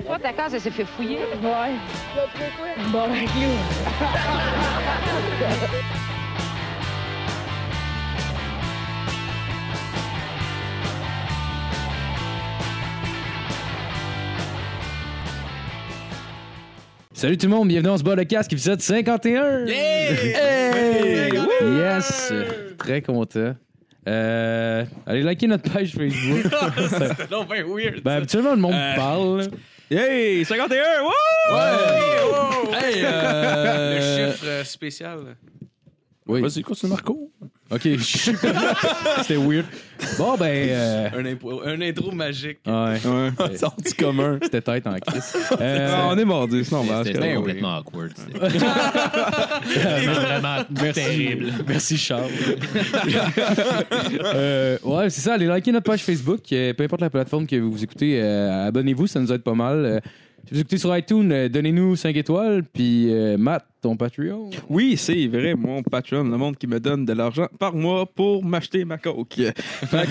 Toi, ta case, elle s'est fait fouiller. Ouais. Bon, avec nous. Salut tout le monde, bienvenue dans ce bas de casque, épisode 51! Hey! Yes! Très content. Allez liker notre page Facebook. C'était donc bien weird. Ben, habituellement, le monde parle. Hey, 51! Wouh! Ouais! Hey, le chiffre spécial. Oui. Vas-y, continue, Marco. Ok, c'était weird. Bon, ben. Un intro magique. Ouais. Sorti commun. C'était tête en crise. On est mordu, c'est normal. C'était complètement awkward. Vraiment terrible. Merci, Charles. Ouais, c'est ça. Allez liker notre page Facebook. Peu importe la plateforme que vous écoutez, abonnez-vous, ça nous aide pas mal. Si vous écoutez sur iTunes, donnez-nous 5 étoiles. Puis, Matt, ton Patreon. Oui, c'est vrai, mon Patreon, le monde qui me donne de l'argent par mois pour m'acheter ma coke. Fait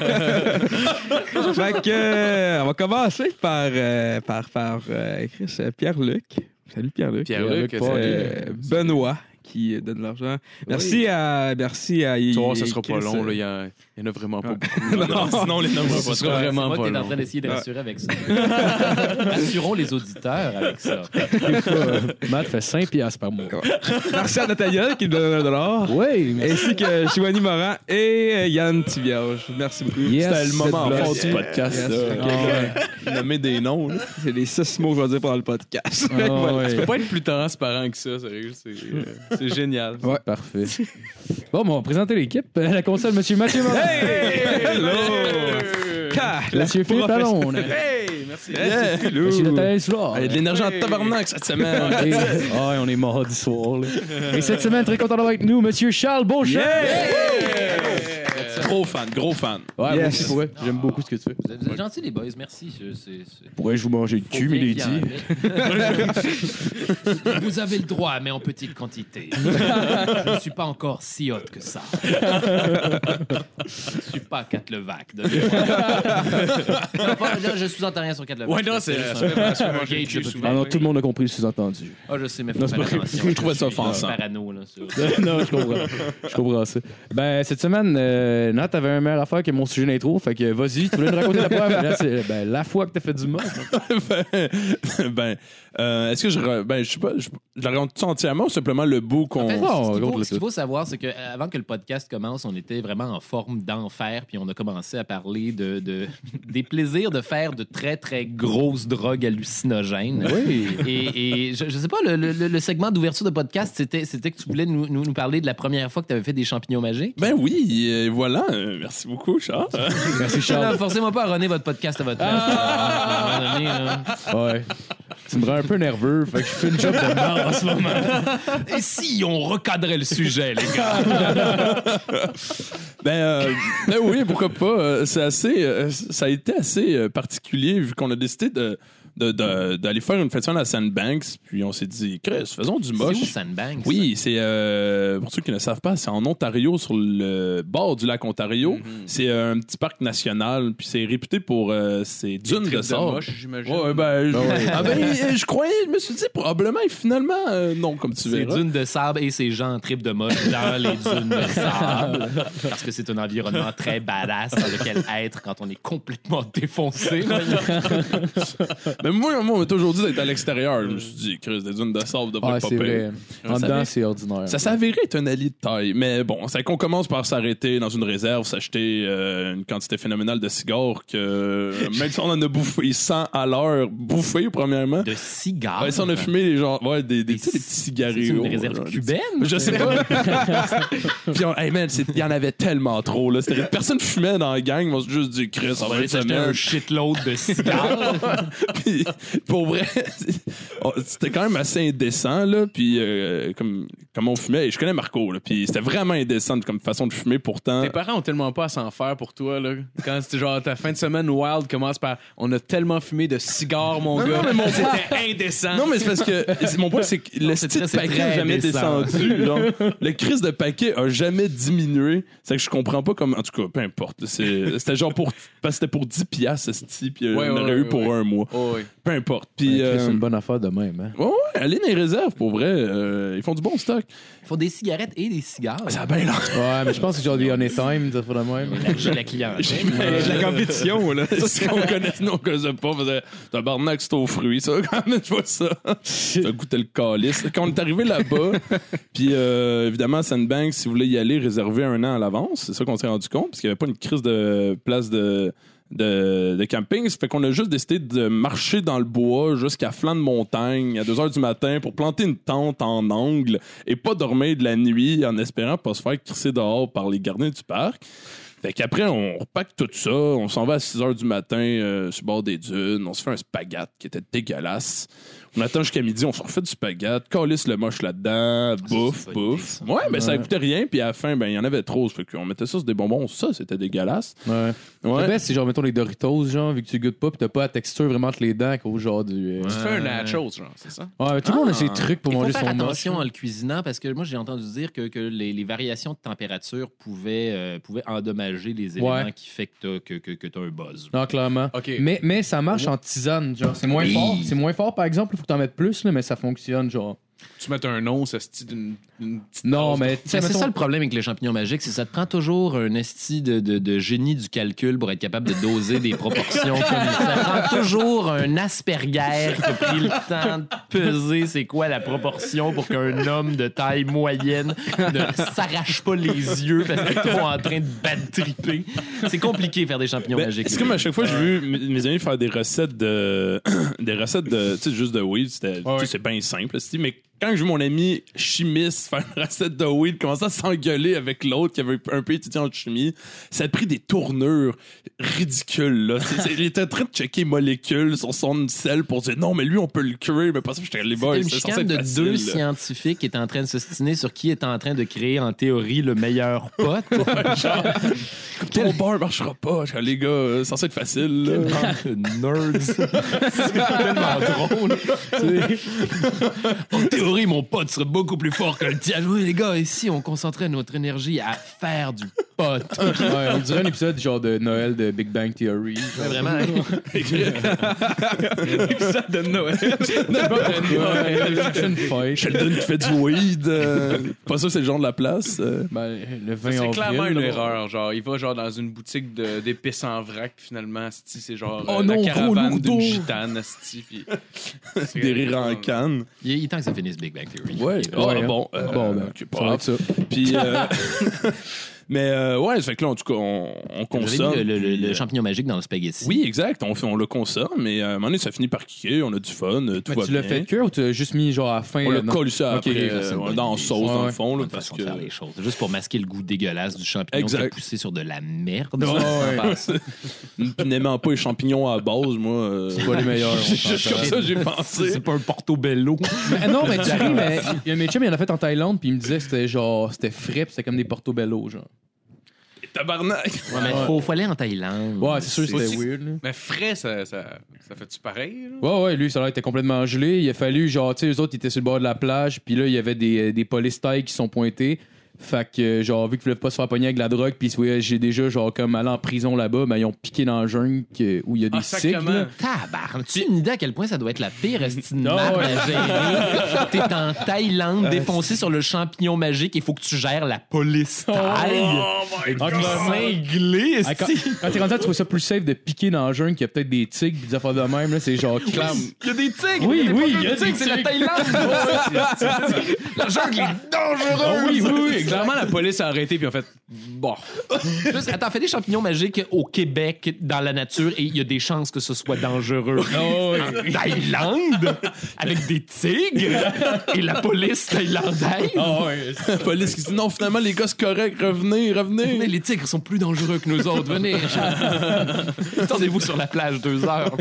que, on va commencer par Chris, Pierre-Luc. Salut Pierre-Luc. Pierre-Luc, Benoît qui donne de l'argent. Merci à Tu vois, ça sera pas long, là. Il y en a vraiment pas beaucoup. Non, sinon, on les nommera pas. Ce sera vraiment moi pas que t'es en long. train d'essayer de rassurer avec ça. Assurons les auditeurs avec ça. Matt fait 5$ par mois. Merci à Natalia qui me donne $1. Oui, Ainsi que Chouani Morin et Yann Tivierge. Merci beaucoup. Yes, C'était le moment cette fort blague. du podcast. Yes. Nommer des noms. Là. C'est les 6 mots que je vais dire pendant le podcast. Ah, ouais. Tu peux pas être plus transparent que ça, sérieux. C'est génial. Ouais, parfait. Bon, on va présenter l'équipe. La console, Monsieur Mathieu Morin. Hello! Monsieur Philippe Lalonde. Hey, merci. Monsieur Nathalie Soulard. Il y a de l'énergie en tabarnak cette semaine. Et- ouais, on est mardi soir. Là. Et cette semaine, très content d'avoir avec nous, Monsieur Charles Beauchamp. Gros fan. Ouais, moi Yes. aussi, pour vrai. J'aime beaucoup ce que tu fais. Vous êtes gentils, les boys, merci. Pourrais-je vous manger le cul, Milady? Vous avez le droit, mais en petite quantité. Je ne suis pas encore si hot que ça. Je ne suis pas Kat Levac. Je sous-entends rien sur Kat Levac. Ouais, non, c'est Gage, je peux Ah non, tout le monde a compris le sous-entendu. Ah, je sais, mais Non, faut c'est faire pas- attention. je trouvais ça suis offensant. parano, là, sur... Non, je comprends ça. Ben, cette semaine, Nat avait un meilleur affaire que mon sujet d'intro, fait que vas-y, tu voulais nous raconter la première. Là, c'est la fois que t'as fait du mal. Est-ce que je sais pas, je la raconte tout entièrement ou simplement le bout qu'on. En fait, Oh, ce qu'il faut savoir, c'est qu'avant que le podcast commence, on était vraiment en forme d'enfer, puis on a commencé à parler des plaisirs de faire de très, très grosses drogues hallucinogènes. Oui. Et je sais pas, le segment d'ouverture de podcast, c'était que tu voulais nous parler de la première fois que tu avais fait des champignons magiques. Ben oui, voilà. Merci beaucoup, Charles. Merci, Non, Charles. forcément pas à runner votre podcast à votre place. À un moment donné, là. Ouais. Tu me rends un peu nerveux, fait que je fais une job de merde en ce moment. Et si on recadrait le sujet, les gars? Ben oui, pourquoi pas. C'est assez, ça a été assez particulier vu qu'on a décidé d'aller faire une fête à Sandbanks, puis on s'est dit, Chris, faisons du moche. C'est où Sandbanks? Oui, c'est pour ceux qui ne savent pas, c'est en Ontario, sur le bord du lac Ontario. C'est un petit parc national, puis c'est réputé pour ses dunes de sable. j'imagine. Ouais, je croyais, je me suis dit probablement et finalement non, comme tu Ces verras. dunes de sable et ces gens en trip de moche dans les dunes de sable. Parce que c'est un environnement très badass dans lequel être quand on est complètement défoncé. Mais moi, on m'a toujours dit d'être à l'extérieur. Je me suis dit, Chris, des dunes de sable devraient Ah, pas c'est payer. vrai. En dedans, c'est ordinaire. Ça s'avérait être un allié de taille. Mais bon, c'est qu'on commence par s'arrêter dans une réserve, s'acheter une quantité phénoménale de cigares que même si on en a bouffé 100 à l'heure, bouffé premièrement. De cigares. Ouais, si on a fumé les gens, ouais, des petits cigarillos. C'est une réserve cubaine? Je sais pas. Puis hey man, il y en avait tellement trop là. Personne fumait dans la gang. On s'est juste dit, Chris, on va aller s'acheter un shitload de cigares. Puis, pour vrai, c'était quand même assez indécent là. Puis comme on fumait, et je connais Marco là. Puis c'était vraiment indécent comme façon de fumer. Pourtant, Tes parents ont tellement pas à s'en faire pour toi, là. Quand c'était genre ta fin de semaine wild commence par on a tellement fumé de cigares, mon gars. non, mais c'était indécent. non, mais c'est parce que mon point, c'est que le style de c'est paquet très a jamais indécent. descendu. Genre, le crise de paquet a jamais diminué. C'est que je comprends pas comment. En tout cas, peu importe. C'était genre parce que c'était pour 10$, ce style, puis on aurait eu pour un mois. Oh, oui. Peu importe. Puis, C'est une bonne affaire de même. Hein? ouais, allez dans les réserves, pour vrai. Ils font du bon stock. Il faut des cigarettes et des cigares. Ça a bien l'air. Ouais, mais je pense que c'est genre des Anytime, ça fait de même. J'ai la clientèle. La compétition, là. C'est ce qu'on connaît, nous, on connaissait pas. Tabarnak, c'est aux fruits, ça. Quand même, je vois ça. Ça goûtait le calice. Quand on est arrivé là-bas, puis évidemment, Sandbanks, si vous voulez y aller, réservez 1 an à l'avance. C'est ça qu'on s'est rendu compte, parce qu'il n'y avait pas une crise de place de camping. Ça fait qu'on a juste décidé de marcher dans le bois jusqu'à flanc de montagne à 2h du matin pour planter une tente en angle et pas dormir de la nuit en espérant pas se faire crisser dehors par les gardiens du parc. Fait qu'après, on repack tout ça, on s'en va à 6h du matin sur le bord des dunes, on se fait un spaghette qui était dégueulasse. On attend jusqu'à midi, on se refait du spaghette, calisse le moche là-dedans, bouffe. Ouais, mais ça coûtait rien, puis à la fin, ben il y en avait trop. Fait qu'on mettait ça sur des bonbons, ça, c'était dégueulasse. Ouais. Le best, c'est genre, mettons les Doritos, genre, vu que tu goûtes pas, pis t'as pas la texture vraiment entre les dents, qu'au genre du. Tu fais un nachos, genre, c'est ça? Ouais, mais tout le monde a ses trucs pour Il faut manger faire son attention moche. en le cuisinant parce que moi, j'ai entendu dire que les variations de température pouvaient endommager les éléments qui fait que t'as un buzz. Non, clairement. OK. Mais ça marche en tisane, genre. C'est moins fort. C'est moins fort, par exemple, il faut que t'en mettes plus, là, mais ça fonctionne, genre. Tu mets un os, esti d'une petite Non, tasse mais de- tu sais, C'est mettons- ça le problème avec les champignons magiques, c'est que ça te prend toujours un esti de génie du calcul pour être capable de doser des proportions comme ça. Prend toujours un Asperger qui a pris le temps de peser c'est quoi la proportion pour qu'un homme de taille moyenne ne s'arrache pas les yeux parce qu'il est trop en train de bad tripper. C'est compliqué faire des champignons magiques. C'est comme à chaque fois j'ai vu mes amis faire des recettes de tu sais, juste de weed, tu sais, c'est bien simple, mais quand j'ai vu mon ami chimiste faire une recette de weed, commencer à s'engueuler avec l'autre qui avait un peu étudié en chimie, ça a pris des tournures ridicules, là. Il était en train de checker molécules sur son sel pour dire non, mais lui, on peut le cuire, mais pas ça, j'étais les boys. C'est une chicane de deux scientifiques qui étaient en train de s'ostiner sur qui est en train de créer en théorie le meilleur pote. Ton bar marchera pas. J'étais, les gars, c'est censé être facile, là. Nerds. C'est tellement drôle. En théorie, mon pote serait beaucoup plus fort que le tien. Oui, les gars, ici, on concentrait notre énergie à faire du pot. Ouais, on dirait un épisode genre de Noël de Big Bang Theory. Ouais, vraiment. Épisode de Noël. Une fête. Sheldon qui fait du weed. Pas ça, c'est le genre de la place. Ben, le 20 C'est avril. clairement une là. erreur. Genre, il va genre dans une boutique d'épices en vrac, puis finalement, asti, c'est genre Oh la non, caravane gros d'une lourdeau. gitane, asti, puis Des rires en canne. Il est temps que ça finisse Big Bang Theory. Ouais. Ouais, Bon, Bon, ben, ok, ça va être ça. Puis, mais ouais, ça fait que là, en tout cas, on Vous consomme. avez mis puis, le champignon magique dans le spaghetti. Oui, exact. On le consomme, mais à un moment donné, ça finit par kicker. On a du fun, tout Mais va tu bien. l'as fait cuire ou tu l'as juste mis genre à la fin? On l'a non? collé ça Ok, après, ça, c'est une bonne dans la idée. sauce, dans le Ouais. fond, là, Bonne parce façon que... de faire les choses. Juste pour masquer le goût dégueulasse du champignon qui a Exact. poussé sur de la merde. N'aimant pas les champignons à la base, moi... C'est pas les meilleurs. on C'est juste s'entend. comme ça, j'ai pensé. C'est pas un portobello. Mais non, mais tu ris, mais il y a un de mes chums, il en a fait en Thaïlande, puis il me disait que c'était genre, c'était frais, puis c'était comme des portobello, genre. Tabarnak! Ouais, mais faut aller en Thaïlande. Ouais, c'est sûr, c'était aussi- weird, là. Mais frais, ça fait-tu pareil? Là? Ouais, lui, ça a été complètement gelé. Il a fallu, genre, tu sais, eux autres, ils étaient sur le bord de la plage, puis là, il y avait des polices taille qui sont pointés. Fait que, genre, vu qu'ils voulaient pas se faire pogner avec la drogue, puis ouais, j'ai déjà, genre, comme allé en prison là-bas, ben, ils ont piqué dans le jungle où il y a des tigres. sacrément. là. Tabarnak, tu as une idée à quel point ça doit être la pire estime Non, marde ouais. à gérer. T'es en Thaïlande, défoncé sur le champignon magique, il faut que tu gères la police taille. Cinglé, Ah, quand esti. quand t'es rendu à trouver ça plus safe de piquer dans le jungle qu'il y a peut-être des tigres pis des affaires de même, là, c'est genre clairement. Il y a des tigres. Oui, des oui, problèmes il y a de tigres, des c'est la tigres. Thaïlande. La jungle est dangereuse. Oui. Clairement, la police a arrêté, puis en fait, bon. Juste, attends, fais des champignons magiques au Québec, dans la nature, et il y a des chances que ce soit dangereux. En Thaïlande, avec des tigres, et la police thaïlandaise. La police qui dit non, finalement, les gars, c'est correct, revenez. Mais les tigres sont plus dangereux que nous autres. Venez. Attendez-vous sur la plage 2 heures.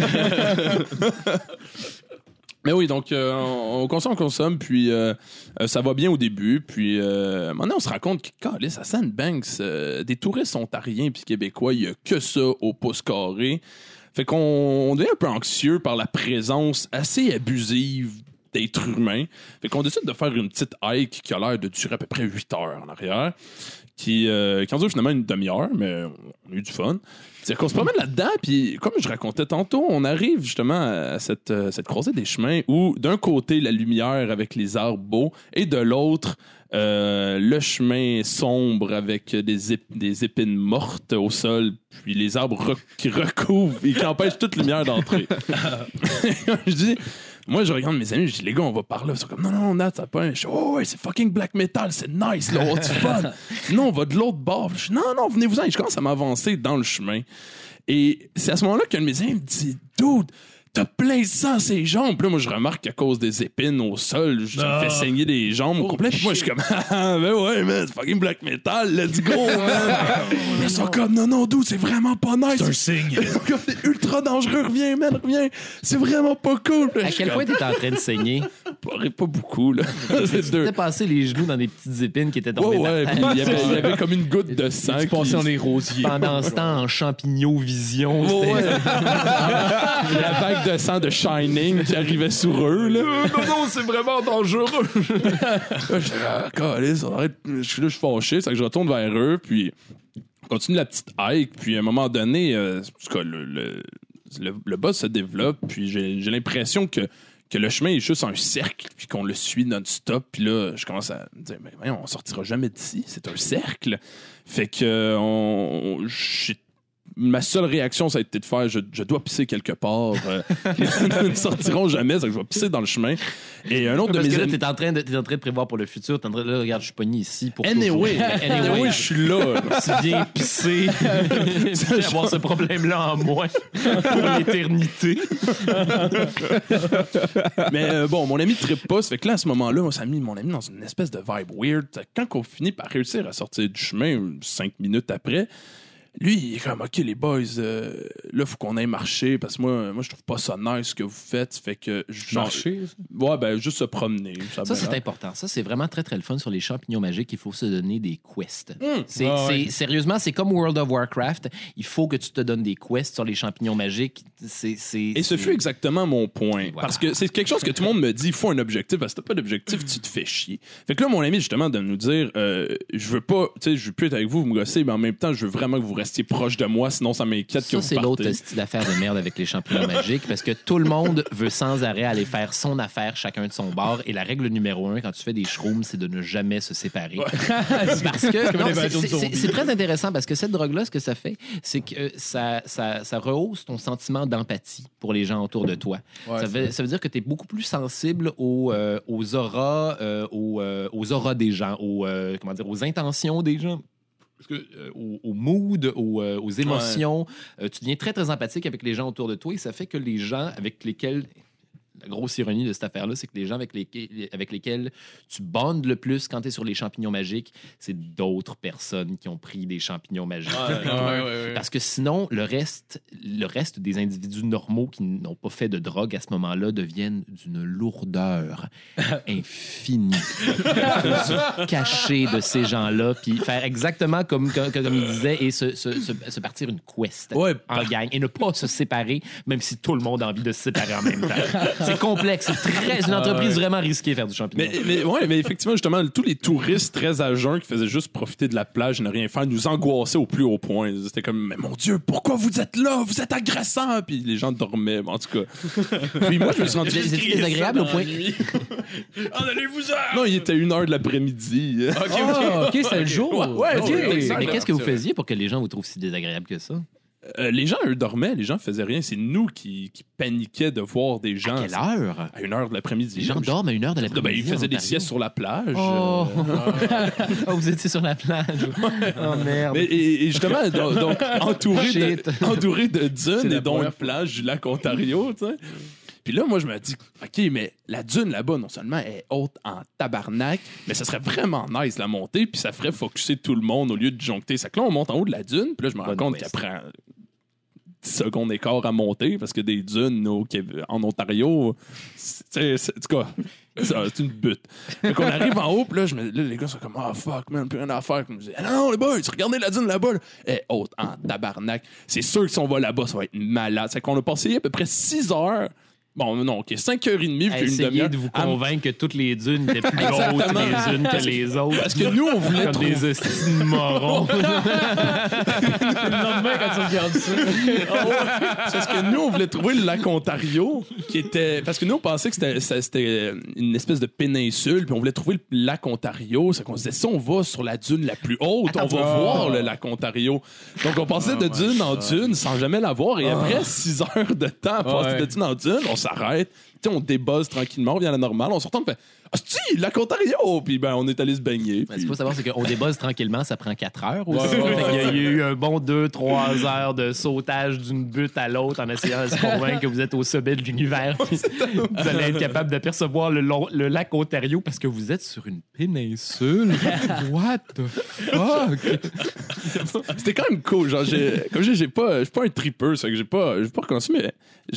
Mais oui, donc on consomme, puis ça va bien au début, puis maintenant on se rend compte que, calisse, à Sandbanks, des touristes ontariens puis québécois, il y a que ça au pouce carré. Fait qu'on devient un peu anxieux par la présence assez abusive d'êtres humains. Fait qu'on décide de faire une petite hike qui a l'air de durer à peu près 8 heures en arrière, qui en dure finalement une demi-heure, mais on a eu du fun. C'est qu'on se promène là-dedans, puis comme je racontais tantôt, on arrive justement à cette croisée des chemins où d'un côté la lumière avec les arbres beaux et de l'autre le chemin sombre avec des épines mortes au sol, puis les arbres qui recouvrent et qui empêchent toute lumière d'entrer. Je dis... Moi, je regarde mes amis, je dis, les gars, on va par là. Ils sont comme, non, Nat, ça pas. Je dis, oh, ouais, c'est fucking black metal, c'est nice, là, c'est fun. Non, on va de l'autre bord. Je dis, non, venez-vous-en. Et je commence à m'avancer dans le chemin. Et c'est à ce moment-là qu'un de mes amis me dit, dude, t'as plein de sang ces jambes. Puis là, moi, je remarque qu'à cause des épines au sol, ça me fait saigner les jambes au complet. Puis moi, je suis comme, ben ouais, man, c'est fucking black metal, let's go, man. Ils sont comme, non, dude, c'est vraiment pas nice. C'est un signe. C'est ultra dangereux, reviens, man, reviens. C'est vraiment pas cool. À quel point t'étais en train de saigner? Pas beaucoup, là. Tu t'es passé les genoux dans des petites épines qui étaient tombées ouais, par puis terre. il y avait comme une goutte de sang. Tu passais dans les rosiers. Pendant ce temps, en champignon-vision. Ouais. La vague de sang de Shining qui arrivait sur eux, là. Non, c'est vraiment dangereux. Je suis fâché, c'est que je retourne vers eux, puis on continue la petite hike, puis à un moment donné, en tout cas, le boss se développe, puis j'ai l'impression que le chemin est juste un cercle, puis qu'on le suit non-stop, puis là, je commence à me dire, mais voyons, on sortira jamais d'ici, c'est un cercle. Fait que ma seule réaction, ça a été de faire je dois pisser quelque part. Nous ne sortirons jamais, c'est que je vais pisser dans le chemin. Et un autre Parce de mes que là, amis... t'es en train de prévoir pour le futur. T'es en train de là, regarde, je suis pogné ici pour Anyway, je suis là. Tu viens pisser. Tu viens avoir ce problème-là en moins pour l'éternité. Mais bon, mon ami trippe pas. Ça fait que là, à ce moment-là, ça a mis mon ami dans une espèce de vibe weird. Quand on finit par réussir à sortir du chemin 5 minutes après, lui, il est comme, OK, les boys, là, faut qu'on aille marcher parce que moi, je trouve pas ça nice ce que vous faites. Fait que. Marcher? Ouais, ben, juste se promener. Ça, c'est important. Ça, c'est vraiment très, très le fun sur les champignons magiques. Il faut se donner des quests. Sérieusement, c'est comme World of Warcraft. Il faut que tu te donnes des quests sur les champignons magiques. Et ce fut exactement mon point. Voilà. Parce que c'est quelque chose que tout le monde me dit, il faut un objectif. Parce que si t'as pas d'objectif, tu te fais chier. Fait que là, mon ami, justement, de nous dire, je veux pas, tu sais, je veux plus être avec vous me gosser, mais en même temps, je veux vraiment que vous restiez proche de moi, sinon ça m'inquiète que vous c'est partez. l'autre style d'affaire de merde avec les champignons magiques, parce que tout le monde veut sans arrêt aller faire son affaire, chacun de son bord. Et la règle numéro 1, quand tu fais des shrooms, c'est de ne jamais se séparer. Ouais. Parce que non, c'est très intéressant, parce que cette drogue-là, ce que ça fait, c'est que ça rehausse ton sentiment d'empathie pour les gens autour de toi. Ouais, ça veut dire que tu es beaucoup plus sensible aux auras, aux auras des gens, aux intentions des gens. Parce que, au mood, aux émotions, tu deviens très, très empathique avec les gens autour de toi et ça fait que les gens avec lesquels... La grosse ironie de cette affaire-là, c'est que les gens avec lesquels tu bondes le plus quand tu es sur les champignons magiques, c'est d'autres personnes qui ont pris des champignons magiques. Ouais. Parce que sinon, le reste des individus normaux qui n'ont pas fait de drogue à ce moment-là deviennent d'une lourdeur infinie. Il faut se cacher de ces gens-là puis faire exactement comme il disait et se partir une quest en gang et ne pas se séparer, même si tout le monde a envie de se séparer en même temps. C'est complexe. C'est une entreprise vraiment risquée faire du champignon. Mais effectivement, justement, tous les touristes très à jeun qui faisaient juste profiter de la plage et ne rien faire nous angoissaient au plus haut point. C'était comme, mais mon Dieu, pourquoi vous êtes là? Vous êtes agressants! Puis les gens dormaient, en tout cas. Puis moi, je me suis rendu... C'était désagréable au point... Non, il était 1h de l'après-midi. OK, c'est le jour. Mais qu'est-ce que vous faisiez pour que les gens vous trouvent si désagréable que ça? Les gens, eux, dormaient, les gens faisaient rien. C'est nous qui paniquaient de voir des gens. À quelle heure? À 1h de l'après-midi. Les gens dorment à 1h de l'après-midi. Ils faisaient des siestes sur la plage. Vous étiez sur la plage. Oh merde. Et justement, donc entouré de dunes et donc une plage du lac Ontario, tu sais. Puis là, moi, je me dis, OK, mais la dune là-bas, non seulement est haute en tabarnak, mais ça serait vraiment nice la montée, puis ça ferait focusser tout le monde au lieu de joncter. C'est que là, on monte en haut de la dune, puis là, je me rends compte qu'elle prend 10 secondes et quart à monter, parce que des dunes en Ontario, en tout cas, c'est une butte. Fait qu'on arrive en haut, puis là, les gars sont comme, oh fuck, man, plus rien à faire. Je me dis, non, les boys, regardez la dune là-bas, là. Elle est haute en tabarnak. C'est sûr que si on va là-bas, ça va être malade. C'est qu'on a passé à peu près 6 heures Bon, non, OK, 5h30 puis une Essayez demi-heure. de vous convaire que toutes les dunes étaient plus grosses les unes que les autres. Parce que nous, on voulait Comme trouver... des hosties de morons. Le lendemain, quand tu regardes ça. C'est parce que nous, on voulait trouver le lac Ontario, qui était... Parce que nous, on pensait que c'était une espèce de péninsule, puis on voulait trouver le lac Ontario. C'est qu'on se disait, si on va sur la dune la plus haute, on va voir le lac Ontario. Donc, on passait de dune en dune sans jamais la voir. Et après 6 heures de temps à passer de dune en dune, on s'arrête, tu sais, on débuzz tranquillement, on revient à la normale, on se retourne, on fait « Hostie, lac Ontario! » Puis ben, on est allé se baigner. Ce qu'il faut savoir, c'est qu'on débuzz tranquillement, ça prend 4 heures aussi. Ouais. Fait qu'il y a eu un bon 2-3 heures de sautage d'une butte à l'autre en essayant de se convaincre que vous êtes au sommet de l'univers. Vous allez être capable d'apercevoir le lac Ontario parce que vous êtes sur une péninsule. What the fuck? C'était quand même cool. Genre, je suis pas un tripper, c'est que j'ai pas recommencé, mais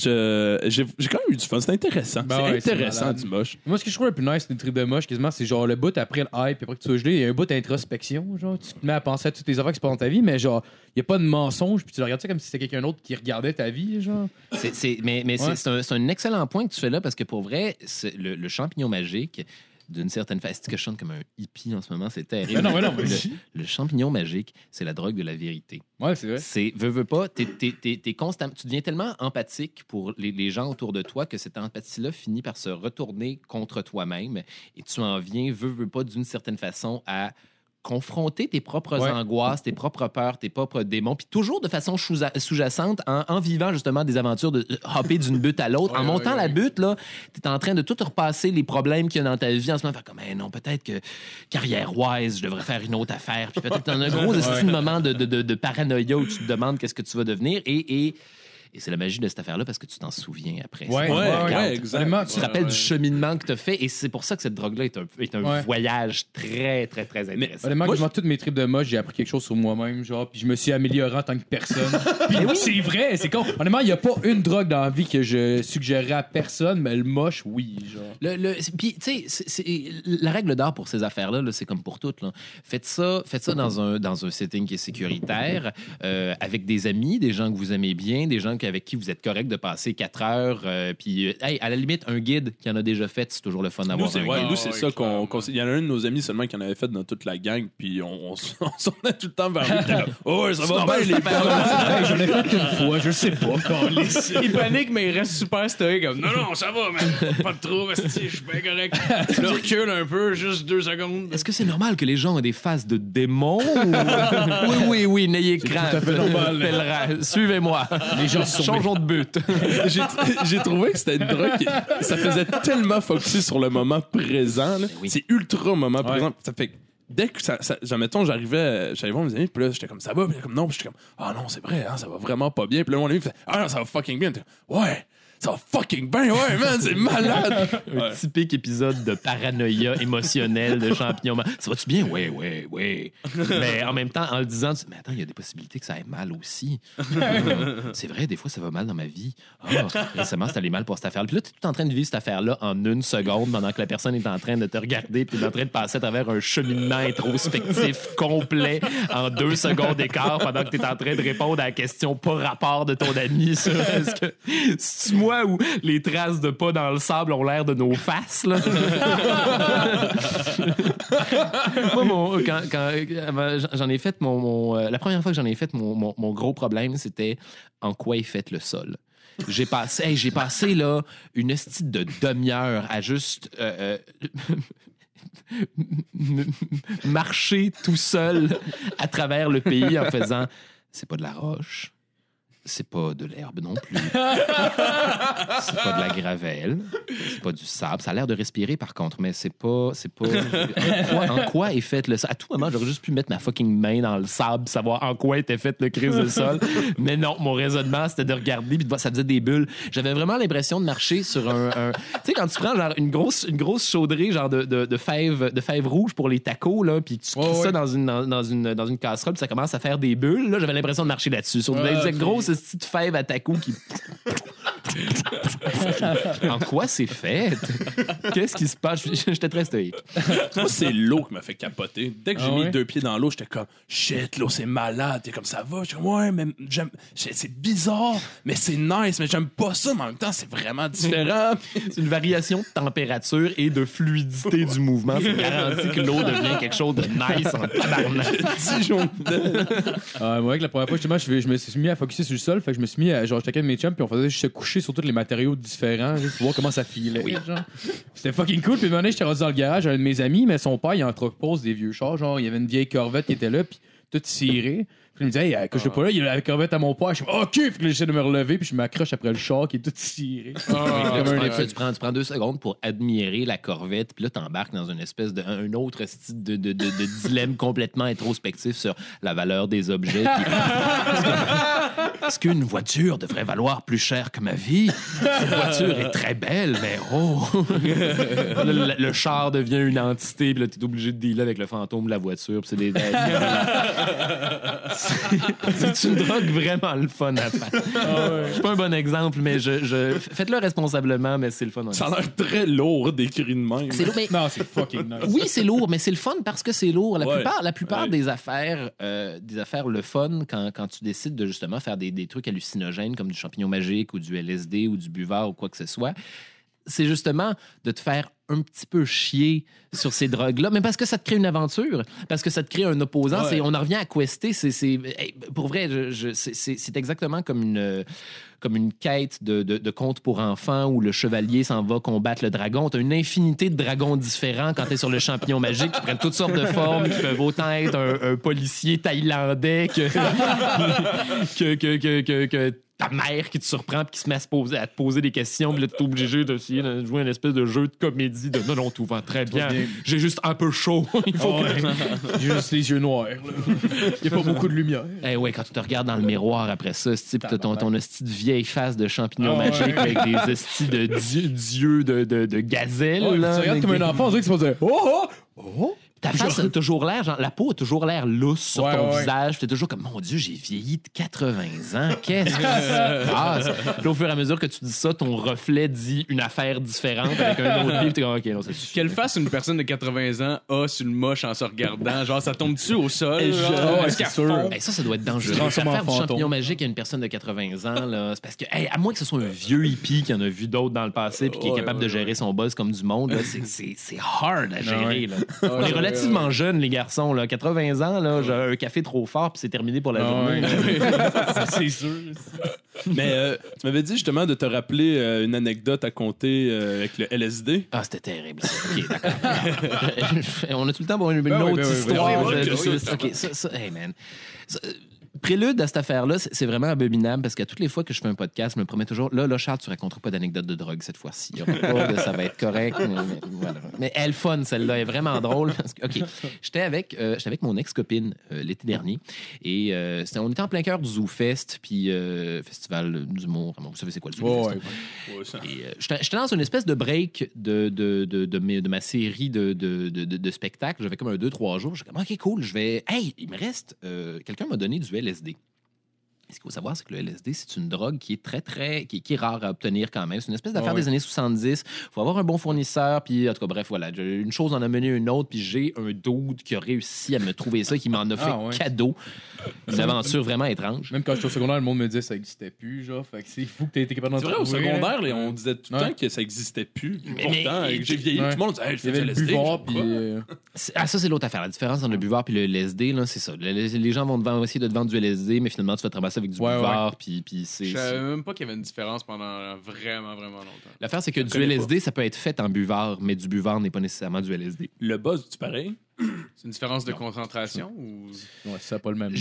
j'ai quand même eu du fun. C'était intéressant. Ben c'est ouais, c'est intéressant, malade. du moche. Moi, ce que je trouve le plus nice d'une trip de moche, quasiment, c'est genre le bout après le hype, puis après que tu sois gelé, il y a un bout d'introspection. Genre, tu te mets à penser à toutes tes affaires qui se passent dans ta vie, mais genre, il n'y a pas de mensonge, puis tu le regardes ça comme si c'était quelqu'un d'autre qui regardait ta vie, genre. Mais c'est un excellent point que tu fais là parce que pour vrai, le champignon magique, d'une certaine façon, est-ce que je chante comme un hippie en ce moment? C'est terrible. Mais non. Le champignon magique, c'est la drogue de la vérité. Ouais, c'est vrai. C'est, veux pas, t'es constamment, tu deviens tellement empathique pour les gens autour de toi que cette empathie-là finit par se retourner contre toi-même et tu en viens, veux pas, d'une certaine façon à confronter tes propres angoisses, tes propres peurs, tes propres démons, puis toujours de façon sous-jacente, en vivant justement des aventures de hopper d'une butte à l'autre. En montant la butte, là, t'es en train de tout repasser les problèmes qu'il y a dans ta vie en ce moment. Fait comme, non, peut-être que carrière-wise, je devrais faire une autre affaire. Puis peut-être t'as un gros moment de paranoïa où tu te demandes qu'est-ce que tu vas devenir. Et c'est la magie de cette affaire-là parce que tu t'en souviens après. Ouais, exactement. Tu te rappelles du cheminement que tu as fait et c'est pour ça que cette drogue-là est un voyage très, très, très intéressant. Honnêtement, quasiment toutes mes trips de moche, j'ai appris quelque chose sur moi-même, genre, puis je me suis amélioré en tant que personne. Puis c'est vrai, c'est con. Honnêtement, il n'y a pas une drogue dans la vie que je suggérerais à personne, mais le moche, oui, genre. Puis, tu sais, la règle d'or pour ces affaires-là, là, c'est comme pour toutes. Là. Faites ça dans un setting qui est sécuritaire, avec des amis, des gens que vous aimez bien, des gens avec qui vous êtes correct de passer 4 heures. Puis, à la limite, un guide qui en a déjà fait, c'est toujours le fun d'avoir un guide. Nous, c'est ça qu'on... Il y en a un de nos amis seulement qui en avait fait dans toute la gang, puis on s'en est tout le temps vers lui. Oh, ouais, ça va bien, les Hey, j'en ai fait une fois, je sais pas. Il panique, mais il reste super stoïque. Comme, non, ça va, man. Pas de trouble, je suis bien correct. Je recule un peu, juste 2 secondes. Est-ce que c'est normal que les gens aient des faces de démons? Oui, n'ayez crainte. tout à fait normal. Pèlerin, suivez-moi. Les gens Changeons de but. J'ai trouvé que c'était une drogue qui... Ça faisait tellement focusser sur le moment présent. Là. Oui. C'est ultra moment présent. Ça fait que dès que mettons, j'allais voir mes amis, puis là, j'étais comme, ça va? Puis là, comme, non, puis j'étais comme, ah non, c'est vrai, hein, ça va vraiment pas bien. Puis là, mon ami fait, ah non, ça va fucking bien. Ouais, ça va fucking bien, ouais, man, c'est malade. Un typique épisode de paranoïa émotionnelle de champignon. Ça va-tu bien? Ouais. Mais en même temps, en le disant, mais attends, il y a des possibilités que ça aille mal aussi. C'est vrai, des fois, ça va mal dans ma vie. Récemment, c'est allé mal pour cette affaire. Puis là, tu es tout en train de vivre cette affaire-là en 1 seconde pendant que la personne est en train de te regarder puis est en train de passer à travers un cheminement introspectif complet en 2 secondes d'écart pendant que tu es en train de répondre à la question pas rapport de ton ami sur est-ce que c'est moi ou les traces de pas dans le sable ont l'air de nos faces, là. Moi, quand j'en ai fait la première fois que j'en ai fait mon gros problème, c'était en quoi est fait le sol. J'ai passé là une estie de demi-heure à juste marcher tout seul à travers le pays en faisant c'est pas de la roche. C'est pas de l'herbe non plus. C'est pas de la gravelle. C'est pas du sable. Ça a l'air de respirer, par contre, mais c'est pas... En quoi est fait le sol? À tout moment, j'aurais juste pu mettre ma fucking main dans le sable, savoir en quoi était fait le crise de sol. Mais non, mon raisonnement, c'était de regarder, puis ça faisait des bulles. J'avais vraiment l'impression de marcher sur un... Tu sais, quand tu prends genre une grosse chaudrée genre de fèves rouges pour les tacos, là, puis tu cuis ça dans une casserole, puis ça commence à faire des bulles, là, j'avais l'impression de marcher là-dessus. Sur une grosse petite fève à tacos qui... En quoi c'est fait? Qu'est-ce qui se passe? J'étais très stoïque. Moi, c'est l'eau qui m'a fait capoter. Dès que j'ai mis 2 pieds dans l'eau, j'étais comme shit, l'eau c'est malade. T'es comme ça va. J'étais comme ouais, mais c'est bizarre, mais c'est nice, mais j'aime pas ça, mais en même temps, c'est vraiment différent. C'est une variation de température et de fluidité du mouvement. C'est garanti que l'eau devient quelque chose de nice en tabarnak. Moi, avec la première fois, justement, je me suis mis à focusser sur le sol. Fait que je me suis mis à, genre, chacun de mes chums, puis on faisait juste se coucher sur tous les matériaux différents, juste pour voir comment ça filait. Genre. C'était fucking cool. Puis une année, j'étais rendu dans le garage, un de mes amis, mais son père, il entrepose des vieux chars. Genre, il y avait une vieille Corvette qui était là, puis tout ciré. Puis il me disait, hey, que je pas là, il y a la Corvette à mon père. Je suis OK, puis là, j'essaie de me relever, puis je m'accroche après le char qui est tout ciré. Tu prends 2 secondes pour admirer la Corvette, puis là, t'embarques dans une espèce un autre style de dilemme complètement introspectif sur la valeur des objets. Est-ce qu'une voiture devrait valoir plus cher que ma vie? Cette voiture est très belle, mais le char devient une entité, puis là, t'es obligé de dealer avec le fantôme de la voiture, puis c'est des... C'est une drogue vraiment le fun à faire. Je suis pas un bon exemple, mais faites-le responsablement, mais c'est le fun. Ça a l'air très lourd d'écrire de même. C'est lourd, mais... Non, c'est fucking nice. Oui, c'est lourd, mais c'est le fun parce que c'est lourd. La plupart des affaires, le fun, quand tu décides de justement faire des trucs hallucinogènes comme du champignon magique ou du LSD ou du buvard ou quoi que ce soit, c'est justement de te faire un petit peu chier sur ces drogues-là, mais parce que ça te crée une aventure, parce que ça te crée un opposant. Ouais. On en revient à quester. Pour vrai, c'est exactement comme une quête de conte pour enfants où le chevalier s'en va combattre le dragon. T'as une infinité de dragons différents quand t'es sur le champignon magique qui prennent toutes sortes de formes, qui peuvent autant être un policier thaïlandais que ta mère qui te surprend puis qui se met à te poser des questions, puis là, t'es obligé d'essayer de jouer une espèce de jeu de comédie de non, tout va très bien. J'ai juste un peu chaud. Il faut J'ai juste les yeux noirs. Il n'y a pas beaucoup de lumière. Ouais, quand tu te regardes dans le miroir après ça, tu as ton esti de vieille face de champignon magique avec des estis de dieux de gazelle. Tu là, regardes comme un enfant, on dirait qu'ils se dire oh! Ta face a toujours l'air, genre, la peau a toujours l'air lousse sur ton ouais. visage. T'es toujours comme, mon Dieu, j'ai vieilli de 80 ans. Qu'est-ce qui se passe? Puis au fur et à mesure que tu dis ça, ton reflet dit une affaire différente avec un autre livre. T'es comme, OK, non, ça suffit. Quelle face une personne de 80 ans a sur le moche en se regardant? Genre, ça tombe dessus au sol? c'est sûr. Ça doit être dangereux. Transforme en Faire du fantôme. champignon magique à une personne de 80 ans, là, c'est parce que, à moins que ce soit un vieux hippie qui en a vu d'autres dans le passé puis qui est capable de gérer son buzz comme du monde, là, c'est hard à gérer. Là. On est relativement jeunes, les garçons. Là. 80 ans, là, j'ai un café trop fort puis c'est terminé pour la journée. C'est sûr. Mais tu m'avais dit justement de te rappeler une anecdote à compter avec le LSD. Ah, c'était terrible. OK, d'accord. On a tout le temps pour une autre histoire. OK, ça, hey man. Prélude à cette affaire-là, c'est vraiment abominable parce qu'à toutes les fois que je fais un podcast, je me promets toujours, là, Charles, tu raconteras pas d'anecdote de drogue cette fois-ci. Ça va être correct. Voilà. Mais elle est fun, celle-là. Elle est vraiment drôle. Parce que, OK, j'étais avec mon ex-copine l'été dernier et on était en plein cœur du ZooFest, puis festival d'humour. Vous savez c'est quoi le ZooFest? Et j'étais dans une espèce de break de ma série de spectacles. J'avais comme un 2-3 jours. J'étais comme, OK, cool, Hey, il me reste... quelqu'un m'a donné du LSD. Ce qu'il faut savoir, c'est que le LSD, c'est une drogue qui est qui est rare à obtenir quand même. C'est une espèce d'affaire des années 70. Il faut avoir un bon fournisseur, puis en tout cas, bref, voilà. Une chose en a mené une autre, puis j'ai un dude qui a réussi à me trouver ça, qui m'en a fait cadeau. Une aventure vraiment étrange. Même quand j'étais au secondaire, le monde me disait que ça n'existait plus, genre. Fait que c'est fou que t'aies été capable d'en trouver. C'est vrai, au secondaire, là, on disait tout le temps que ça n'existait plus. Pourtant, j'ai vieilli, tout le monde disait, je fais du LSD. Buvard, puis ça, c'est l'autre affaire. La différence entre le buvard et le LSD, là, c'est ça. Les gens vont essayer de te vendre du LSD, mais finalement, tu vas te ramasser avec du buvard, puis c'est... Je savais même pas qu'il y avait une différence pendant vraiment, vraiment longtemps. L'affaire, c'est que du LSD, ça peut être fait en buvard, mais du buvard n'est pas nécessairement du LSD. Le buzz, tu pareil? C'est une différence de concentration ou... ouais, ça n'a pas le même nom.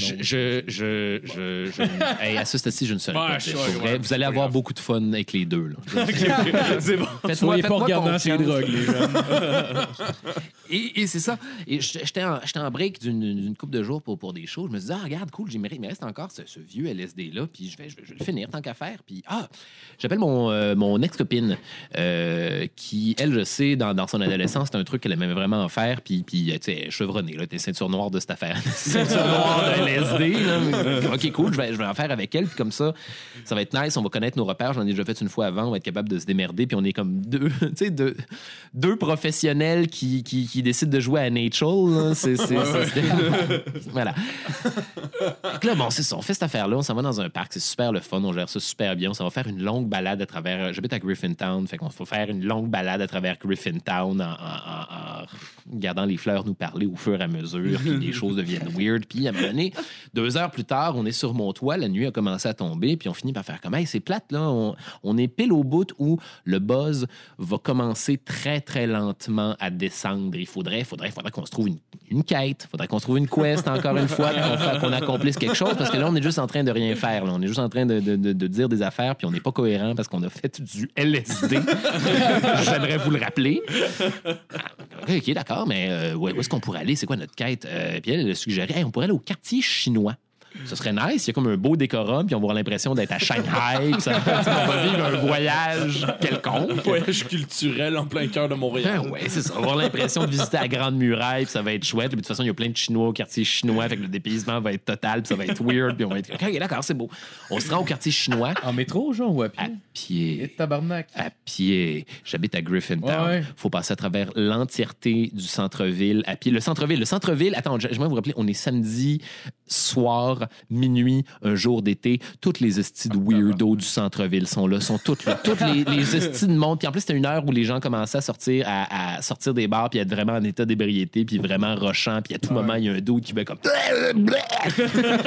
Hey, à ce stade-ci, je ne saurais pas. Ouais, vous allez avoir beaucoup de fun avec les deux. Là. C'est bon. Soyez pas regardant ces drogues, les jeunes. Et c'est ça. Et j'étais en break d'une couple de jours pour des shows. Je me disais, regarde, cool, il me reste encore ce vieux LSD-là, puis je vais le finir tant qu'à faire. Puis, j'appelle mon ex-copine, qui, elle, je sais, dans son adolescence, c'était un truc qu'elle aimait vraiment faire, puis tu sais, chevronné, là, t'es ceinture noire de cette affaire. Ceinture noire de LSD, là. OK, cool, je vais en faire avec elle, puis comme ça va être nice, on va connaître nos repères. J'en ai déjà fait une fois avant, on va être capable de se démerder, puis on est comme deux professionnels qui décident de jouer à Nature, voilà. Donc là, bon, c'est ça, on fait cette affaire-là, on s'en va dans un parc, c'est super le fun, on gère ça super bien, on s'en va faire une longue balade à travers... J'habite à Griffintown, fait qu'on va faire une longue balade à travers Griffintown en regardant les fleurs nous parler au fur et à mesure, puis les choses deviennent weird. Puis à un moment donné, 2 heures plus tard, on est sur mon toit, la nuit a commencé à tomber, puis on finit par faire comme « Hey, c'est plate, là, on est pile au bout où le buzz va commencer très, très lentement à descendre. Il faudrait qu'on se trouve une quête, faudrait qu'on se trouve une quest, encore une fois, qu'on accomplisse quelque chose, parce que là, on est juste en train de rien faire. Là. On est juste en train de dire des affaires, puis on n'est pas cohérent parce qu'on a fait du LSD. J'aimerais vous le rappeler. OK, d'accord, mais où est-ce qu'on pourrait aller? C'est quoi notre quête? Puis elle a suggéré, hey, on pourrait aller au quartier chinois. Ce serait nice, il y a comme un beau décorum, puis on va avoir l'impression d'être à Shanghai, puis on va vivre un voyage quelconque. Voyage culturel en plein cœur de Montréal. Oui, c'est ça. On va avoir l'impression de visiter la Grande Muraille, puis ça va être chouette. Puis de toute façon, il y a plein de Chinois au quartier chinois, fait que le dépaysement va être total, puis ça va être weird, puis on va être OK, d'accord, c'est beau. On se rend au quartier chinois. En métro, genre, ou à pied? À pied. Et tabarnak. À pied. J'habite à Griffintown. Ouais. Faut passer à travers l'entièreté du centre-ville à pied. Le centre-ville, attends, je vais vous rappeler, on est samedi soir, minuit, un jour d'été. Toutes les estis de weirdos du centre-ville sont là, sont toutes là. Toutes les estis de monde. Puis en plus, c'était une heure où les gens commençaient à sortir des bars, puis à être vraiment en état d'ébriété, puis vraiment rushant, puis à tout moment, il y a un dude qui va comme... Puis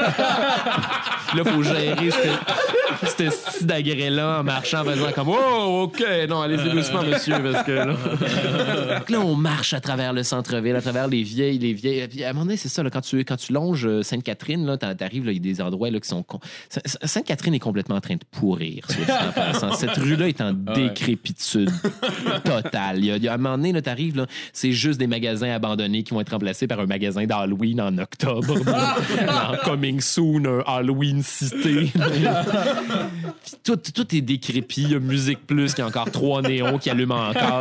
là, faut gérer cet esti d'agré-là en marchant, en faisant comme « Oh, OK, non, allez-y doucement, monsieur, parce que là... » Donc là, on marche à travers le centre-ville, à travers les vieilles... Puis à un moment donné, c'est ça, là, quand tu longes Sainte-Catherine, là, t'arrives, là, il y a des endroits là, qui sont... Sainte-Catherine est complètement en train de pourrir, soit dit en passant. Cette rue-là est en décrépitude totale. Il y a un moment donné, là, t'arrives, là, c'est juste des magasins abandonnés qui vont être remplacés par un magasin d'Halloween en octobre. En coming soon, un Halloween cité. Tout est décrépit. Il y a Musique Plus qui a encore 3 néons qui allument encore.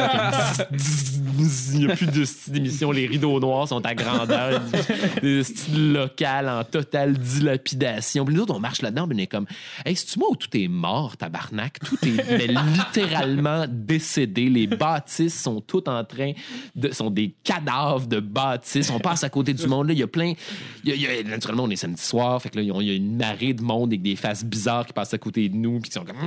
Il n'y a plus d'émissions. Les rideaux noirs sont à grandeur. Des styles locales en totale dilapidation. Puis nous autres, on marche là-dedans, puis on est comme, hey, c'est-tu moi où tout est mort, tabarnak? Tout est littéralement décédé. Les bâtisses sont toutes sont des cadavres de bâtisses. On passe à côté du monde. Là, il y a plein. Naturellement, on est samedi soir. Fait que là, il y a une marée de monde avec des faces bizarres qui passent à côté de nous, puis qui sont comme.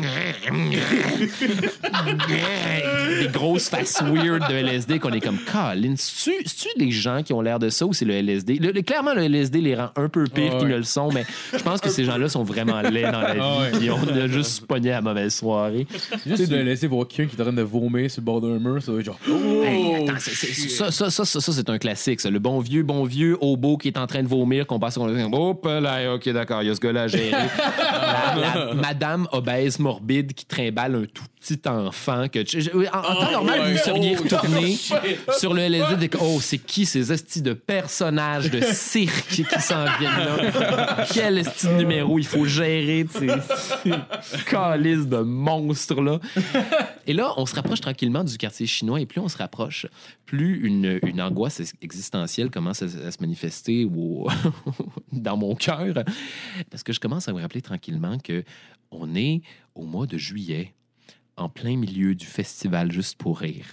Des grosses faces weird de LSD qu'on est comme, Colin, c'est-tu les gens qui ont l'air de ça ou c'est le LSD? Clairement, le LSD les rend un peu pires qu'ils ne le sont, mais je pense que ces gens-là sont vraiment laids dans la vie. Puis on a juste pogné à la mauvaise soirée. Juste de laisser voir quelqu'un qui est en train de vomir sur le bord d'un mur, ça va être genre. Hey, attends, ça, c'est un classique, ça. Le bon vieux hobo qui est en train de vomir, qu'on passe. Hop là, OK, d'accord, il y a ce gars-là à gérer. La madame obèse morbide qui trimballe un tout petit enfant que en temps normal vous seriez retourné sur le LSD et c'est qui ces estis de personnages de cirque qui s'en viennent là, quel esti de numéro il faut gérer ces calices de monstres là. Et là on se rapproche tranquillement du quartier chinois et plus on se rapproche, plus une angoisse existentielle commence à se manifester dans mon cœur, parce que je commence à me rappeler tranquillement que on est au mois de juillet, en plein milieu du festival Juste pour rire.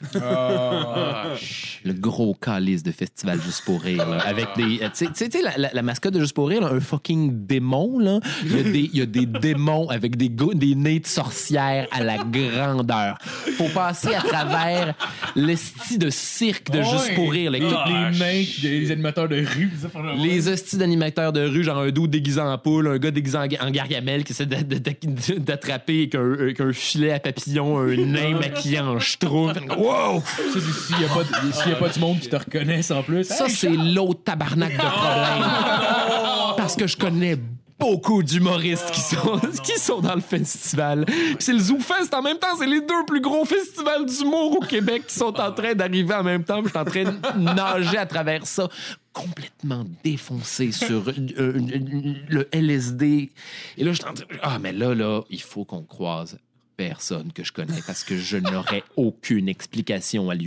Le gros calice de festival Juste pour rire. Là, avec des... Tu sais, la mascotte de Juste pour rire, là, un fucking démon. Là. Il y a des démons avec des nez de sorcières à la grandeur. Faut passer à travers l'esti de cirque de Juste pour rire. Là, avec toutes Les mains des animateurs de rue. les hosties d'animateurs de rue, genre un dos déguisé en poule, un gars déguisé en Gargamel qui essaie d'attraper avec un filet à papillon, un nain maquillé en schtroumpf. Wow! S'il n'y a pas du monde qui te reconnaisse en plus. Ça, c'est l'autre tabarnak de problème. Parce que je connais beaucoup d'humoristes qui sont dans le festival. Puis c'est le ZooFest en même temps. C'est les 2 plus gros festivals d'humour au Québec qui sont en train d'arriver en même temps. Puis je suis en train de nager à travers ça, complètement défoncé sur le LSD. Et là, je suis en train de... Ah, mais là, il faut qu'on croise personne que je connais parce que je n'aurais aucune explication à lui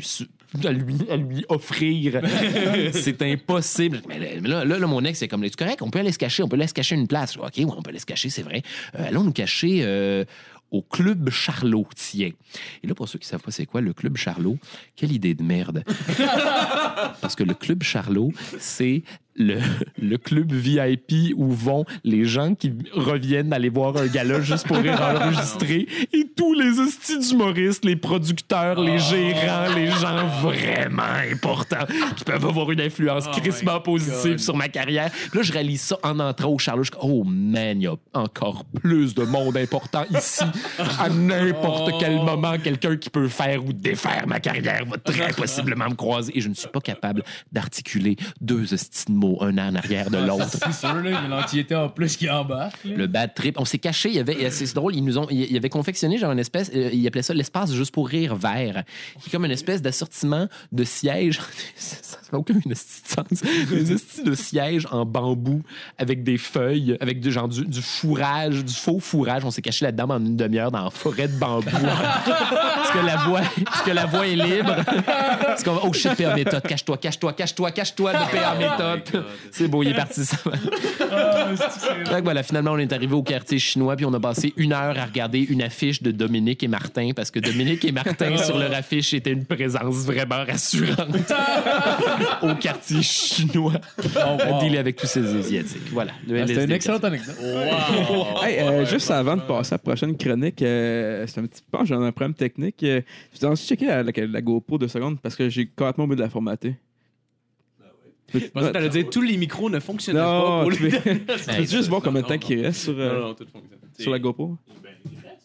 à lui offrir. C'est impossible. Mais là, mon ex, c'est comme, c'est correct, on peut aller se cacher une place. OK, ouais, on peut aller se cacher, c'est vrai. Allons nous cacher au Club Charlot, tiens. Et là, pour ceux qui ne savent pas c'est quoi le Club Charlot, quelle idée de merde. Parce que le Club Charlot, c'est le club VIP où vont les gens qui reviennent aller voir un gala juste pour rire enregistré et tous les hosties d'humoristes, les producteurs, les gérants, les gens vraiment importants qui peuvent avoir une influence crissement positive sur ma carrière. Puis là, je réalise ça en entrant au Charlot. Je dis, oh man, il y a encore plus de monde important ici. À n'importe quel moment, quelqu'un qui peut faire ou défaire ma carrière va très possiblement me croiser. Et je ne suis pas capable d'articuler deux hosties de mots, un en arrière de l'autre. C'est sûr, là, il y a l'anxiété en plus qui embarque. Là. Le bad trip. On s'est caché. C'est drôle, ils avaient confectionné genre une espèce, ils appelaient ça l'espace juste pour rire vert, qui est comme une espèce d'assortiment de sièges. Ça n'a aucun sens. Des estis de sièges en bambou avec des feuilles, avec du fourrage, du faux fourrage. On s'est caché là-dedans en une demi-heure dans la forêt de bambou. Parce que la voie est libre. Parce qu'on va, oh shit, PA méthode, cache-toi, le PA méthode. C'est beau, il est parti, ça. Donc voilà, finalement, on est arrivé au quartier chinois, puis on a passé 1 heure à regarder une affiche de Dominique et Martin, parce que Dominique et Martin, sur leur affiche, étaient une présence vraiment rassurante au quartier chinois. À dealer avec tous ces Asiatiques. Voilà. C'était une excellente anecdote. Wow. Hey, juste avant de passer à la prochaine chronique, c'est un petit peu, j'ai un problème technique. Je vais aussi checker la GoPro 2 secondes parce que j'ai complètement oublié de la formater. Je pensais que t'allais dire tous les micros ne fonctionnaient pas pour les... Tu peux juste voir combien de temps qu'il reste sur la GoPro? Il reste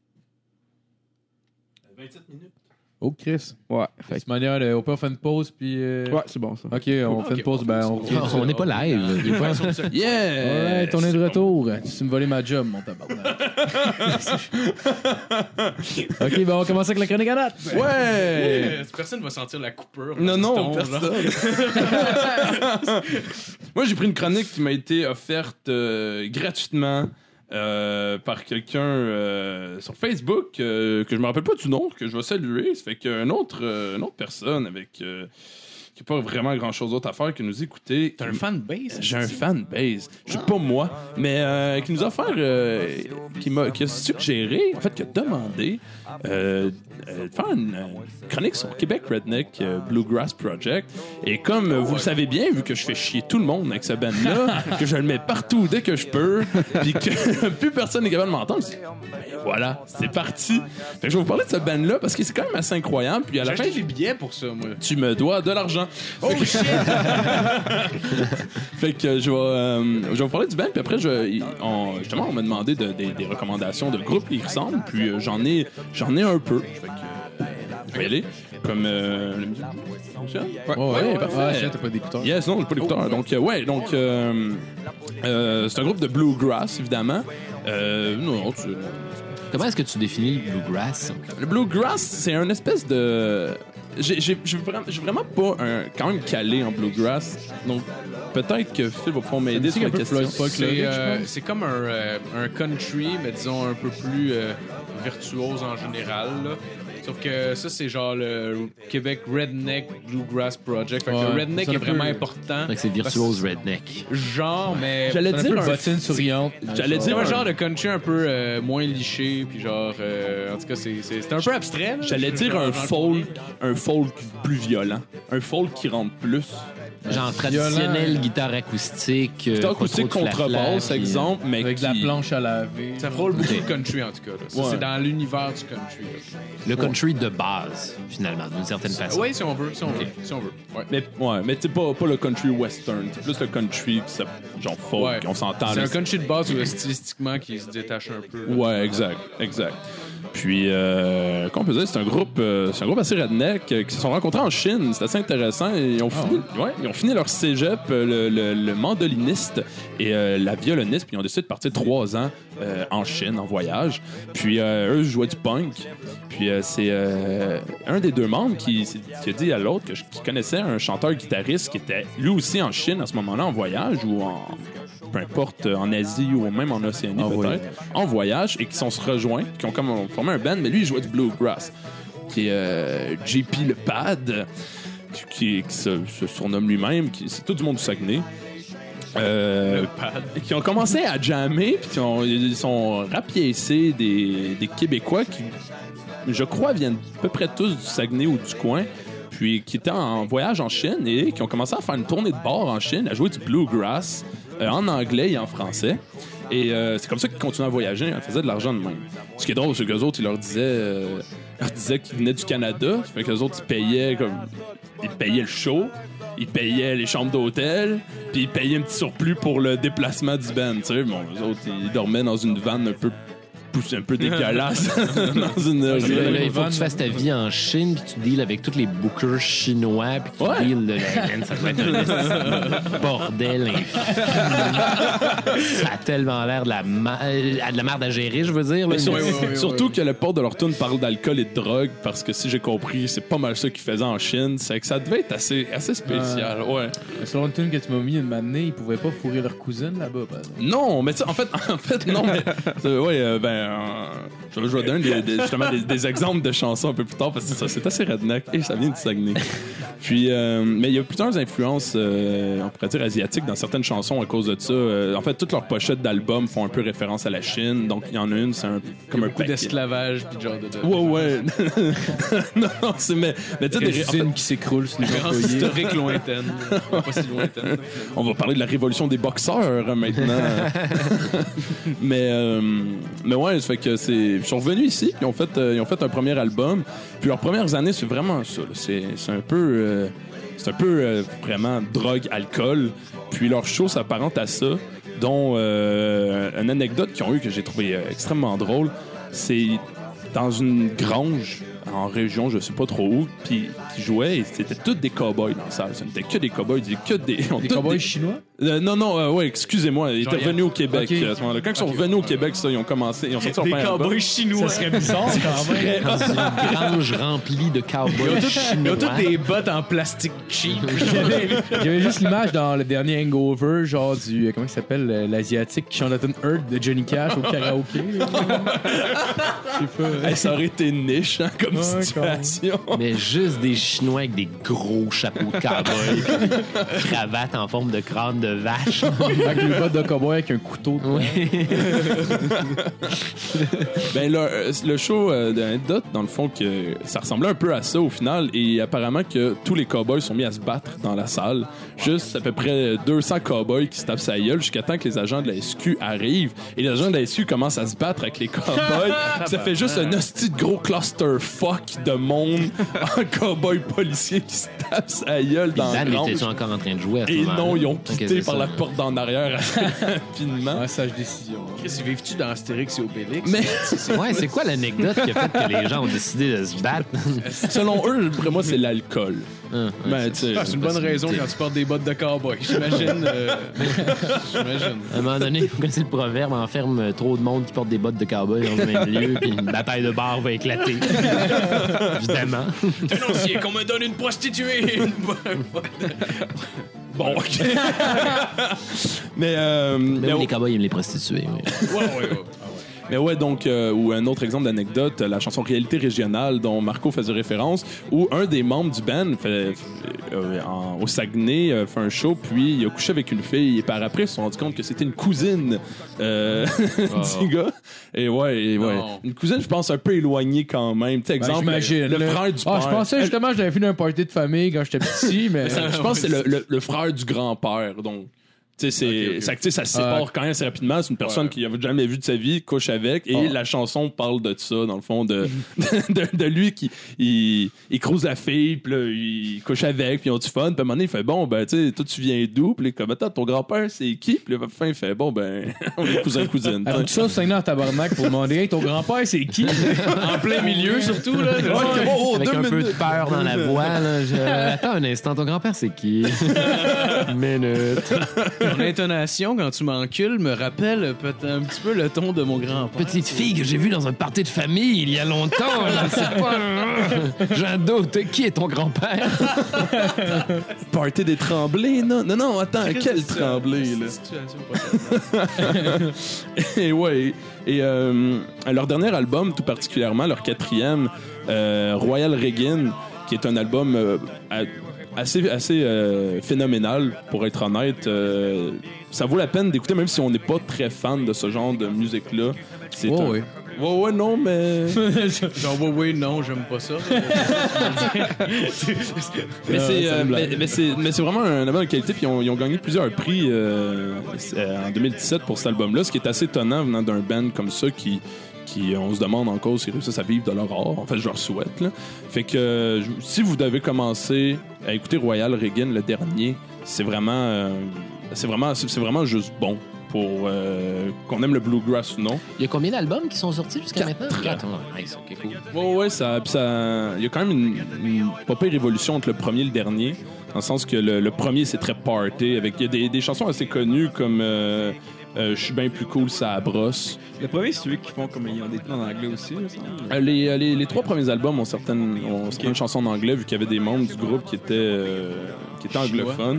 27 minutes. Oh, Chris. Ouais. De toute manière, on peut faire une pause, puis... Ouais, c'est bon, ça. OK, on fait une pause, on revient. On n'est pas live. Yeah! Ouais, on est de retour. Tu me volais ma job, mon tabarnak. OK, on commence avec la chronique à date. Ouais! Personne va sentir la coupure. Non, personne. Moi, j'ai pris une chronique qui m'a été offerte gratuitement par quelqu'un sur Facebook que je me rappelle pas du nom, que je vais saluer. Ça fait qu'une autre personne avec qui n'a pas vraiment grand-chose d'autre à faire que nous écouter. T'as un fanbase? J'ai un fanbase. Je sais pas moi, mais qui nous a offert, qui a suggéré, en fait, qui a demandé de faire une chronique sur Québec Redneck Bluegrass Project. Et comme vous le savez bien, vu que je fais chier tout le monde avec ce band-là, que je le mets partout dès que je peux, puis que plus personne n'est capable de m'entendre, je dis, ben voilà, c'est parti. Fait que je vais vous parler de ce band-là parce que c'est quand même assez incroyable. Puis à la J'ai fin, acheté des billets pour ça, moi. tu me dois de l'argent. Oh shit! Fait que je vais vous parler du band, puis après, justement, on m'a demandé des recommandations de groupes qui y ressemblent, puis j'en ai un peu. Fait que je vais y aller. Comme la musique fonctionne? Ouais, parfait. T'as pas d'écouteurs. Yes, non, j'ai pas d'écouteurs. Donc, c'est un groupe de bluegrass, évidemment. Comment est-ce que tu définis le bluegrass? Le bluegrass, c'est une espèce de... J'ai vraiment pas quand même calé en bluegrass, donc peut-être que Phil va pouvoir m'aider sur la question. C'est comme un country, mais disons un peu plus virtuose en général, là. Sauf que ça, c'est genre le Québec Redneck Bluegrass Project. Fait que le redneck est vraiment important. C'est virtuose redneck. Genre, mais... J'allais dire un bottine souriante. J'allais dire un genre de country un peu moins liché, puis genre... en tout cas, c'est un peu abstrait. Là. J'allais dire un folk plus violent. Un folk qui rentre plus. Genre traditionnel, guitare acoustique. Guitare acoustique, contrebasse, exemple, mais avec de la planche à laver. Ça frôle beaucoup de country, en tout cas. Ça, c'est dans l'univers du country. Là. Le country de base, finalement, d'une certaine façon. Oui, si on veut. Ouais. Mais c'est pas le country western. C'est plus le country genre folk, on s'entend. C'est un country de base stylistiquement qui se détache un peu. Là. Ouais, exact. Puis, comme on peut dire, c'est un groupe assez redneck qui se sont rencontrés en Chine. C'est assez intéressant. Ils ont fini leur cégep, le mandoliniste et la violoniste. Puis ils ont décidé de partir 3 ans en Chine, en voyage. Puis eux jouaient du punk. Puis c'est un des 2 membres qui a dit à l'autre qu'il connaissait un chanteur-guitariste qui était lui aussi en Chine à ce moment-là, en voyage ou peu importe, en Asie ou même en Océanie peut-être, en voyage, et qui sont se rejoints, qui ont comme formé un band, mais lui, il jouait du bluegrass. qui est JP Le Pad, qui se surnomme lui-même, c'est tout du monde du Saguenay. Qui ont commencé à jammer, puis ils sont rapiécés des Québécois qui, je crois, viennent à peu près tous du Saguenay ou du coin, puis qui étaient en voyage en Chine et qui ont commencé à faire une tournée de bar en Chine, à jouer du bluegrass en anglais et en français. Et c'est comme ça qu'ils continuaient à voyager, ils faisaient de l'argent de même. Ce qui est drôle, c'est qu'eux autres, ils leur disaient qu'ils venaient du Canada, ça fait qu'eux autres, ils payaient le show, ils payaient les chambres d'hôtel, puis ils payaient un petit surplus pour le déplacement du band. Tu sais, bon, eux autres, ils dormaient dans une vanne un peu dégueulasse dans une Là, il faut que tu fasses ta vie en Chine, puis tu deals avec tous les bookers chinois, puis tu deals ça doit être un bordel infini. Ça a tellement l'air de la merde à gérer, je veux dire. Là. Surtout que le port de leur tune parle d'alcool et de drogue, parce que si j'ai compris, c'est pas mal ça qu'ils faisaient en Chine. C'est que ça devait être assez spécial. Ouais. Selon le tune que tu m'as mis une matinée, ils pouvaient pas fourrer leur cousine là-bas, par exemple. Non, mais en fait, non, mais je vais donner justement des exemples de chansons un peu plus tard parce que c'est assez redneck et ça vient du Saguenay. Puis, mais il y a plusieurs influences, on pourrait dire asiatiques dans certaines chansons à cause de ça. En fait, toutes leurs pochettes d'albums font un peu référence à la Chine. Donc, il y en a une, c'est comme un beaucoup d'esclavage puis genre de... Ouais. non, c'est mais tu sais des usines qui s'écroulent sur les employés. Historique lointaine, pas si lointaine. On va parler de la révolution des boxeurs maintenant. mais ouais, ça fait que ils sont revenus ici, puis ils ont fait un premier album. Puis leurs premières années, c'est vraiment ça. C'est un peu vraiment drogue, alcool. Puis leur show s'apparente à ça, dont une anecdote qu'ils ont eue que j'ai trouvé extrêmement drôle. C'est dans une grange en région, je sais pas trop où, puis qui jouaient, et c'était tous des cow-boys dans la salle. Ce n'était que des cow-boys, des cow-boys chinois? Non, excusez-moi, ils étaient revenus au Québec à ce moment-là. Quand ils sont revenus au Québec, ça, ils ont sorti leur premier album. Des cow-boys chinois. Ça serait bizarre quand même. Dans une grange remplie de cowboys chinois. Ils ont toutes des bottes en plastique cheap. J'avais juste l'image dans le dernier Hangover, genre du, comment il s'appelle, l'Asiatique qui chante la tune Earth de Johnny Cash au karaoké. Je sais pas. Hey, ça aurait été niche comme situation. Mais juste des Chinois avec des gros chapeaux de cowboy, des cravates en forme de crâne de vache. Avec les bottes de cowboy avec un couteau. Ben le show d'anecdote, dans le fond, que ça ressemblait un peu à ça au final, et apparemment que tous les cowboys sont mis à se battre dans la salle. Juste à peu près 200 cowboys qui se tapent sa gueule jusqu'à temps que les agents de la SQ arrivent, et les agents de la SQ commencent à se battre avec les cowboys. Ça fait juste un hostie de gros clusterfuck de monde en cowboy policier qui se tape sa gueule dans la grange. Étais-tu encore en train de jouer à ce Et moment-là? non, ils ont quitté par la porte d'en arrière rapidement. Ouais, sage décision. Chris, vives-tu dans Astérix et Obélix? Mais C'est quoi l'anecdote qui a fait que les gens ont décidé de se battre? selon eux, pour moi, c'est l'alcool. Ben, tu sais, C'est une bonne raison quand tu portes des bottes de cowboy. J'imagine. À un moment donné, vous connaissez le proverbe, enferme trop de monde qui porte des bottes de cowboy dans le même lieu, puis une bataille de bar va éclater. Évidemment. Dénoncier, qu'on me donne une prostituée. Bon, OK. mais Même les cowboys aiment les prostituées. Oui. Ouais. Mais ouais, donc, ou un autre exemple d'anecdote, la chanson Réalité régionale dont Marco faisait référence, où un des membres du band au Saguenay fait un show, puis il a couché avec une fille, et par après, ils se sont rendus compte que c'était une cousine du gars. Et ouais. Une cousine, je pense, un peu éloignée quand même. Tu sais, exemple, j'imagine, le frère du père. Je pensais justement que j'avais fait un party de famille quand j'étais petit, mais... Je pense que c'est le frère du grand-père, donc... Tu sais, ça se sépare quand même assez rapidement. C'est une personne qu'il n'avait jamais vue de sa vie, couche avec, et la chanson parle de ça, dans le fond, de lui qui il croise la fille, puis là, il couche avec, puis ils ont du fun, puis à un moment donné, il fait bon, ben, tu sais, toi, tu viens d'où? Puis comme, attends, ton grand-père, c'est qui? Puis là, fin, il fait bon, ben, on est cousin-cousine. Tout ça, c'est en tabarnak pour demander, hey, ton grand-père, c'est qui? En plein milieu, surtout, là. Avec un peu de peur dans la voix, là. Attends un instant, ton grand-père, c'est qui? Minute. Ton intonation, quand tu m'encules, me rappelle peut-être un petit peu le ton de mon grand-père. Petite fille que j'ai vue dans un party de famille il y a longtemps. Je sais pas. J'ai un doute. Qui est ton grand-père? Party des Tremblés, non? Non, attends, quel Tremblay, là? Et ouais. Et leur dernier album, tout particulièrement, leur 4e, Royal Reagan, qui est un album assez phénoménal, pour être honnête. Ça vaut la peine d'écouter, même si on n'est pas très fan de ce genre de musique-là. C'est Ouais. Ouais, non, mais... Genre, ouais, non, j'aime pas ça. mais c'est vraiment un album de qualité, puis ils ont gagné plusieurs prix en 2017 pour cet album-là, ce qui est assez étonnant venant d'un band comme ça qui on se demande encore s'ils réussissent à vivre de leur art. En fait, je leur souhaite. Là. Fait que si vous devez commencer à écouter Royal Reagan, le dernier, c'est vraiment juste bon. Pour qu'on aime le bluegrass ou non. Il y a combien d'albums qui sont sortis jusqu'à maintenant? 4. Nice, ok, cool. Ouais, il y a quand même une pas pire évolution entre le premier et le dernier, dans le sens que le premier, c'est très party, il y a des chansons assez connues comme Je suis bien plus cool, ça brosse. Le premier, c'est celui qui font comme ils ont des noms en anglais aussi, là, ça semble. Les 3 premiers albums ont certaines chansons en anglais, vu qu'il y avait des membres du groupe qui étaient anglophones.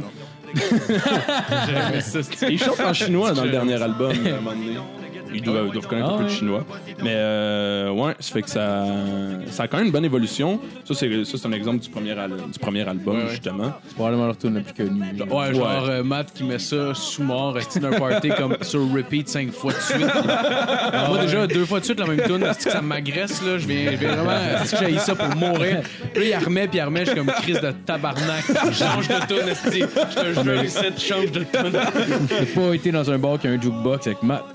Ils chantent en chinois dans le dernier album, à un moment donné. Ils doivent connaître un peu de chinois. Mais ouais, ça fait que ça a quand même une bonne évolution. Ça, c'est un exemple du premier album, justement. C'est probablement leur tune la plus connue. Genre Matt qui met ça sous mort, resté d'un party comme sur repeat 5 fois de suite. Moi, déjà, 2 fois de suite la même tune, est-ce que ça m'agresse, là? Je viens vraiment, est-ce que j'ai ça pour mourir? Puis là, il remet, je suis comme crise de tabarnak. Change de tune, est-ce que je te jure, ici, change de tune. J'ai pas été dans un bar qui a un jukebox avec Matt.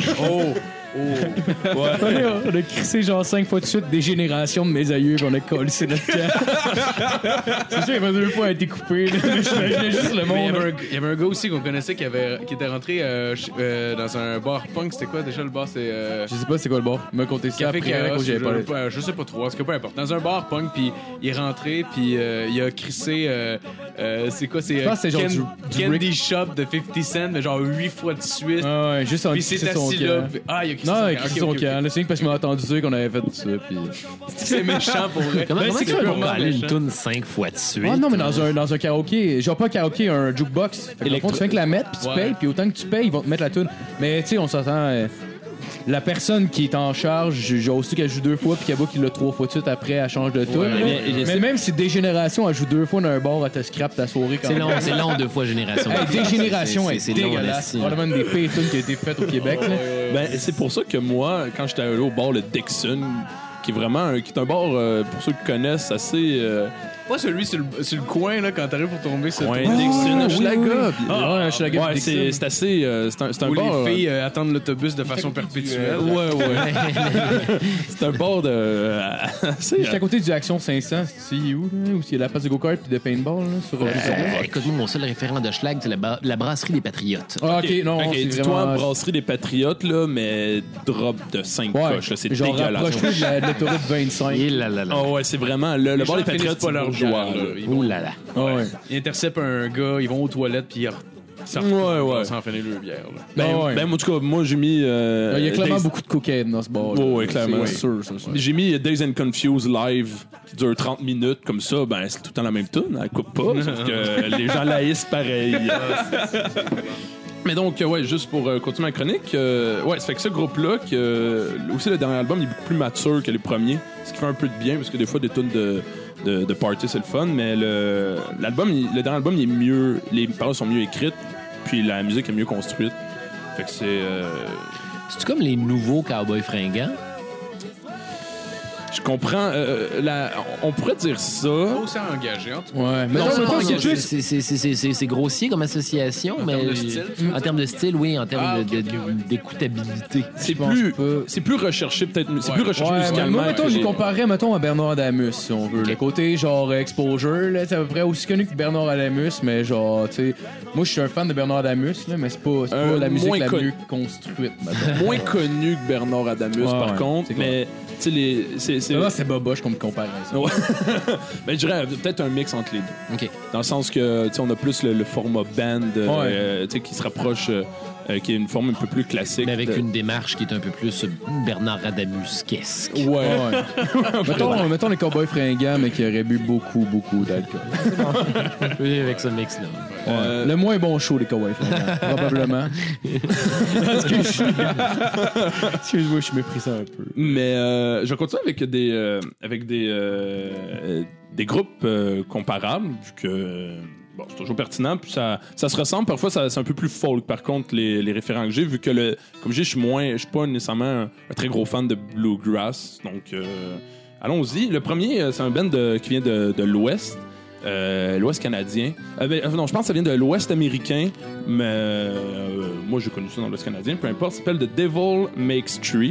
Ouais. On a crissé genre 5 fois de suite des générations de mes aïeux, puis on a collé notre camp. C'est sûr, il y avait 2 fois à être coupé. J'imaginais juste le monde. Il y avait un gars aussi qu'on connaissait qui était rentré dans un bar punk. C'était quoi déjà le bar? C'est Je sais pas c'est quoi le bar. Il m'a conté ça Café après, Chaos, quand j'avais pas. je sais pas trop, en tout cas peu importe. Dans un bar punk, puis il est rentré, puis il a crissé c'est quoi? C'est c'est genre du Candy Shop de 50 Cent, mais genre 8 fois de suite. Ah ouais, juste en Puis c'est assis là. Il a crissé non, son il a crissé son camp. C'est parce qu'il m'a entendu dire qu'on avait fait ça. Puis... C'est méchant pour vrai. Comment c'est tu peux purement caler une méchant. toune 5 fois de suite? Ah non, mais dans un karaoké, genre pas un karaoké, un jukebox. Fait que, dans le fond, tu fais que la mettre, puis tu payes, puis autant que tu payes, ils vont te mettre la tune. Mais tu sais, on s'entend. La personne qui est en charge, genre aussi qu'elle joue 2 fois, puis qu'il y a qui l'a 3 fois de suite après, elle change de tune. Ouais, mais même si Dégénération, elle joue 2 fois dans un bar, elle te scrape ta soirée quand même. C'est long 2 fois Génération. Dégénération est c'est dégueulasse. C'est long, probablement une des pires tunes qui a été faite au Québec. Là. Ben, c'est pour ça que moi, quand j'étais allé au bar le Dixon, qui est un bar, pour ceux qui connaissent, assez... Pas celui sur le coin, là, quand t'arrives pour tomber sur Ouais, le Dixon, Hochelaga. Ouais, Hochelaga, Ouais, Dixon. c'est assez... C'est un où bar... les filles attendent l'autobus de façon perpétuelle. Ouais. C'est un bar de... assez... J'étais à côté du Action 500, c'est où, là? Où il y a la place de go-kart puis de paintball, là, sur Écoute-moi, mon seul référent de Schlag, c'est la brasserie des Patriotes. Ah, ok, non, Ok, c'est dis-toi, vraiment... brasserie des Patriotes, là, mais drop de 5 Ouais, coches, là, c'est genre dégueulasse. rapproche-toi de l'autoroute 25. Et là là là. Ah ouais, c'est vraiment... Le bar des gens finissent Patriotes, pas leur c'est bourgeois, bière, là. là. Ils vont- Ouh là là. Ah ouais. Ils interceptent un gars, ils vont aux toilettes, puis ils sortent Ouais. sans finir leur bière. Là. Ben, en tout cas, moi, j'ai mis... Il y a clairement Days- beaucoup de cocaïne dans ce bar. Ouais, clairement. C'est sûr, ça. J'ai mis Days and Confused live qui dure 30 minutes comme ça, ben c'est tout le temps la même tune, elle coupe pas, sauf que les gens l'haïssent pareil. Mais donc, ouais, juste pour continuer ma chronique, ouais, ça fait que ce groupe-là, aussi le dernier album, il est beaucoup plus mature que les premiers, ce qui fait un peu de bien, parce que des fois, des tunes de party, c'est le fun, mais le dernier album, il est mieux, les paroles sont mieux écrites, puis la musique est mieux construite. Fait que c'est... C'est comme les nouveaux Cowboys fringants? Je comprends. On pourrait dire ça. Pas aussi engagé, en tout cas. Ouais, mais Non, non, c'est c'est c'est grossier comme association, mais termes de style, en termes de style, oui, en termes d'écoutabilité. C'est pense plus, pas. c'est plus recherché, peut-être. C'est Ouais. plus recherché Ouais, mais musicalement. moi, mettons, que je les- comparerais, mettons, à Bernard Adamus, si on veut. Le côté, genre, exposure, là, c'est à peu près aussi connu que Bernard Adamus, mais genre, tu sais, moi, je suis un fan de Bernard Adamus, là, mais c'est pas la musique moins la connu. mieux construite, mettons. Moins connu que Bernard Adamus, Ouais, par ouais, contre. c'est clair. Mais, tu sais, c'est. Là, c'est boboche comme comparaison. Ouais. Ben, je dirais peut-être un mix entre les deux. OK. Dans le sens que, tu sais, on a plus le format band, tu sais, qui se rapproche, qui est une forme un peu plus classique. Mais avec de- une démarche qui est un peu plus Bernard Adamus-esque. Ouais. Mettons les cowboys fringants, mais qui auraient bu beaucoup d'alcool. Oui, avec ce mix-là. Le moins bon show des cowboys fringants, probablement. Excuse-moi, je méprise ça un peu. Mais je continue avec des groupes comparables, vu que bon, c'est toujours pertinent, puis ça se ressemble. Parfois, c'est un peu plus folk, par contre, les référents que j'ai, vu que, comme je dis, je suis pas nécessairement un très gros fan de bluegrass. Donc, allons-y. Le premier, c'est un band qui vient de l'Ouest. L'Ouest canadien. Non, je pense que ça vient de l'Ouest américain, mais moi j'ai connu ça dans l'Ouest canadien, peu importe. Ça s'appelle The Devil Makes Tree.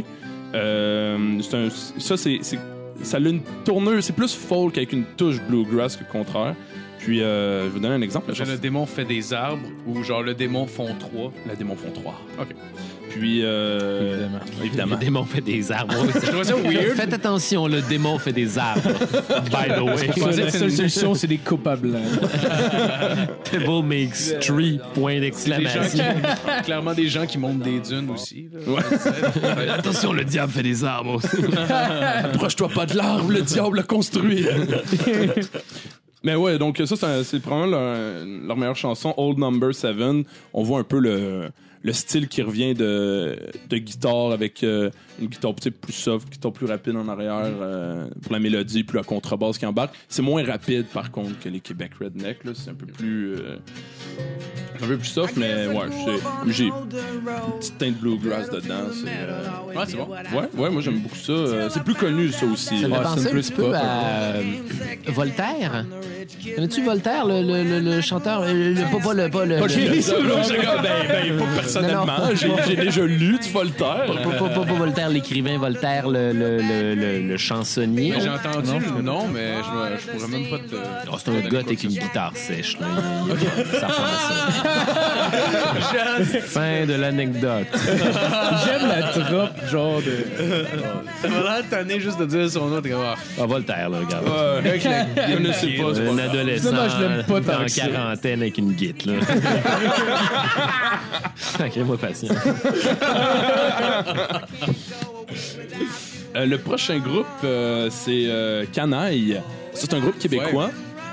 Ça a une tournure, c'est plus folk avec une touche bluegrass que le contraire. Puis, je vais vous donner un exemple. Le démon fait des arbres ou genre le démon fond 3. Le démon font 3. OK. Puis, évidemment. Le démon fait des arbres. Je trouve ça weird. Faites attention, le démon fait des arbres. By the way. La seule solution, c'est des coupes blancs. Devil makes tree, point d'exclamation. Clairement des gens qui montent des dunes aussi. Là. Ouais. Attention, le diable fait des arbres aussi. Approche-toi pas de l'arbre, le diable l'a construit. Mais ouais, donc ça, c'est probablement leur meilleure chanson, Old Number 7. On voit un peu le style qui revient de guitare avec une guitare plus soft, guitare plus rapide en arrière pour la mélodie, puis la contrebasse qui embarque. C'est moins rapide, par contre, que les Québec Redneck. Là. C'est un peu plus soft, mais ouais, j'ai une petite teinte bluegrass dedans. C'est bon. Ouais, moi j'aime beaucoup ça. C'est plus connu, ça aussi. Ça me fait penser un plus petit peu à Voltaire. Connais-tu Voltaire, le chanteur? Pas le... Pas personnellement, j'ai déjà lu du Voltaire. Pas Voltaire l'écrivain, Voltaire le chansonnier. J'ai entendu le nom, mais je pourrais même pas te... Oh, c'est un gars avec une guitare sèche. Là. Ça ressemble à ça. Fin de l'anecdote. J'aime la trope, genre de. Ça m'a l'air tanné juste de dire son nom. Voltaire, là, regarde. Je ne sais pas. Un adolescent Finalement, je l'aime pas tant en que ça. quarantaine avec une guite, là. Sacrez-moi patient. Le prochain groupe, c'est Canaille. C'est un groupe québécois.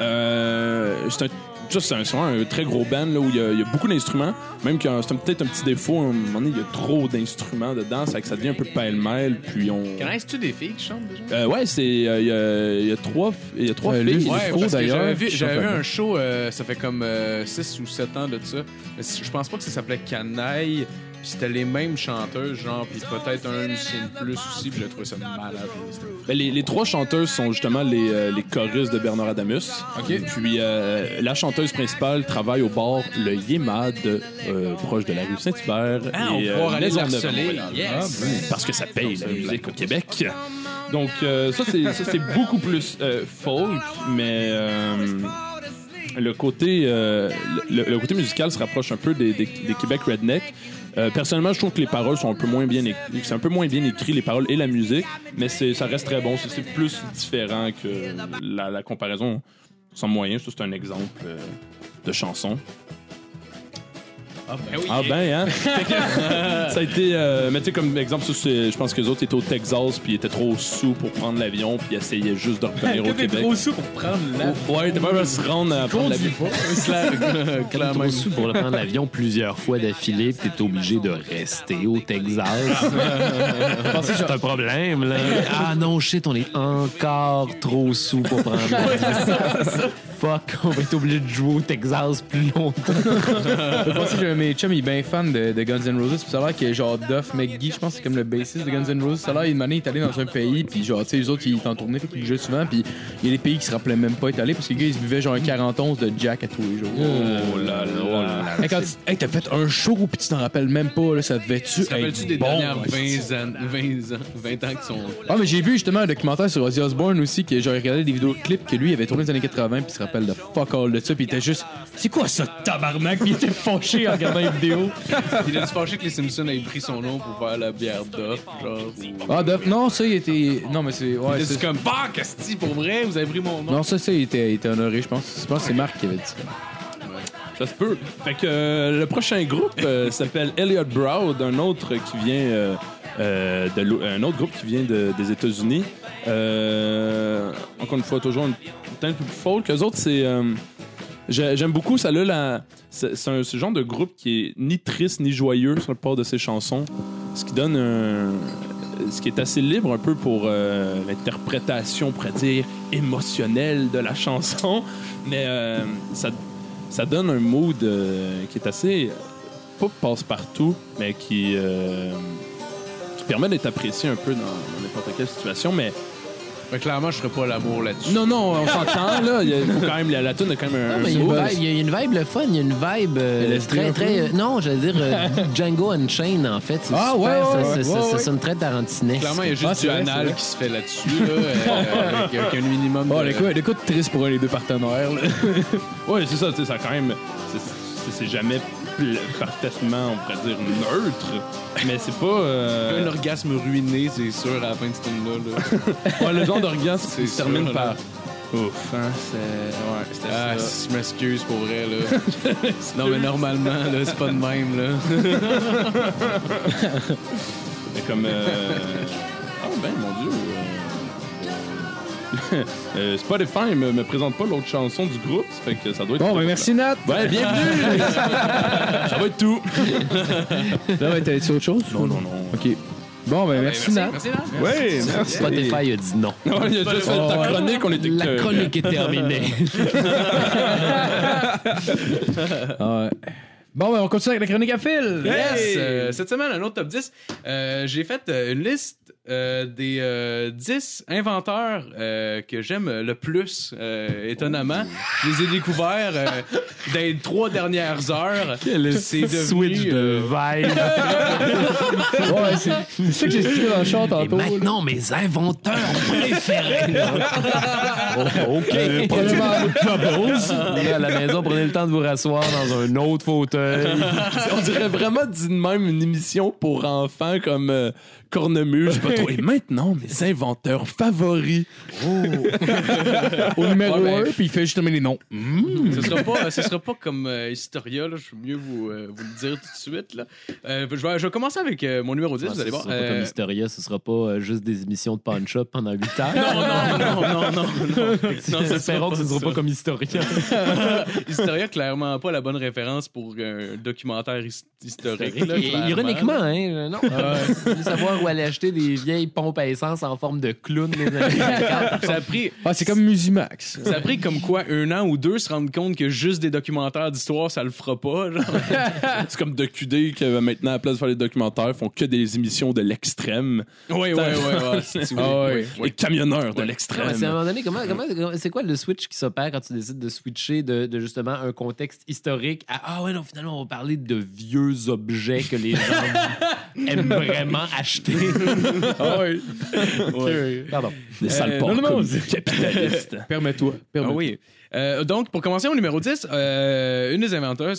C'est un très gros band là, où il y a beaucoup d'instruments. Même que c'est peut-être un petit défaut. À un moment donné, il y a trop d'instruments dedans. Ça devient un peu pêle-mêle. Puis Connais-tu des filles qui chantent déjà? Ouais, il y a trois filles. Ouais, parce que d'ailleurs. j'avais vu un show, ça fait comme 6 ou 7 ans de ça. Mais je pense pas que ça s'appelait Canaille. Puis c'était les mêmes chanteuses, genre, puis peut-être un musicien de plus aussi, puis j'ai trouvé ça malade. Ben, les trois chanteuses sont justement les choristes de Bernard Adamus. OK. Puis la chanteuse principale travaille au bar Le Yémad, proche de la rue Saint-Hubert. On va pouvoir aller Maisonneuve. l'harceler. Yes! Parce que ça paye la musique au Québec. Donc ça c'est beaucoup plus folk, mais le côté musical se rapproche un peu des Québec Redneck. Personnellement, je trouve que les paroles sont un peu moins bien écrites. C'est un peu moins bien écrit, les paroles et la musique, mais ça reste très bon. C'est plus différent que la comparaison sans moyen. Ça, c'est un exemple de chanson. Ah ben oui. Ah ben, hein? Ça a été... mais tu sais, comme exemple, je pense que les autres étaient au Texas, puis ils étaient trop sous pour prendre l'avion, puis ils essayaient juste de revenir au Québec. trop sous pour prendre l'avion. Ouais, t'es pas à se rendre à prendre l'avion. Clairement. Sous pour prendre l'avion plusieurs fois d'affilée, puis t'es obligé de rester au Texas. C'est un problème, là. Ah non, shit, on est encore trop sous pour prendre l'avion. Fuck, on va être obligé de jouer au Texas plus longtemps. Je pense que mes chums, il est bien fan de Guns N' Roses. Puis ça a l'air que genre Duff McGee, je pense que c'est comme le bassiste de Guns N' Roses. Ça a l'air une année, il est allé dans un pays, puis genre, tu sais, les autres, ils étaient en tournée, fait qu'ils bougeaient souvent. Puis il y a des pays qui se rappelaient même pas être allés parce que les gars, ils se buvaient genre un 40 onces de Jack à tous les jours. Oh là là. Hey, quand t'as fait un show, puis tu t'en rappelles même pas, là, ça devait-tu être Rappelles-tu des bon, dernières ouais. 20 ans qui sont... Ah, mais j'ai vu justement un documentaire sur Ozzy Osbourne aussi, que j'ai regardé des vidéoclips que lui il avait tourné dans les années 80, puis il se rappelle de fuck all de ça, puis il était juste, c'est quoi ça, tabarnak? Puis il était fâché en regardant les vidéos. Il a dû fâcher que les Simpsons aient pris son nom pour faire la bière Duff, genre. Ah, Duff, non, ça, il était. Non, mais c'est. Ouais, C'est comme, bah, Casti, pour vrai, vous avez pris mon nom. Non, ça, il était honoré, je pense. Je pense que c'est Marc qui avait dit ça. Ça se peut. Fait que le prochain groupe s'appelle Elliott Brown, un autre qui vient un autre groupe qui vient des États-Unis. Encore une fois, toujours une teinte plus folk. Eux autres, c'est j'aime beaucoup ça là. C'est ce genre de groupe qui est ni triste ni joyeux sur le port de ses chansons, ce qui donne ce qui est assez libre un peu pour l'interprétation, on pourrait dire, émotionnelle de la chanson. Mais ça donne un mood qui est assez, pas passe-partout, mais qui permet d'être apprécié un peu dans n'importe quelle situation. Mais clairement, je ferais pas l'amour là-dessus. non, on s'entend, là. Il faut quand même, la tune a quand même un mais il mood. y a une vibe le fun, il y a une vibe très... non, j'allais dire Django Unchained, en fait. C'est ça sonne très tarantinesque. Clairement, il y a juste du anal qui se fait là-dessus, là, avec un minimum Oh, de... l'écoute triste pour les deux partenaires. Oui, c'est ça, ça quand même... C'est jamais parfaitement, on pourrait dire, neutre, mais c'est pas... Un orgasme ruiné, c'est sûr, à la fin de ce film-là. Ouais, le genre d'orgasme C'est se termine sûr, par... là. Ouf, hein, c'était Ah, ça. je m'excuse pour vrai, là. Non, mais normalement, là, c'est pas de même, là. Mais comme... Ah ben, mon Dieu... Spotify me présente pas l'autre chanson du groupe, ça fait que ça doit être... Bon, ben merci Nat. Ouais, bienvenue! Ça va être tout. Là, ouais, t'as dit autre chose? Non. OK. Bon, ben merci Nat. Merci, Nat. Oui, merci. Spotify a dit non. Ouais, il a juste fait ta chronique, on était La que... chronique est terminée. Ah ouais. Bon, ben on continue avec la chronique à fil. Yes! Cette semaine, un autre top 10. J'ai fait une liste des 10 inventeurs que j'aime le plus, étonnamment. Je les ai découverts dans les 3 dernières heures. C'est devenu... Switch de vibe. Ouais, c'est ça que j'ai expliqué dans le chant Et tantôt. maintenant, mes inventeurs préférés. OK. À la maison, prenez le temps de vous rasseoir dans un autre fauteuil. On dirait vraiment dit de même une émission pour enfants comme Cornemuse, je sais pas trop. Et maintenant, mes inventeurs favoris. Au numéro Ouais, 1, ben, puis il fait justement les noms. Ce sera pas comme Historia, là. Je peux mieux vous le dire tout de suite, là. Je vais commencer avec mon numéro 10, vous allez voir. Ce sera pas comme Historia, ce sera pas juste des émissions de punch-up pendant 8 heures. Non, Espérons que ce ne sera pas comme Historia. Historia, clairement pas la bonne référence pour un documentaire historique. Là, clairement. Ironiquement, hein, non. Je voulais savoir où aller acheter des vieilles pompes à essence en forme de clown des années 50. Ça a pris... Ah, c'est comme Musimax. Ça a pris comme quoi 1 an ou 2 se rendre compte que juste des documentaires d'histoire, ça le fera pas. Genre. C'est comme DocuD que maintenant, à la place de faire des documentaires, font que des émissions de l'extrême. Ouais. Les camionneurs de l'extrême. Ouais, c'est à un moment donné, c'est quoi le switch qui s'opère quand tu décides de switcher de justement un contexte historique à non, finalement, on va parler de vieux objets que les gens aiment vraiment acheter. Ah oui. Pardon. Des sales porcs capitalistes. Permets-toi. Ah oui. Donc, pour commencer au numéro 10, une des inventeuses,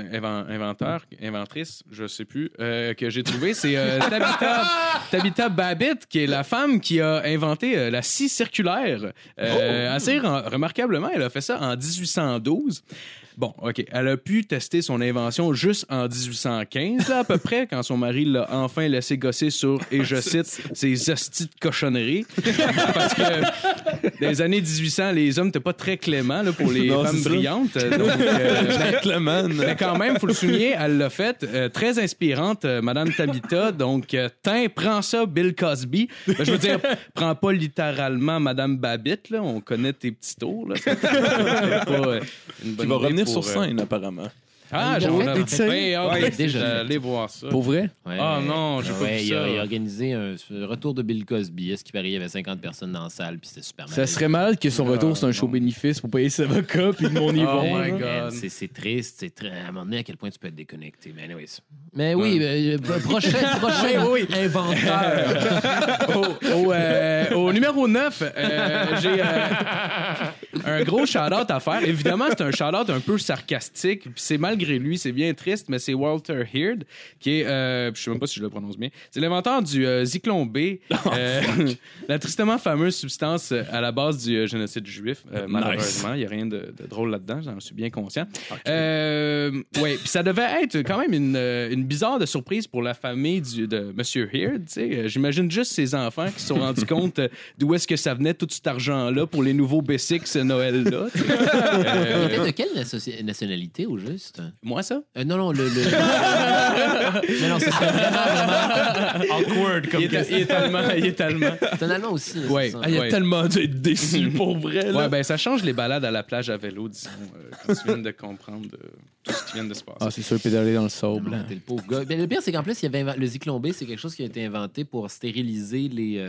inventrices, je sais plus, que j'ai trouvé, c'est Tabitha Babbitt, qui est la femme qui a inventé la scie circulaire. Assez remarquablement, elle a fait ça en 1812. Bon, OK. Elle a pu tester son invention juste en 1815, là, à peu près, quand son mari l'a enfin laissé gosser sur, et je cite, ses hosties de cochonnerie. Parce que dans les années 1800, les hommes n'étaient pas très cléments là, pour les femmes brillantes. Donc, mais quand même, il faut le souligner, elle l'a fait. Très inspirante, Madame Tabitha. Donc, prends ça, Bill Cosby. Ben, je veux dire, prends pas littéralement Madame Babbitt. Là. On connaît tes petits tours. Là. C'est pas une bonne Tu vas idée revenir pour, sur scène, apparemment. Ah, Il j'ai l'a fait, déjà. aller voir ça. Pour vrai? Ouais. Ah non, j'ai pas vu il ça. a organisé un retour de Bill Cosby. Est-ce qu'il paraît, il y avait 50 personnes dans la salle, puis c'était super mal. Ça serait mal que son retour, c'est un show bénéfice pour payer ses avocats, puis le monde y Oh va. my là. God. C'est triste, c'est très. À un moment donné, à quel point tu peux être déconnecté. Mais anyways. Mais oui, prochain inventeur. Au numéro 9, j'ai un gros shout-out à faire. Évidemment, c'est un shout-out un peu sarcastique, puis c'est malgré lui, c'est bien triste, mais c'est Walter Heard, qui est, je sais même pas si je le prononce bien, c'est l'inventeur du Zyklon B, la tristement fameuse substance à la base du génocide juif. Malheureusement, il n'y a rien de drôle là-dedans, j'en suis bien conscient. Ouais, puis ça devait être quand même une bizarre de surprise pour la famille de Monsieur Heard. J'imagine juste ses enfants qui se sont rendus compte d'où est-ce que ça venait tout cet argent-là pour les nouveaux B6 Noël-là. Il était de quelle nationalité, au juste? Moi, ça? Non, le... Mais non, c'est vraiment awkward comme question. Il est allemand. C'est un Allemand aussi. Ouais. c'est ça. Il a tellement dû être déçu pour vrai. Là. Ouais, ben ça change les balades à la plage à vélo, disons, quand tu viens de comprendre tout ce qui vient de se passer. Ah, c'est sûr, pédaler dans le sable. T'es le pauvre gars. Mais le pire, c'est qu'en plus, il y avait le Zyklon B, c'est quelque chose qui a été inventé pour stériliser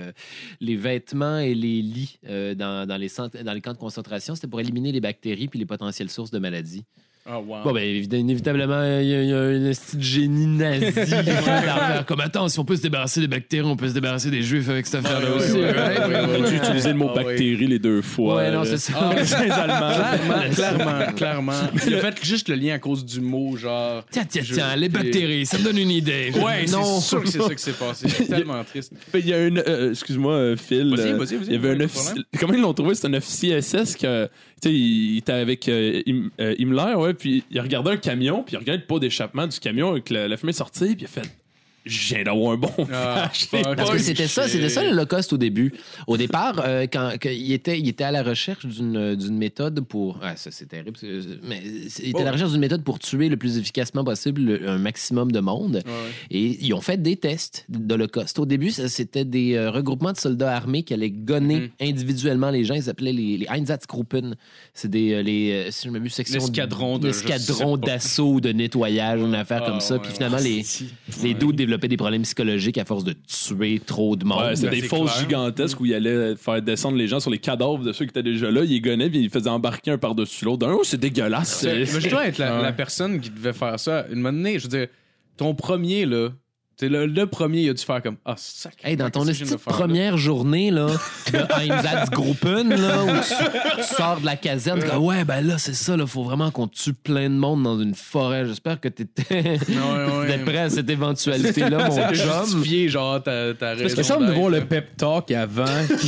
les vêtements et les lits dans les camps de concentration. C'était pour éliminer les bactéries puis les potentielles sources de maladies. Oh, wow. Bon, ben, inévitablement, il y a une petite génie nazi qui fait faire comme attends, si on peut se débarrasser des bactéries, on peut se débarrasser des juifs avec cette affaire-là aussi. On a dû utiliser le mot bactérie les deux fois. Ouais, non, c'est ça. Les Allemands. Clairement. Il a fait juste le lien à cause du mot, genre. Tiens, les bactéries, ça me donne une idée. Ouais, c'est sûr que c'est ça qui s'est passé. C'est tellement triste. Il y a une. Excuse-moi, Phil. Vas-y. Il y avait un officier. Comment ils l'ont trouvé? C'est un officier SS que. Tu sais, il était avec Himmler, ouais, puis il regardait un camion, puis il regardait le pot d'échappement du camion avec la fumée sortie, puis il a fait je viens d'avoir un bon flash. Parce que c'était ça l'Holocauste au début. Au départ, quand il était à la recherche d'une méthode pour... Ah, ça, c'est terrible. Mais il était à la recherche d'une méthode pour tuer le plus efficacement possible un maximum de monde. Ouais. Et ils ont fait des tests d'Holocauste. Au début, c'était des regroupements de soldats armés qui allaient gonner individuellement les gens. Ils s'appelaient les Einsatzgruppen. C'est si je me mets section... L'escadron d'assaut ou de nettoyage, une affaire comme ça. Puis finalement, les dudes développaient des problèmes psychologiques à force de tuer trop de monde. Ouais, c'était des fosses gigantesques où il allait faire descendre les gens sur les cadavres de ceux qui étaient déjà là. Il les gonnait puis il faisait embarquer un par-dessus l'autre. C'est dégueulasse. Mais je dois être la personne qui devait faire ça. Une moment donné, je veux dire, ton premier, là, c'est le premier, il a dû faire comme sacré. Hey, dans ton première journée là, de Einsatzgruppen, là, où tu sors de la caserne, tu dis ouais, ben là, c'est ça, là, faut vraiment qu'on tue plein de monde dans une forêt. J'espère que t'étais prêt à cette éventualité-là, mon chum. Justifié, genre, ta raison. Parce que ça me de voir le pep talk avant.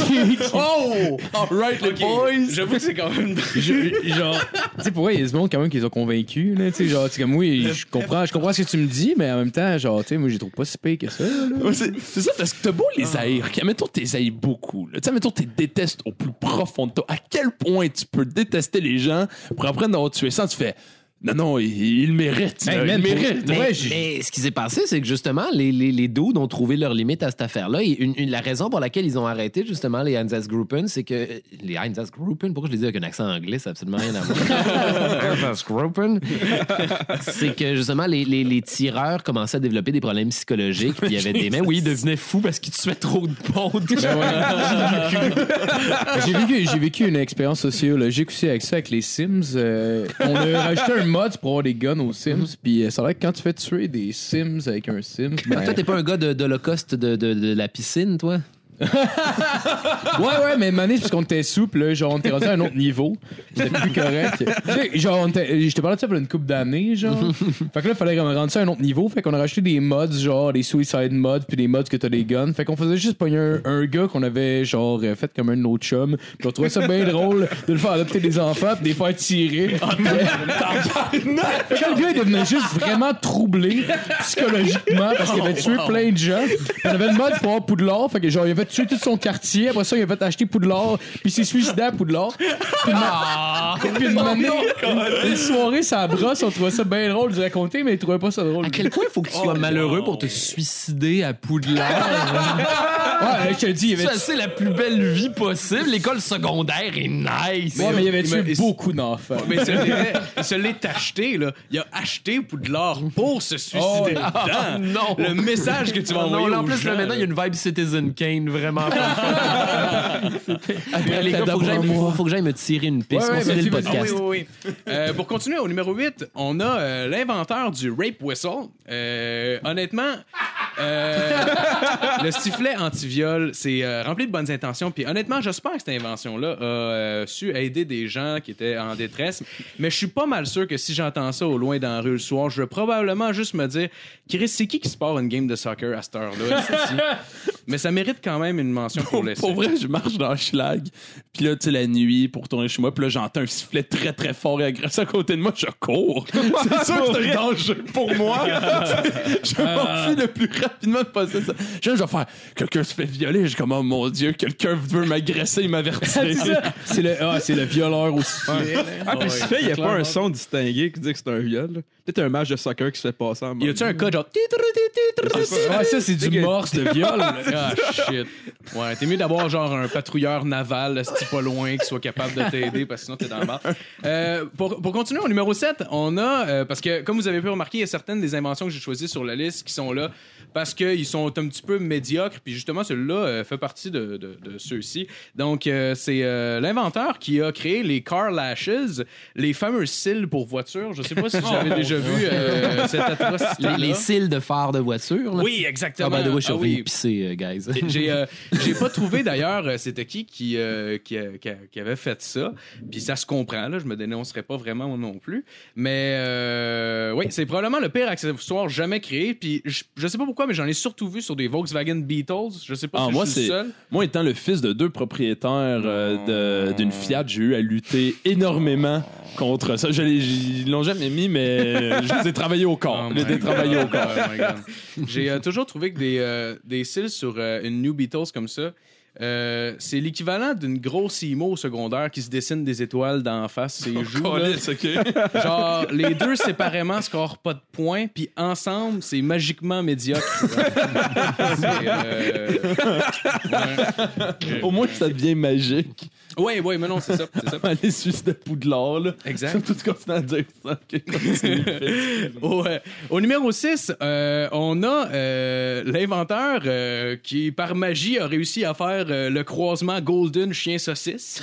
Oh! Alright, les boys! J'avoue que c'est quand même. Genre, tu sais, pour vrai, il y a du monde quand même qui les a convaincus, là, tu sais, genre, comme oui, je comprends ce que tu me dis, mais en même temps, genre, tu sais, moi, j'ai trouvé pas si pire que ça. C'est ça, parce que t'as beau les haïr. Mettons, t'es haïs beaucoup. Tu sais, mettons, t'es détestes au plus profond de toi. À quel point tu peux détester les gens pour après d'avoir tué ça, tu fais. Non, il mérite. Hey, il mérite. Mais ce qui s'est passé, c'est que justement, les dudes ont trouvé leur limite à cette affaire-là. La raison pour laquelle ils ont arrêté justement les Einsatzgruppen, c'est que... Les Einsatzgruppen, pourquoi je les dis avec un accent anglais? Ça n'a absolument rien à voir. Einsatzgruppen. C'est que justement, les tireurs commençaient à développer des problèmes psychologiques. Puis il y avait des... Mais oui, ils devenaient fous parce qu'ils tuaient trop de monde. J'ai vécu une expérience sociologique aussi avec ça, avec les Sims. On a rajouté un mode pour avoir des guns aux Sims, puis ça a l'air que quand tu fais tuer des Sims avec un Sim... Toi, t'es pas un gars d'Holocauste de la piscine, toi? ouais, mais Mané, c'est parce qu'on était souple, là, genre, on était rendu à un autre niveau. C'était plus correct. Tu sais, genre, je te parlais de ça pour une couple d'années, genre. Fait que là, il fallait rendre ça à un autre niveau. Fait qu'on a rajouté des mods, genre, des suicide mods, puis des mods que t'as des guns. Fait qu'on faisait juste pogner un gars qu'on avait, genre, fait comme un autre chum. Puis on trouvait ça bien drôle de le faire adopter des enfants, puis de les faire tirer. Fait que le gars, il devenait juste vraiment troublé psychologiquement parce qu'il avait tué plein de gens. On avait le mode pour avoir Poudlard. Fait que, genre, il avait tué tout son quartier. Après ça, il avait acheté Poudlard. Puis il s'est suicidé à Poudlard. Puis une soirée, ça brosse. On trouvait ça bien drôle de raconter, mais il trouvait pas ça drôle. À quel point il faut que tu sois malheureux pour te suicider à Poudlard? Ouais, je te le dis, il y avait... C'est la plus belle vie possible. L'école secondaire est nice. Ouais, mais il avait tué beaucoup d'enfants. Mais il se l'est acheté, là. Il a acheté Poudlard pour se suicider dedans. Non. Le message que tu vas envoyer en aux plus, gens, là, maintenant, il y a une vibe Citizen Kane, vraiment. Après, les gars, faut que j'aille me tirer une piste. Continuez le podcast. Oui. Pour continuer, au numéro 8, on a l'inventeur du Rape Whistle. Honnêtement, le sifflet anti-viol, c'est rempli de bonnes intentions. Puis honnêtement, j'espère que cette invention-là a su aider des gens qui étaient en détresse. Mais je suis pas mal sûr que si j'entends ça au loin dans la rue le soir, je vais probablement juste me dire, Chris, c'est qui se part une game de soccer à cette heure-là? mais ça mérite quand même une mention pour l'essai. Pour vrai, je marche dans Schlag, puis là, tu sais, la nuit, pour retourner chez moi, puis là, j'entends un sifflet très, très fort et agressif à côté de moi, je cours. C'est sûr que c'est un danger pour moi. Je m'enfuis le plus rapidement possible. Je vais faire, quelqu'un se fait violer, j'ai comme, oh mon Dieu, quelqu'un veut m'agresser et m'avertir. C'est le violeur au sifflet. Ah, puis sifflet, il n'y a pas un son distingué qui dit que c'est un viol. Là. Peut-être un match de soccer qui se fait passer en mode. Y a-tu un code genre. Ah, ça, c'est du morse de viol. Ah, shit. Ouais, t'es mieux d'avoir genre un patrouilleur naval, c'est pas loin, qui soit capable de t'aider, parce que sinon t'es dans le mal. Pour continuer, au numéro 7, on a, parce que comme vous avez pu remarquer, il y a certaines des inventions que j'ai choisies sur la liste qui sont là parce qu'ils sont un petit peu médiocres, puis justement, celui-là fait partie de ceux-ci. Donc, c'est l'inventeur qui a créé les car lashes, les fameux cils pour voiture. Je sais pas si vous avez déjà vu cette atrocité. Les cils de phare de voiture. Là. Oui, exactement. Ah, ben, je suis revenu pisser, guys. J'ai pas trouvé d'ailleurs c'était qui avait fait ça. Puis ça se comprend, là. Je me dénoncerais pas vraiment non plus. Mais oui, c'est probablement le pire accessoire jamais créé. Puis je sais pas pourquoi, mais j'en ai surtout vu sur des Volkswagen Beetles. Je sais pas si je suis le seul. Moi, étant le fils de 2 propriétaires d'une Fiat, j'ai eu à lutter énormément contre ça. Ils l'ont jamais mis, mais je les ai travaillés au corps. J'ai toujours trouvé que des cils sur une New Beetles comme ça, c'est l'équivalent d'une grosse IMO au secondaire qui se dessine des étoiles d'en face ses joues. Genre, les deux séparément scorent pas de points, puis ensemble, c'est magiquement médiocre. Au moins, ça devient magique. Oui, mais non, c'est ça. Les Suisses de Poudlard, là. Exact. Tout continue à dire ça. Au numéro 6, on a l'inventeur qui, par magie, a réussi à faire le croisement Golden chien-saucisse.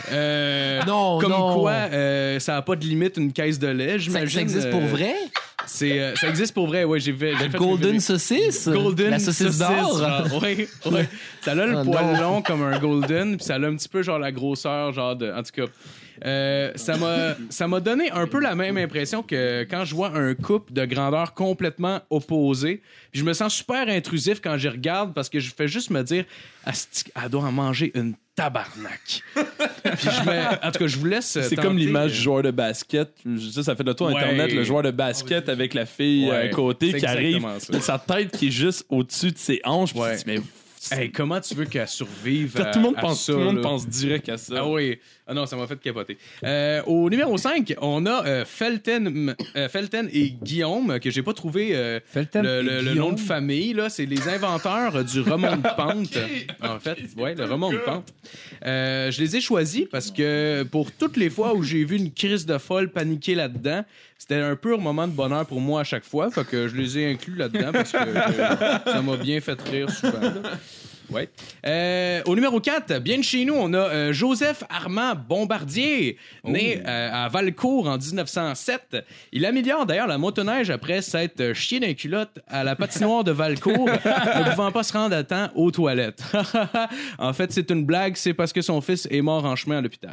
Quoi, ça n'a pas de limite une caisse de lait, j'imagine. Ça existe pour vrai? Ça existe pour vrai, ouais. J'ai fait Golden saucisse? Golden la saucisse d'or? Oui. Ça a le poil long comme un Golden, puis ça a un petit peu genre la grosseur, genre de. En tout cas. Ça m'a donné un peu la même impression que quand je vois un couple de grandeur complètement opposée. Puis je me sens super intrusif quand j'y regarde parce que je fais juste me dire elle doit en manger une tabarnak. Puis en tout cas, je vous laisse. C'est comme l'image du joueur de basket. Ça fait le tour Internet, le joueur de basket avec la fille à côté qui arrive. Sa tête qui est juste au-dessus de ses hanches. Puis tu te dis, hey, comment tu veux qu'elle survive tout le monde pense direct à ça. Ah oui. Ah non, ça m'a fait capoter. Au numéro 5, on a Felten et Guillaume, que j'ai pas trouvé le nom de famille. Là. C'est les inventeurs du remont de pente. En fait, ouais, le remont de pente. Je les ai choisis parce que pour toutes les fois où j'ai vu une crise de folle paniquer là-dedans, c'était un pur moment de bonheur pour moi à chaque fois. Fait que je les ai inclus là-dedans parce que ça m'a bien fait rire souvent. Là. Ouais. Au numéro 4, bien de chez nous, on a Joseph Armand Bombardier, né à Valcourt en 1907. Il améliore d'ailleurs la motoneige après s'être chié d'un culotte à la patinoire de Valcourt, ne pouvant pas se rendre à temps aux toilettes. En fait, c'est une blague, c'est parce que son fils est mort en chemin à l'hôpital.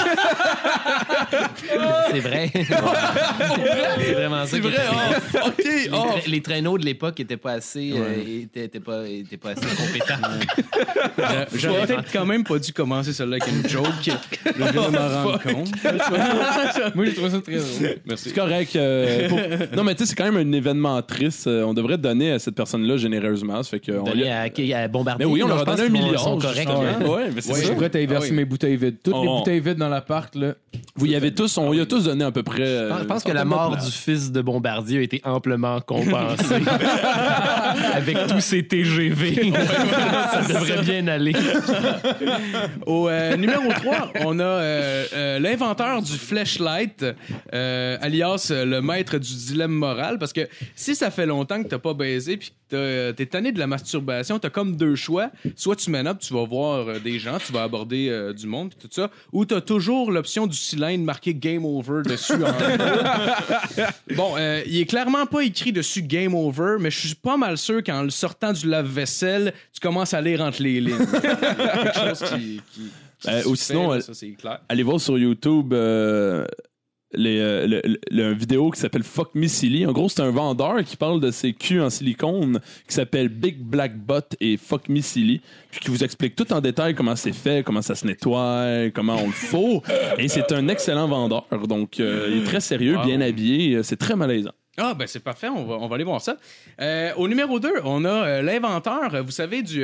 C'est vrai. C'est vraiment ça. C'est vrai. Les traîneaux de l'époque n'étaient pas assez, étaient pas assez compétents. J'aurais peut-être quand même pas dû commencer celle-là avec une joke. Je viens de m'en rendre compte. Moi, j'ai trouvé ça très drôle. Merci. C'est correct. Non, mais tu sais, c'est quand même un événement triste. On devrait donner à cette personne-là généreusement. Ça fait que à Bombardier. Mais oui, on leur a donné 1 million. Ils sont corrects. Ouais, mais c'est Je ça. suis prêt à y verser mes bouteilles vides. Toutes les bouteilles vides dans l'appart, là. Vous y avez tous, on y a tous donné à peu près. Je pense que la mort du fils de Bombardier a été amplement compensée avec tous ces TGV. Ça devrait bien aller. Au numéro 3, on a l'inventeur du flashlight, alias le maître du dilemme moral, parce que si ça fait longtemps que t'as pas baisé puis que t'es tanné de la masturbation, t'as comme 2 choix. Soit tu mènes up, tu vas voir des gens, tu vas aborder du monde pis tout ça, ou t'as toujours l'option du cylindre marqué Game Over dessus. Bon, il est clairement pas écrit dessus Game Over, mais je suis pas mal sûr qu'en le sortant du lave-vaisselle, tu commences à lire entre les lignes. Quelque chose qui ou sinon, ça, c'est clair. allez voir sur YouTube une vidéo qui s'appelle Fuck Me Silly. En gros, c'est un vendeur qui parle de ses culs en silicone qui s'appelle Big Black Butt et Fuck Me Silly, puis qui vous explique tout en détail comment c'est fait, comment ça se nettoie, comment on le faut. Et c'est un excellent vendeur. Donc, il est très sérieux, bien habillé. C'est très malaisant. Ah, ben c'est parfait, on va aller voir ça. Au numéro 2, on a l'inventeur, vous savez, du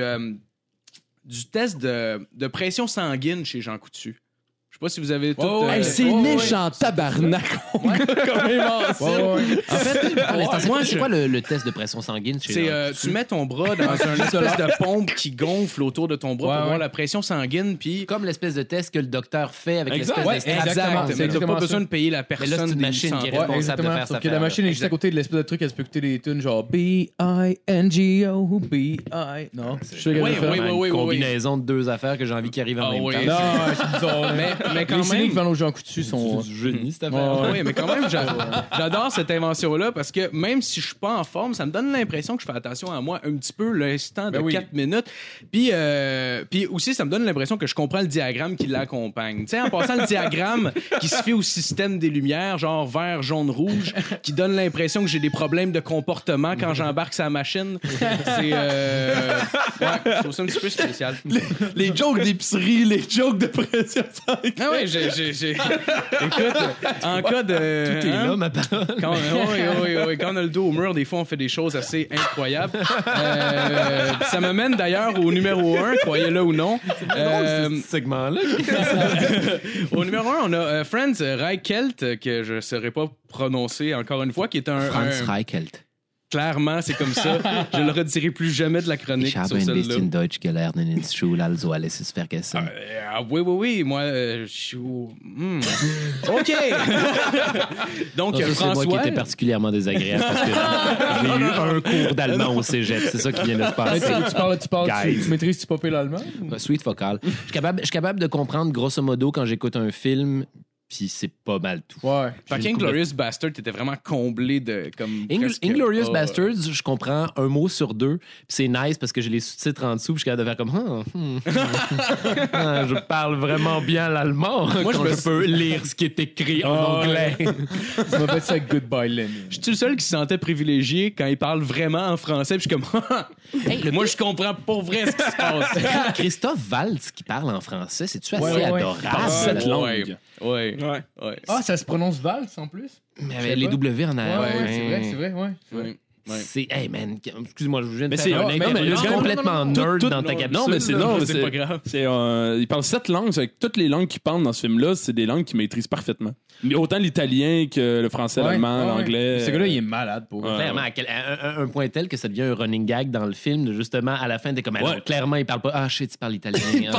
test de pression sanguine chez Jean Coutu. Je sais pas si vous avez tout... C'est méchant tabarnak comme invention. En fait, moi, c'est quoi le test de pression sanguine chez C'est tu mets ton bras dans une espèce de pompe qui gonfle autour de ton bras pour voir la pression sanguine, puis... Comme l'espèce de test que le docteur fait avec Exact. l'espèce de... Exact. Mais t'as pas besoin de payer la Mais là, c'est personne une des machine qui est centaines. responsable de faire Sauf ça. que la machine est juste à côté de l'espèce de truc, elle se peut écouter des tunes genre B-I-N-G-O, B-I... Non, je sais Oui. Une combinaison de deux affaires que j'ai envie qui arrivent en même temps. Non, c'est bizarre. Mais quand Les CD même... qui vendent aux gens coutus sont... C'est du génie, cette affaire. Oui, mais quand même, j'adore cette invention-là parce que même si je suis pas en forme, ça me donne l'impression que je fais attention à moi un petit peu l'instant de 4 minutes. Puis aussi, ça me donne l'impression que je comprends le diagramme qui l'accompagne. Tu sais, en passant le diagramme qui se fait au système des lumières, genre vert, jaune, rouge, qui donne l'impression que j'ai des problèmes de comportement quand j'embarque sa machine. C'est... je trouve ça un petit peu spécial. Les jokes d'épicerie, les jokes de pression sanguine. Ah ouais, j'ai... Écoute, en cas de... Tout est là, ma parole. Quand on a le dos au mur, des fois, on fait des choses assez incroyables. Ça me mène d'ailleurs au numéro 1, croyez-le ou non. Ce segment-là. Au numéro 1, on a Franz Reichelt, que je ne saurais pas prononcer encore une fois, qui est un... Franz Reichelt. Clairement, c'est comme ça. Je le redirai plus jamais de la chronique Ich habe sur ein celle-là. bisschen Deutsch gelernt in der Schule, also alles ist vergessen. Oui. Moi, je suis... OK! Donc, C'est moi qui François... était particulièrement désagréable parce que j'ai eu un cours d'allemand au cégep. C'est ça qui vient de se passer. Tu maîtrises-tu pas l'allemand? Sweet focal. Je suis capable de comprendre, grosso modo, quand j'écoute un film, puis c'est pas mal tout. Ouais. Fait qu'Inglorious Bastard, t'étais vraiment comblé de... comme presque- Inglorious Bastards, je comprends un mot sur deux. Puis c'est nice parce que j'ai les sous-titres en dessous. Puis je suis capable de faire comme... je parle vraiment bien l'allemand quand je peux lire ce qui est écrit en anglais. Ça m'a fait ça avec Goodbye Lenin. Je suis le seul qui se sentait privilégié quand il parle vraiment en français. Puis je suis comme... Moi, je comprends pour vrai ce qui se passe. Christophe Waltz qui parle en français, c'est-tu assez ouais. adorable? Cette langue. Ouais. Ah, ça se prononce Valls en plus? Mais avec les W en arrière. C'est vrai, ouais. Ouais. C'est... Hey, man, excuse-moi, je viens de Mais faire un c'est- introduction non, mais- complètement nerd Tout- dans ta capsule. Non, mais c'est non, c'est pas grave. Il parle 7 langues. Avec toutes les langues qu'il parle dans ce film-là, c'est des langues qu'il maîtrise parfaitement. Mais autant l'italien que le français, l'allemand, l'anglais. Ce gars-là, il est malade pour Clairement, à un point tel que ça devient un running gag dans le film, de justement, à la fin, t'es comme, non, clairement, il parle pas. Ah, shit, il parle italien.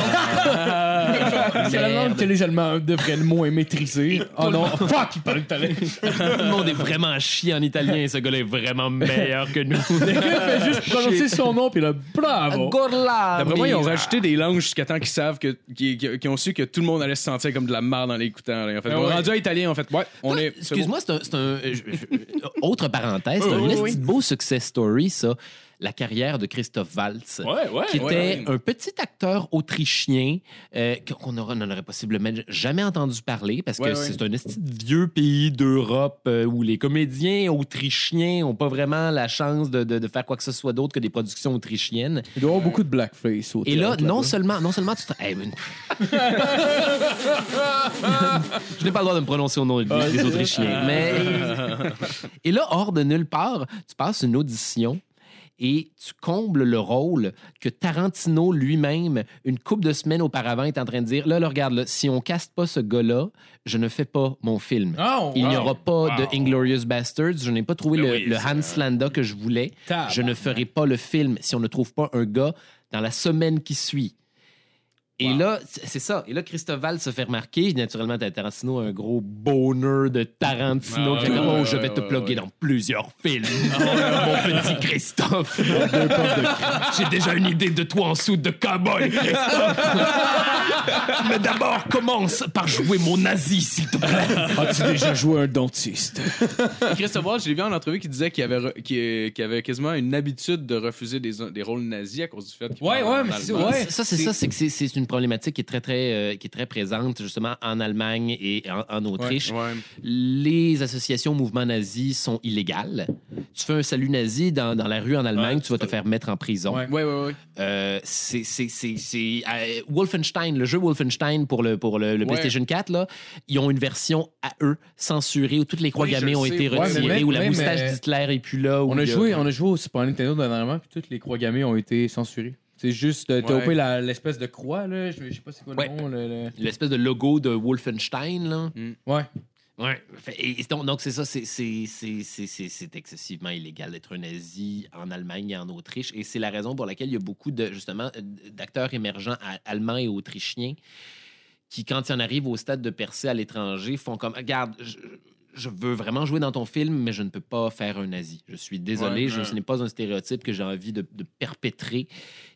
C'est la langue que les Allemands devraient le mot est maîtrisé. Oh non, fuck, il parle italien. Tout le monde est vraiment chier en italien et ce gars-là est vraiment meilleur que nous. Le gars fait juste prononcer son nom, puis là, bravo. D'après moi, ils ont rajouté des langues jusqu'à temps qu'ils savent qu'ils ont su que tout le monde allait se sentir comme de la merde en l'écoutant. Là. En fait, on est rendu à italien, en fait. Ouais, on est. Excuse-moi, c'est un autre parenthèse, c'est un esti de beau success story, ça. La carrière de Christophe Waltz, qui était un petit acteur autrichien qu'on n'en aurait possiblement jamais entendu parler parce que c'est un esti de vieux pays d'Europe où les comédiens autrichiens n'ont pas vraiment la chance de faire quoi que ce soit d'autre que des productions autrichiennes. Il doit y avoir beaucoup de blackface au Et là, théâtre, non seulement tu te... Hey, je n'ai pas le droit de me prononcer au nom des Autrichiens. Mais... Et là, hors de nulle part, tu passes une audition et tu combles le rôle que Tarantino lui-même, une couple de semaines auparavant, est en train de dire, là regarde, là, si on caste pas ce gars-là, je ne fais pas mon film. Il n'y aura pas de Inglourious Basterds. Je n'ai pas trouvé le Hans Landa que je voulais. Je ne ferai pas le film si on ne trouve pas un gars dans la semaine qui suit. Et là, c'est ça. Et là, Christophe Waltz se fait remarquer. Naturellement, Tarantino a un gros bonheur de Tarantino. Qui fait comme, je vais te plugger dans plusieurs films. Mon petit Christophe. J'ai déjà une idée de toi en soude de cowboy, Christophe. Mais d'abord, commence par jouer mon nazi, s'il te plaît. As-tu déjà joué un dentiste? Christophe Waltz, je l'ai vu en entrevue qui disait qu'il avait quasiment une habitude de refuser des rôles nazis à cause du fait qu'il Ouais, parlait mais en c'est allemand. ouais. Ça, c'est que c'est une une problématique qui est très présente justement en Allemagne et en Autriche. Ouais. Les associations mouvements nazis sont illégales. Tu fais un salut nazi dans la rue en Allemagne, tu vas te faire mettre en prison. Ouais. Ouais. C'est Wolfenstein, le jeu Wolfenstein pour le PlayStation 4, là, ils ont une version à eux censurée où toutes les croix Oui, gammées je ont sais. été Ouais, retirées, mais où la même, moustache d'Hitler est plus là. On a joué au Super Nintendo dernièrement, puis toutes les croix gammées ont été censurées. C'est juste, t'as Ouais. opé l'espèce de croix, là. Je sais pas c'est quoi Ouais. le nom. L'espèce de logo de Wolfenstein, là. Ouais. Ouais. Et donc c'est ça, c'est excessivement illégal d'être un nazi en Allemagne et en Autriche. Et c'est la raison pour laquelle il y a beaucoup d'acteurs émergents allemands et autrichiens qui, quand ils en arrivent au stade de percée à l'étranger, font comme, regarde, je veux vraiment jouer dans ton film, mais je ne peux pas faire un nazi. Je suis désolé, ce n'est pas un stéréotype que j'ai envie de perpétrer.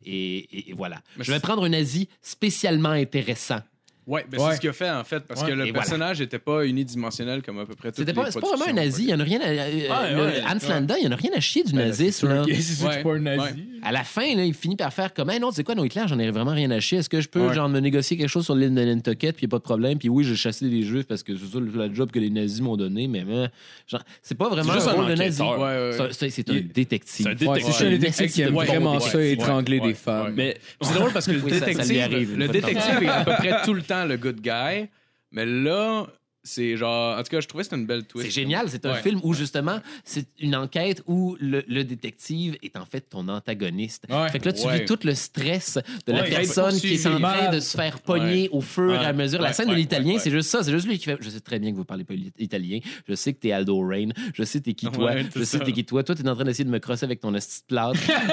Et voilà. Mais je vais prendre un nazi spécialement intéressant. Ouais, ben Ouais. c'est ce qu'il a fait en fait, parce que le Et personnage n'était pas unidimensionnel comme à peu près toutes C'est les pas vraiment un productions, nazi, il y en a rien à... Hans Landa, il y en a rien à chier du nazisme. là. C'est sûr que c'est pas un nazi. Ouais. À la fin, là, il finit par faire comme, hey, non, tu sais quoi, non, Hitler, j'en ai vraiment rien à chier. Est-ce que je peux, Ouais. genre, me négocier quelque chose sur l'île de Nantucket, puis il n'y a pas de problème, puis oui, j'ai chassé les Juifs parce que c'est ça le job que les nazis m'ont donné, mais genre, c'est pas vraiment C'est juste un rôle un de nazi. enquêteur. Ouais. C'est un détective. C'est un détective. Ouais, c'est un détective qui aime Ouais. vraiment Ouais. ça, étrangler Ouais. des femmes. Mais C'est drôle parce que le Oui, ça lui détective, arrive une le fois de temps en détective est à peu près tout le temps le good guy, mais là, c'est genre... En tout cas, je trouvais que c'était une belle twist. C'est génial, c'est un Ouais. film où justement, c'est une enquête où le détective est en fait ton antagoniste. Ouais. Fait que là, tu Ouais. vis tout le stress de la Ouais, personne il qui est en train de se faire pogner au fur et à mesure. La scène de l'italien, c'est juste ça. C'est juste lui qui fait. Je sais très bien que vous parlez pas italien. Je sais que t'es Aldo Rain. Je sais t'es qui toi. Ouais, Je sais c'est t'es qui toi. Toi, t'es en train d'essayer de me crosser avec ton esti de plâtre.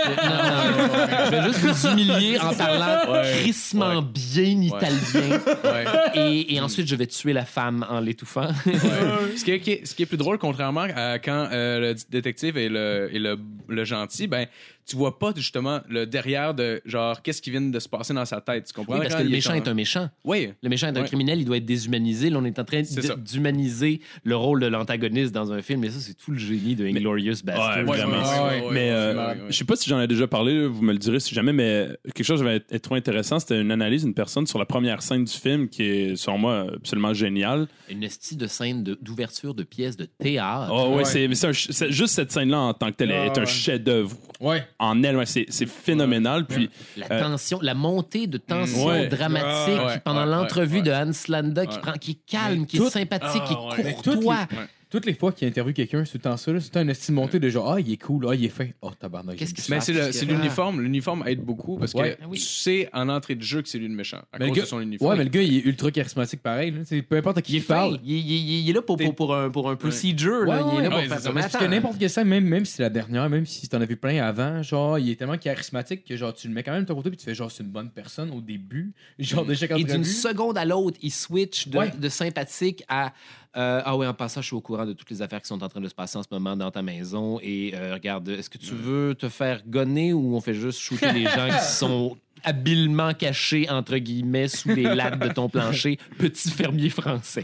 non. Je vais juste vous humilier en parlant crissement bien italien. Ouais. Et ensuite, je vais tuer la femme en l'étouffant. Ce qui est plus drôle, contrairement à quand le détective et le gentil, ben tu vois pas justement le derrière de genre qu'est-ce qui vient de se passer dans sa tête. Tu comprends? Oui, parce Quand que le il méchant genre- est un méchant. Oui. Le méchant est un Ouais. criminel, il doit être déshumanisé. Là, on est en train C'est ça. d'humaniser le rôle de l'antagoniste dans un film. Et ça, c'est tout le génie de Inglourious Basterds. Ouais, vraiment. Mais je sais pas si j'en ai déjà parlé, là, vous me le direz si jamais, mais quelque chose qui va être trop intéressant, c'était une analyse d'une personne sur la première scène du film qui est, selon moi, absolument géniale. Une estie de scène d'ouverture de pièces de théâtre. Oh, ouais, c'est juste cette scène-là en tant que telle est un chef-d'œuvre Ouais. en elle. Ouais, c'est phénoménal. Puis, La tension, la montée de tension Ouais. dramatique Ouais, pendant ouais, l'entrevue ouais. de Hans Landa qui est calme, qui est sympathique, qui est courtois. Toutes les fois qu'il interviewe quelqu'un, c'est tout le temps ça. C'est un estime montée de genre, il est cool, il est fin. Oh, tabarnak. Qu'est-ce qui se Mais passe? c'est l'uniforme. L'uniforme aide beaucoup parce que Ouais. Oui. tu sais en entrée de jeu que c'est lui le méchant à Mais cause le de gars- son uniforme. Ouais, mais le gars, il est ultra charismatique pareil. Là. C'est peu importe à qui Il est il parle. fin. Il est là pour un procedure. Ouais, là. Il est là ouais, pour faire c'est comme, Mais tu fais attends. n'importe quelle scène, même si c'est la dernière, même si t'en as vu plein avant, genre, il est tellement charismatique que genre, tu le mets quand même de ton côté puis tu fais genre, c'est une bonne personne au début. Genre, de chaque Et d'une entrevue. seconde à l'autre, il switch Ouais. de sympathique à ah ouais, en passant, je suis au courant de toutes les affaires qui sont en train de se passer en ce moment dans ta maison. Et regarde, est-ce que tu veux te faire gonner ou on fait juste shooter les gens qui sont habilement cachés, entre guillemets, sous les lattes de ton plancher? Petit fermier français.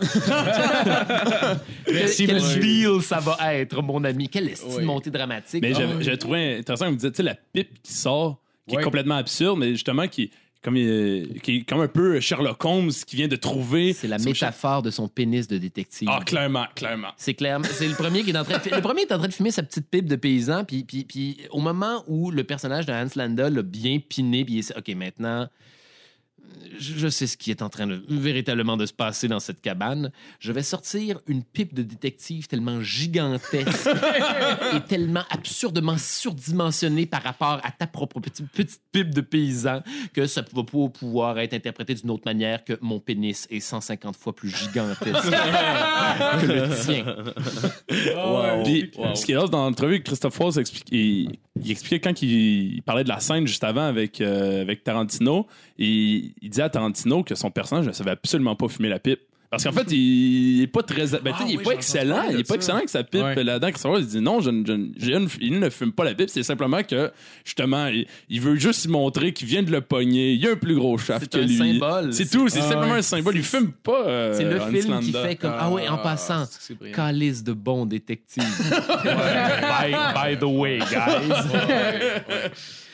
Merci, Quel monsieur. deal ça va être, mon ami? Quelle estime Oui. montée dramatique. mais Ah, j'avais trouvé intéressant, vous me disiez, tu sais, la pipe qui sort, qui Ouais. est complètement absurde, mais justement qui est comme un peu Sherlock Holmes qui vient de trouver. c'est la son métaphore de son pénis de détective. Ah, clairement. C'est clair. C'est le premier qui est en train de le premier est en train de fumer sa petite pipe de paysan, puis au moment où le personnage de Hans Landa l'a bien piné, puis il est OK, maintenant je sais ce qui est en train de véritablement de se passer dans cette cabane. Je vais sortir une pipe de détective tellement gigantesque et tellement absurdement surdimensionnée par rapport à ta propre petite pipe de paysan que ça va pas pouvoir être interprété d'une autre manière que mon pénis est 150 fois plus gigantesque que le tien. Puis, ce qui est drôle dans l'entrevue, Christophe Waltz il expliquait quand il parlait de la scène juste avant avec Tarantino, et il disait à Tarantino que son personnage ne savait absolument pas fumer la pipe. Parce qu'en fait, il est pas très. Il est pas excellent. Il est pas excellent avec sa pipe Ouais. là-dedans. Christophe Waltz, il dit non, il ne fume pas la pipe. C'est simplement que, justement, il veut juste montrer qu'il vient de le pogner. Il y a un plus gros shaft C'est que un lui. symbole. C'est tout. C'est Ah simplement ouais. un symbole. Il fume pas. C'est le Hans film qui Landa. fait comme ah ouais, en passant, c'est brillant. calice de bons détectives. by the way, guys.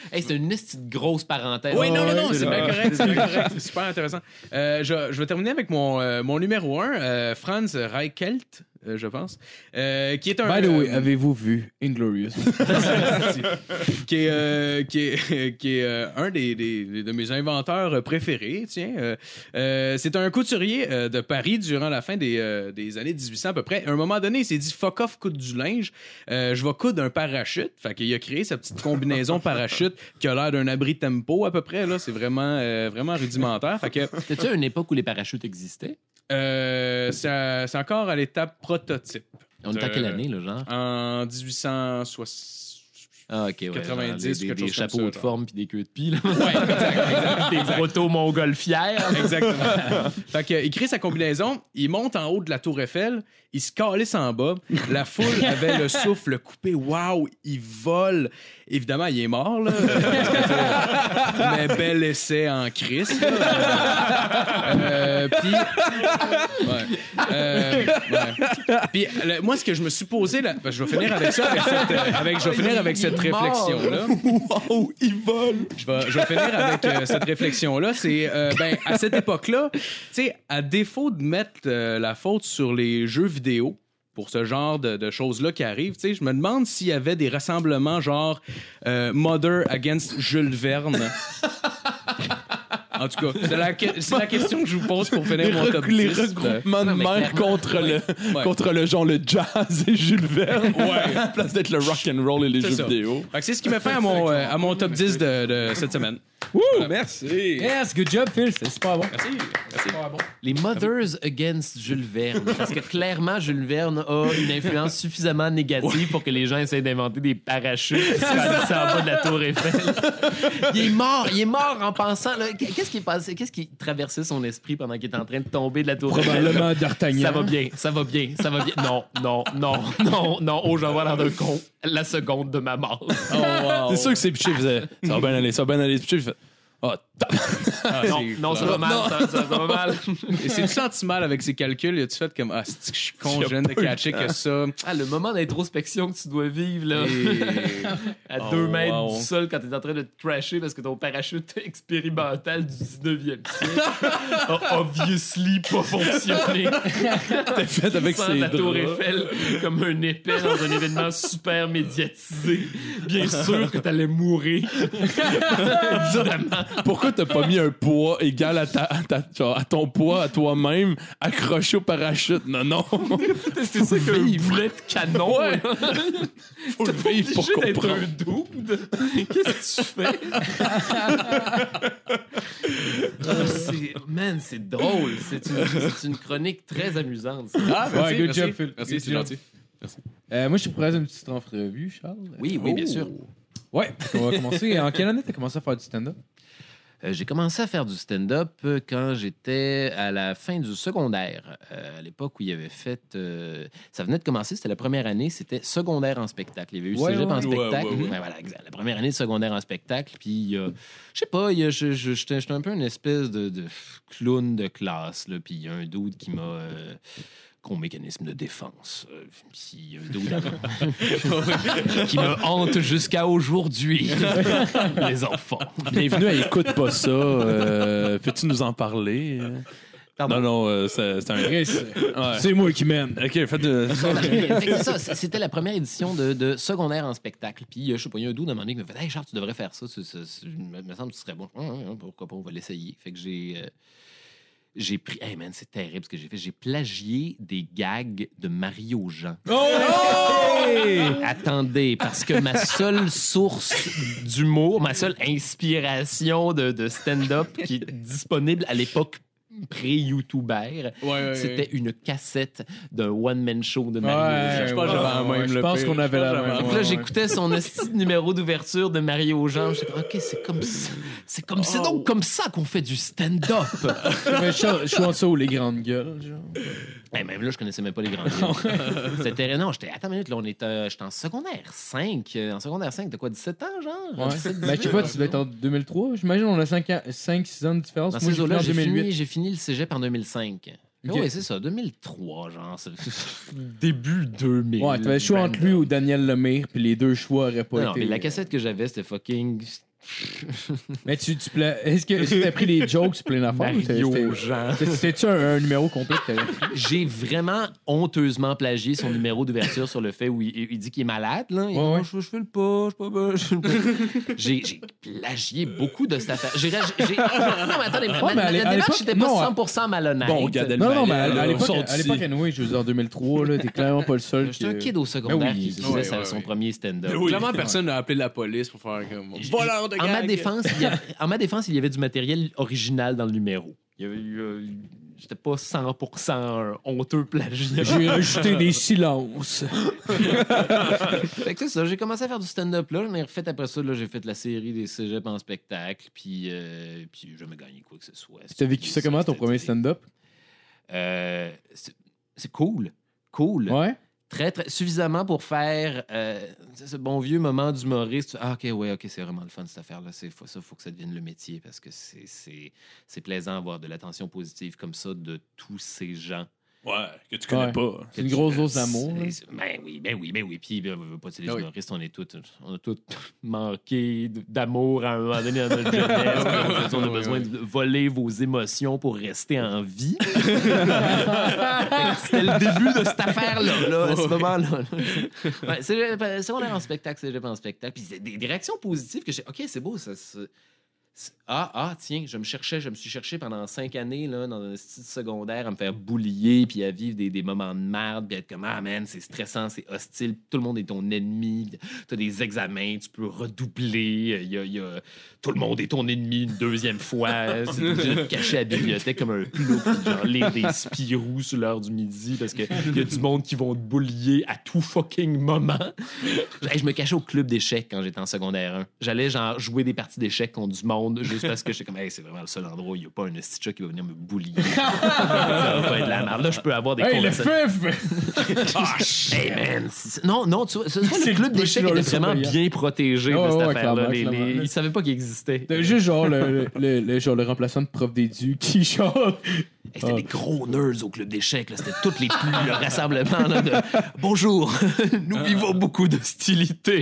Hey, c'est une petite grosse parenthèse. Oui, non, c'est bien bien correct, c'est bien correct. C'est super intéressant. Je vais terminer avec mon numéro 1, Franz Reichelt, je pense, qui est un... By the way, avez-vous vu Inglorious? qui est un de mes inventeurs préférés, tiens. C'est un couturier de Paris durant la fin des années 1800 à peu près. À un moment donné, il s'est dit « Fuck off, coudre du linge. Je vais coudre un parachute. » Fait qu'il a créé sa petite combinaison parachute qui a l'air d'un abri tempo à peu près. Là. C'est vraiment rudimentaire. Fait que... C'était-tu à une époque où les parachutes existaient? C'est encore à l'étape prototype. On est à quelle année, là, genre? En 1860. Ah, ok, ouais. 90, des quelque chose chapeaux comme de ça, forme puis des queues de pie, là. Ouais, Des proto-montgolfières. Exactement. Fait que, il crée sa combinaison, il monte en haut de la tour Eiffel, il se calisse en bas, la foule avait le souffle coupé, waouh, il vole. Évidemment, il est mort, là. Mais bel essai en crise. Puis, Puis, moi, ce que je me suis posé, là, je vais finir avec ça, je vais finir avec cette réflexion-là. Wow, il vole! Je vais finir avec cette réflexion-là. C'est, à cette époque-là, tu sais, à défaut de mettre la faute sur les jeux vidéo, pour ce genre de choses-là qui arrivent, tu sais, je me demande s'il y avait des rassemblements genre Mother against Jules Verne. En tout cas, c'est la question que je vous pose pour finir mon top 10. Les regroupements de mères contre le genre le jazz et Jules Verne. Ouais. À la place d'être le rock and roll et les C'est jeux ça. vidéo. Fait que c'est ce qui m'a fait à mon top 10 de cette semaine. Merci. Yes, good job, Phil. C'était super bon. Merci. Les Mothers Against Jules Verne. Parce que clairement, Jules Verne a une influence suffisamment négative pour que les gens essaient d'inventer des parachutes qui se calissent en bas de la tour Eiffel. Il est mort en pensant... Là, qu'est-ce qui est passé? Qu'est-ce qui traversait son esprit pendant qu'il était en train de tomber de la tour Eiffel? Probablement D'Artagnan. Ça va bien. Non. Oh, je vais avoir l'air d'un con la seconde de ma mort. Oh, wow. C'est sûr que c'est pitché, il faisait ça va bien aller. Pitché, il fait Non, ça va mal. Ça va mal. Et c'est-tu senti mal avec ses calculs? As-tu fait comme, c'est que je suis con, je viens de catcher que ça. Ah, le moment d'introspection que tu dois vivre, là. À 2 mètres du sol quand t'es en train de te crasher parce que ton parachute expérimental du 19e siècle a obviously pas fonctionné. t'es fait avec ses la tour draps. Eiffel comme un épais dans un événement super médiatisé. Bien sûr que t'allais mourir. Évidemment. Pourquoi t'as pas mis un poids égal à ton poids à toi-même accroché au parachute? Non. C'est ça qu'un boulet de canon. Ouais. Faut le vivre pour T'es comprendre. un dude. Qu'est-ce que tu fais? C'est drôle. C'est une chronique très amusante. Ça. Ah, merci, Ouais, good merci. job, Phil. Merci, Good c'est job. gentil. Moi, je te propose une petite entrevue, Charles. Oui, bien sûr. Ouais, on va commencer. En quelle année t'as commencé à faire du stand-up? J'ai commencé à faire du stand-up quand j'étais à la fin du secondaire. À l'époque où il y avait fait... ça venait de commencer, c'était la première année, c'était secondaire en spectacle. Il y avait eu cégep en spectacle. ouais. Ben voilà, exact. La première année de secondaire en spectacle. Puis, je sais pas, j'étais un peu une espèce de clown de classe. Là, puis il y a un dude qui m'a... mécanisme de défense. Puis un dude qui me hante jusqu'à aujourd'hui. Les enfants. Bienvenue à Écoute pas ça. Peux-tu nous en parler? Pardon. Non, c'est un... Chris, Ouais. c'est moi qui mène. OK, faites de... Fait que c'est ça, c'était la première édition de secondaire en spectacle. Puis, je sais pas, il y a un dude à un moment donné qui m'a fait « Hey, Charles, tu devrais faire ça. Me semble que tu serais bon. Pourquoi pas, on va l'essayer. » Fait que j'ai pris... Hey man, c'est terrible ce que j'ai fait. J'ai plagié des gags de Mario Jean. Attendez, parce que ma seule source d'humour, ma seule inspiration de stand-up qui est disponible à l'époque pré-YouTuber, c'était une cassette d'un one-man show de Mario Jean. Je pense que j'avais la même, Je le pense pire. qu'on avait la même. Donc là, j'écoutais son esti de numéro d'ouverture de Mario Jean. J'étais OK, c'est comme ça. C'est donc comme ça qu'on fait du stand-up. Mais je suis ça ou les grandes gueules, genre. Hey, même là, je connaissais même pas les grands gueules. C'était non, attends une minute, là, j'étais en secondaire 5. En secondaire 5, t'as quoi, 17 ans, genre? Ouais. 17, Mais je sais pas, tu dois être en 2003. J'imagine on a 5-6 ans de différence. Dans Moi, ces eaux-là, j'ai fini en 2008. j'ai fini le cégep en 2005. Ok. Oui, c'est ça, 2003, genre. Début 2000. Ouais, t'avais le choix entre lui ou Daniel Lemire, puis les deux choix auraient pas Non, été. mais la cassette que j'avais, c'était fucking Mais est-ce que t'as pris les jokes plein d'affaires? Mario Jean. C'était-tu un numéro complet que t'avais pris? J'ai vraiment honteusement plagié son numéro d'ouverture sur le fait où il dit qu'il est malade. Là. Il dit, Ouais. je fais le pas, je fais le pas. J'ai plagié beaucoup de cette affaire. Non, mais attendez, ma démarche n'était pas 100% malhonnête. Bon, Gad Non, mais Elmaleh, à là, l'époque, anyway, je veux dire, en 2003, là, t'es clairement pas le seul. J'étais un kid au secondaire Ben oui, qui c'est faisait ça. son premier stand-up. Clairement, personne n'a appelé la police pour faire comme voleur de En ma gag. défense, il y avait du matériel original dans le numéro. Il y avait j'étais pas 100% un honteux plagiat. J'ai ajouté des silences. Fait que c'est ça, j'ai commencé à faire du stand-up là. J'en ai refait après ça. Là, j'ai fait la série des cégeps en spectacle. Puis j'ai jamais gagné quoi que ce soit. T'as vécu ça comment, ton premier stand-up? C'est cool. Cool. Ouais. Très, très suffisamment pour faire ce bon vieux moment d'humoriste. Ah, OK, c'est vraiment le fun, cette affaire-là. Faut que ça devienne le métier parce que c'est plaisant d'avoir de l'attention positive comme ça de tous ces gens. Ouais, que tu connais Ouais. pas. C'est une grosse dose d'amour. là. Ben oui. Puis, pas les humoristes, on a tous manqué d'amour à un moment donné dans notre jeunesse. On a besoin de voler vos émotions pour rester en vie. C'était le début de cette affaire-là, là, à ce moment-là. Ouais, c'est secondaire en spectacle, c'est en spectacle. Puis c'est des réactions positives que j'ai. OK, c'est beau, ça. Tiens, je me suis cherché pendant 5 années là, dans un style secondaire à me faire boulier puis à vivre des moments de merde puis être comme ah man, c'est stressant, c'est hostile, tout le monde est ton ennemi, t'as des examens, tu peux redoubler, tout le monde est ton ennemi une deuxième fois, c'est obligé de te cacher à la bibliothèque comme un plot puis genre lire des Spirou sur l'heure du midi parce que y a du monde qui vont te boulier à tout fucking moment. Je me cachais au club d'échecs quand j'étais en secondaire 1. J'allais genre jouer des parties d'échecs contre du monde juste parce que j'étais comme hey, c'est vraiment le seul endroit où il n'y a pas un esti de chat qui va venir me boulier. Ça va pas être de la merde. Là, je peux avoir des Hey, le conversations. Hey man, non, tu vois, le club d'échecs était vraiment bien protégé de cette affaire-là. clairement. Ils savaient pas qu'il existait. T'as juste genre le remplaçant de prof d'édu qui genre. Hey, c'était des gros nerds au club d'échecs. Là. C'était toutes les plus le rassemblement là, de bonjour, nous vivons beaucoup d'hostilité,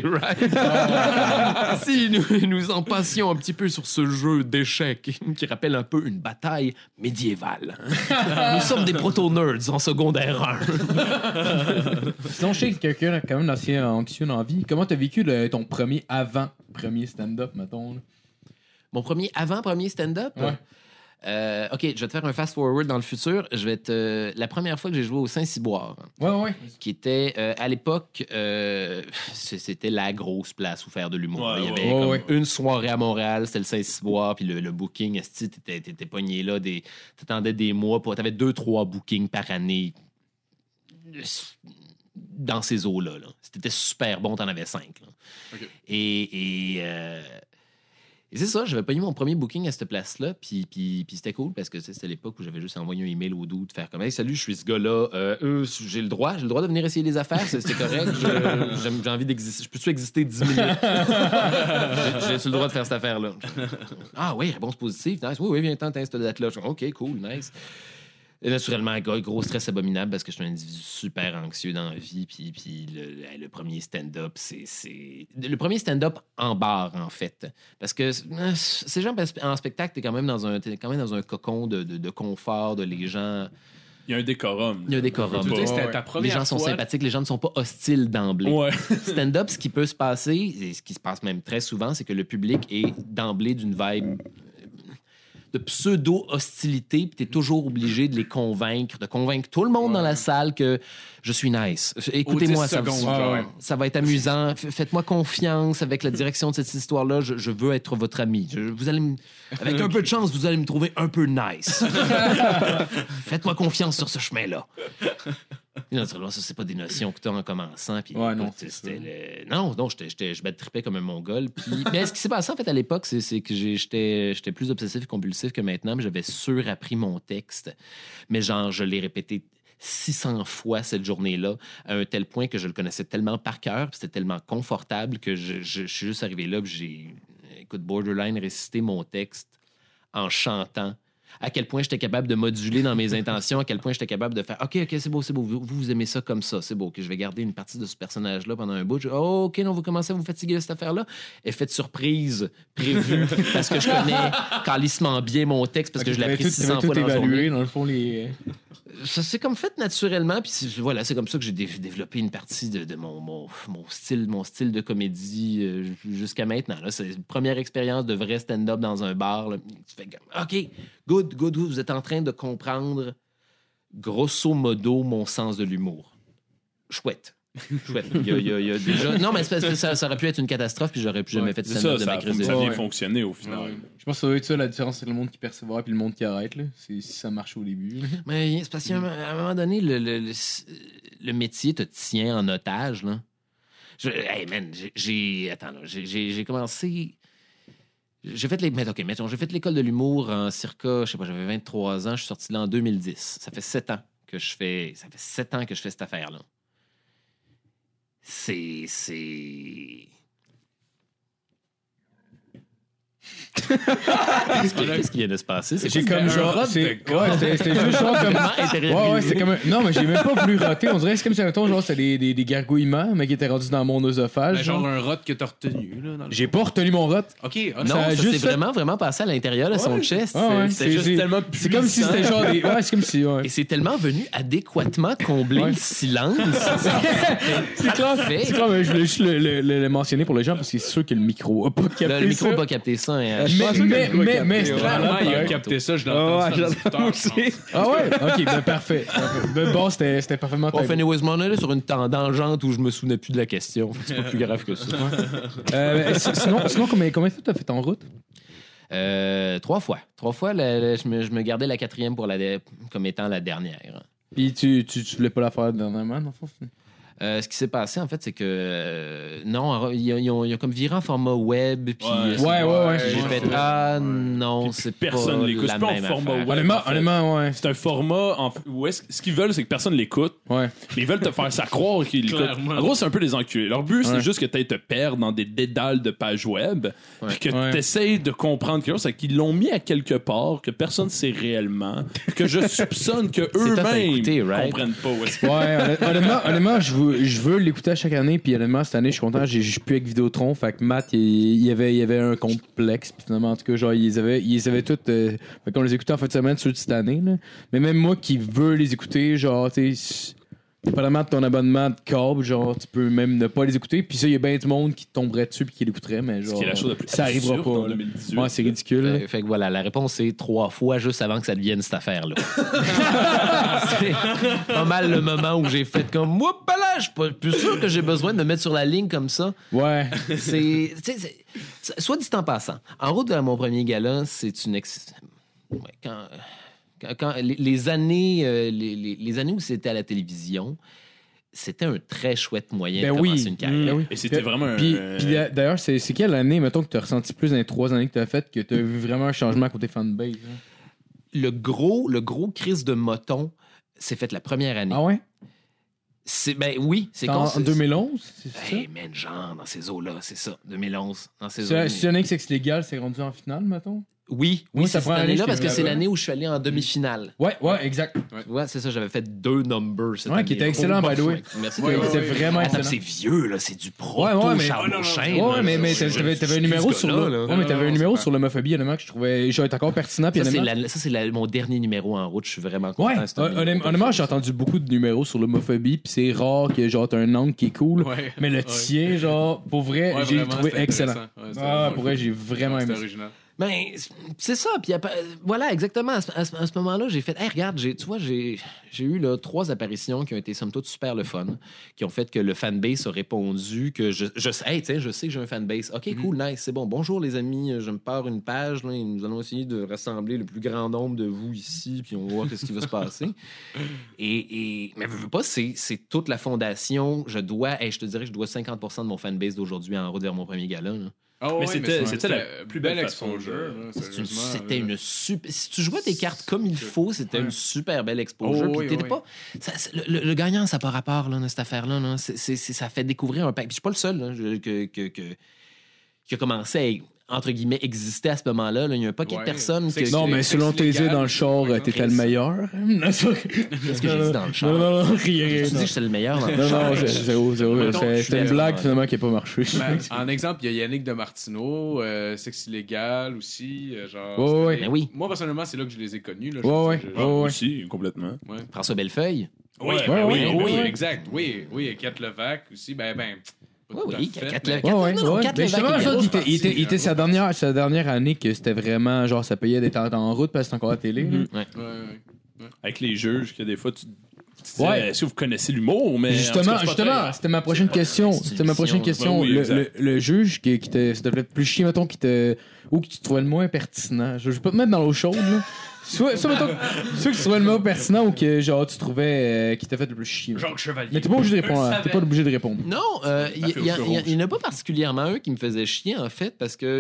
right? Si nous en passions un petit peu sur ce jeu d'échecs qui rappelle un peu une bataille médiévale. Nous sommes des proto-nerds en secondaire 1. Sinon, je sais que quelqu'un quand même assez anxieux dans la vie. Comment t'as vécu ton premier stand-up, mettons? Là? Mon premier stand-up? Ouais. OK, je vais te faire un fast-forward dans le futur. La première fois que j'ai joué au Saint-Cyboire, Ouais. qui était, à l'époque, c'était la grosse place où faire de l'humour. Ouais, Il y avait ouais. une soirée à Montréal, c'était le Saint-Cyboire, puis le booking, t'étais pogné là, t'attendais des mois, t'avais 2-3 bookings par année dans ces eaux-là. Là. C'était super bon, t'en avais 5. Là. OK. Et c'est ça, j'avais pogné mon premier booking à cette place-là, puis c'était cool parce que c'était l'époque où j'avais juste envoyé un email au dude, faire comme hey, salut, je suis ce gars-là, j'ai le droit de venir essayer les affaires, c'est correct, j'ai envie d'exister, je peux-tu exister 10 minutes? J'ai-tu le droit de faire cette affaire-là? Ah oui, réponse positive, nice, oui, viens-t'en, t'as cette date-là. Je dis, OK, cool, nice. Et naturellement, gros stress abominable parce que je suis un individu super anxieux dans la vie. Puis le premier stand-up, c'est le premier stand-up en bar, en fait. Parce que ces gens en spectacle, t'es quand même dans un cocon de confort, de les gens. Il y a un décorum. Il y a un décorum. Tu veux dire que c'était ta Les première gens sont fois? sympathiques, les gens ne sont pas hostiles d'emblée. Ouais. Stand-up, ce qui peut se passer, et ce qui se passe même très souvent, c'est que le public est d'emblée d'une vibe de pseudo-hostilité, puis t'es toujours obligé de convaincre tout le monde dans la salle que je suis nice. Écoutez-moi, ça va être amusant. Faites-moi confiance avec la direction de cette histoire-là. Je veux être votre ami. Avec un peu de chance, vous allez me trouver un peu nice. Faites-moi confiance sur ce chemin-là. Et naturellement, ça, c'est pas des notions que tu as en commençant. Puis, Ouais, non, écoute, je bad-trippais comme un mongol. Mais ce qui s'est passé, en fait, à l'époque, c'est que j'étais plus obsessif et compulsif que maintenant, mais j'avais surappris mon texte. Mais genre, je l'ai répété 600 fois cette journée-là, à un tel point que je le connaissais tellement par cœur, puis c'était tellement confortable que je suis juste arrivé là, puis j'ai, borderline récité mon texte en chantant. à quel point j'étais capable de moduler dans mes intentions, à quel point j'étais capable de faire OK, c'est beau. Vous aimez ça comme ça, c'est beau. Que je vais garder une partie de ce personnage-là pendant un bout. OK, non, vous commencez à vous fatiguer de cette affaire-là. Effet de surprise prévu parce que je connais calissement bien mon texte, parce que je l'apprécie 100 fois dans la journée. Dans le fond, Ça s'est comme fait naturellement, puis voilà, c'est comme ça que j'ai développé une partie de mon style de comédie jusqu'à maintenant. Là, c'est la première expérience de vrai stand-up dans un bar. Là. Tu fais OK, good, vous êtes en train de comprendre grosso modo mon sens de l'humour. Chouette. Il y a déjà... Non, mais ça aurait pu être une catastrophe, puis j'aurais plus jamais fait de stand-up de ma crise. Ça a bien fonctionné au final. Ouais. Je pense que ça doit être ça la différence entre le monde qui persévère et le monde qui arrête. Là. C'est si ça marche au début. Là. Mais c'est parce qu'à un moment donné, le métier te tient en otage. Là. Hey man, j'ai commencé... J'ai fait j'ai fait l'école de l'humour en circa, je sais pas, j'avais 23 ans, je suis sorti là en 2010. Ça fait 7 ans que je fais cette affaire-là. C'est... Qu'est-ce qui vient de se passer? J'ai comme genre. C'était juste genre comme. Ouais, c'était comme. Non, mais j'ai même pas voulu roter. On dirait que c'est comme si, mettons, genre, c'était des gargouillements, mais qui étaient rendus dans mon oesophage. Genre un rot que t'as retenu. Là, j'ai pas retenu mon rot. OK. Non, ça s'est vraiment passé à l'intérieur de son chest. C'est juste tellement. C'est comme si c'était genre des. Ouais, c'est comme si. Ouais. Et c'est tellement venu adéquatement combler le silence. C'est clair. C'est clair, mais je voulais juste le mentionner pour les gens parce que c'est sûr que le micro a pas capté ça. Le micro n'a pas capté ça. Mais clairement, il a capté ça, je l'ai entendu aussi. Ah ouais? OK, ben parfait. Ben bon, c'était parfaitement bon, anyways, m'en allais sur une tangente où je me souvenais plus de la question. C'est pas plus grave que ça. Sinon combien de fois t'as fait en route? 3 fois. 3 fois, je me gardais la 4e comme étant la dernière. Puis tu voulais pas la faire dernièrement, dans le fond? Ce qui s'est passé, en fait, c'est que non, ils ont comme viré en format web. Puis ouais. J'ai fait non, c'est pas personne l'écoute. C'est pas en format web. Honnêtement, ouais. C'est un format où ce qu'ils veulent, c'est que personne l'écoute. Ouais. Ils veulent te faire ça croire qu'ils l'écoutent. En gros, c'est un peu des enculés. Leur but, c'est juste que tu ailles te perdre dans des dédales de pages web, puis que tu essayes de comprendre quelque chose, c'est qu'ils l'ont mis à quelque part que personne sait réellement, que je soupçonne que eux-mêmes comprennent pas. Ouais, honnêtement, je veux l'écouter à chaque année, puis honnêtement, cette année, je suis content, j'ai plus avec Vidéotron, fait que Matt, il y avait un complexe, puis finalement, en tout cas, genre, ils avaient tout, fait qu'on les écoutait en fin de semaine, ceux de cette année, là. Mais même moi qui veux les écouter, genre, tu sais, dépendamment de ton abonnement de câble, genre, tu peux même ne pas les écouter, puis ça, il y a bien du monde qui tomberait dessus puis qui l'écouterait, mais genre, ça arrivera pas. Ouais, c'est ridicule. Fait que voilà, la réponse c'est 3 fois juste avant que ça devienne cette affaire-là. C'est pas mal le moment où j'ai fait comme, moi, là, je suis pas plus sûr que j'ai besoin de me mettre sur la ligne comme ça. Ouais. Soit dit en passant, en route de mon premier gala, c'est une quand les années où c'était à la télévision, c'était un très chouette moyen de commencer une carrière. Oui. Et c'était vraiment Puis d'ailleurs, c'est quelle année, mettons, que tu as ressenti plus dans les 3 années que tu as faites, que tu as vu vraiment un changement côté fanbase? Hein? Le gros crise de moton s'est fait la première année. Ah ouais? Oui, c'est en 2011, c'est ça? Hey, man, genre, dans ces eaux-là, c'est ça, 2011. Dans ces eaux-là. C'est un sexe légal, c'est rendu en finale, mettons? Oui, c'est cette année-là parce que c'est l'année où je suis allé en demi-finale. Ouais, exact. Ouais, c'est ça, j'avais fait 2 numbers cette année. Qui était excellent, by the way. Merci. C'était vraiment excellent. C'est vieux, là, c'est du proto Charles Beauchesne. Ouais, mais t'avais un numéro sur t'avais un numéro sur l'homophobie, honnêtement, que je trouvais encore pertinent. Ça, c'est mon dernier numéro en route, je suis vraiment content. Honnêtement, j'ai entendu beaucoup de numéros sur l'homophobie, puis c'est rare que genre t'as un angle qui est cool, mais le tien, genre, pour vrai, j'ai trouvé excellent. Pour vrai, j'ai vraiment aimé. Ben, c'est ça. Puis voilà, exactement. À ce moment-là, j'ai fait, hey, regarde, tu vois, j'ai eu là, 3 apparitions qui ont été, somme toute, super le fun, qui ont fait que le fanbase a répondu que je sais que j'ai un fanbase. OK, cool, nice, c'est bon. Bonjour, les amis, je me pars une page. Là, et nous allons essayer de rassembler le plus grand nombre de vous ici, puis on va voir ce qui va se passer. Mais veux pas, c'est toute la fondation. Je te dirais que je dois 50% de mon fanbase d'aujourd'hui en route vers mon premier gala. Là. Oh, mais c'était la plus belle exposure. C'était une super. Si tu jouais tes cartes comme il faut, c'était une super belle exposure. Pas. Le gagnant, ça n'a pas rapport là, dans cette affaire-là. Là. Ça fait découvrir un pack. Je suis pas le seul là, qui a commencé entre guillemets, existait à ce moment-là. Là. Il y a un paquet de personnes C'est que... Non, mais selon tes yeux dans le char, t'étais le meilleur. Qu'est-ce que j'ai dit dans le char? Non, rien. Tu dis que j'étais le meilleur dans le Non, char. zéro. Mettons, C'était une blague finalement qui n'a pas marché. Ben, en exemple, il y a Yannick de Martineau, Sexe illégal aussi. Genre, Ouais. c'était- Ben oui. Moi, personnellement, c'est là que je les ai connus. Là, Ouais. Aussi, complètement. François Bellefeuille. Oui, exact. Oui, Kat Levac aussi. Ben. pas tout à Oui, fait, Kat mais- Levac. Non, Kat Mais Levac, justement, il genre, est il était sa dernière année que c'était vraiment genre ça payait d'être en route parce que c'était encore à la télé. là. Ouais. Avec les juges, que des fois, tu dis, Ouais. est-ce que vous connaissez l'humour? Mais Justement, en tout cas, c'est pas c'était ma prochaine question. C'était ma prochaine question. Oui, exact. Le juge qui te fait plus chier, mettons, ou que tu trouvais le moins pertinent. Je vais pas te mettre dans l'eau chaude, là. Soit mettons, soit que tu trouvais le moins pertinent ou que genre tu trouvais qui t'a fait le plus chier. Jacques Chevalier. Mais t'es pas obligé de répondre. T'es pas obligé de répondre. Non, il n'y en a pas particulièrement un qui me faisait chier, en fait, parce que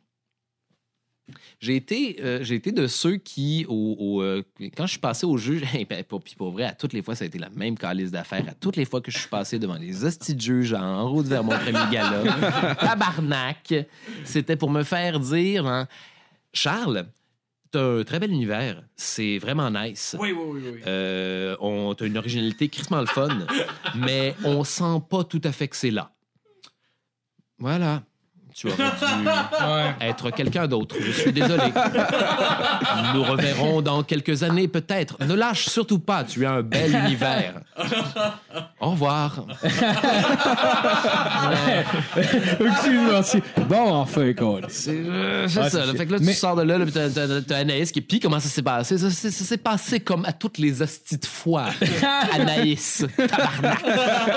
j'ai été de ceux qui, quand je suis passé au juge, puis pour vrai, à toutes les fois, ça a été la même calice d'affaires. À toutes les fois que je suis passé devant les hosties de juges en route vers mon premier gala, tabarnak, c'était pour me faire dire, hein, Charles, t'as un très bel univers, c'est vraiment nice. Oui. T'as une originalité crissement le fun, mais on sent pas tout à fait que c'est là. Voilà. Tu aurais dû être quelqu'un d'autre. Je suis désolé. Nous nous reverrons dans quelques années, peut-être. Ne lâche surtout pas. Tu as un bel univers. Au revoir. Merci. Bon, enfin, quoi. C'est Ouais, ça. c'est Là. shit. Fait que là, Mais- tu sors de là, puis t'as Anaïs qui... Puis comment ça s'est passé? Ça s'est passé comme à toutes les hosties de fois. Anaïs. Tabarnak.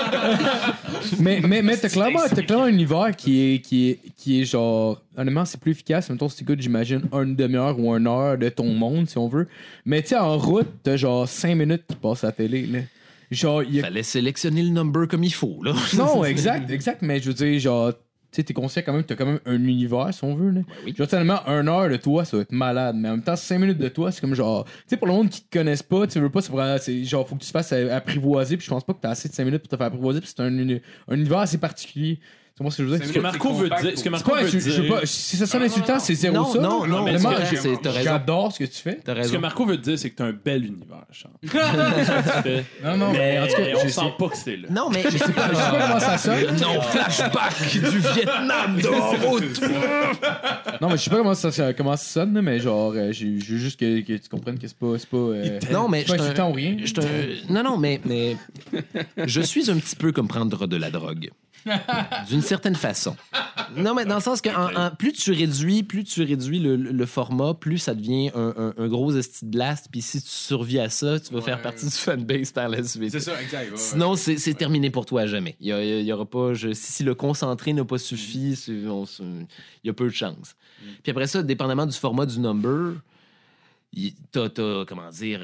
Mais t'as clairement un univers qui est genre. Honnêtement, c'est plus efficace. Mettons, si t'écoutes, j'imagine, une demi-heure ou 1 heure de ton monde, si on veut. Mais tu sais, en route, t'as genre 5 minutes qui passent à la télé. Là. Genre, il y a. Fallait sélectionner le number comme il faut, là. Non, exact. Mais je veux dire, genre. Tu sais, t'es conscient quand même que t'as quand même un univers, si on veut. Là. oui. Genre, tellement 1 heure de toi, ça va être malade. Mais en même temps, 5 minutes de toi, c'est comme genre. Tu sais, pour le monde qui te connaisse pas, tu veux pas, c'est genre, faut que tu te fasses apprivoiser. Puis je pense pas que t'as assez de 5 minutes pour te faire apprivoiser. Puis c'est un univers assez particulier. C'est moi ce que je veux dire. Ce que Marco veut dire, C'est pas, je veux pas, si ça sonne insultant, c'est zéro Non, ça. non, non, mais mais moi, c'est vrai, t'as raison. j'adore ce que tu fais. T'as Ce que raison. Marco veut dire, c'est que t'as un bel univers, Charles. Non, mais en tout cas, on je sent sais pas que c'est là. Non, mais... je sais pas comment ça sonne. Non, flashback du Vietnam de route. Non, mais je sais pas comment ça sonne, là, mais genre, je veux juste que tu comprennes que c'est pas Non, mais c'est pas insultant ou rien. Non, mais je suis un petit peu comme prendre de la drogue. D'une certaine façon. Non, mais dans le sens que plus tu réduis le format, plus ça devient un gros esti de blast. Puis si tu survis à ça, tu vas faire partie du fanbase par la suite. C'est ça, exact. Sinon, c'est terminé pour toi à jamais. Il y aura pas. Si le concentré n'a pas suffi, il y a peu de chance. Puis après ça, dépendamment du format du number, t'as comment dire,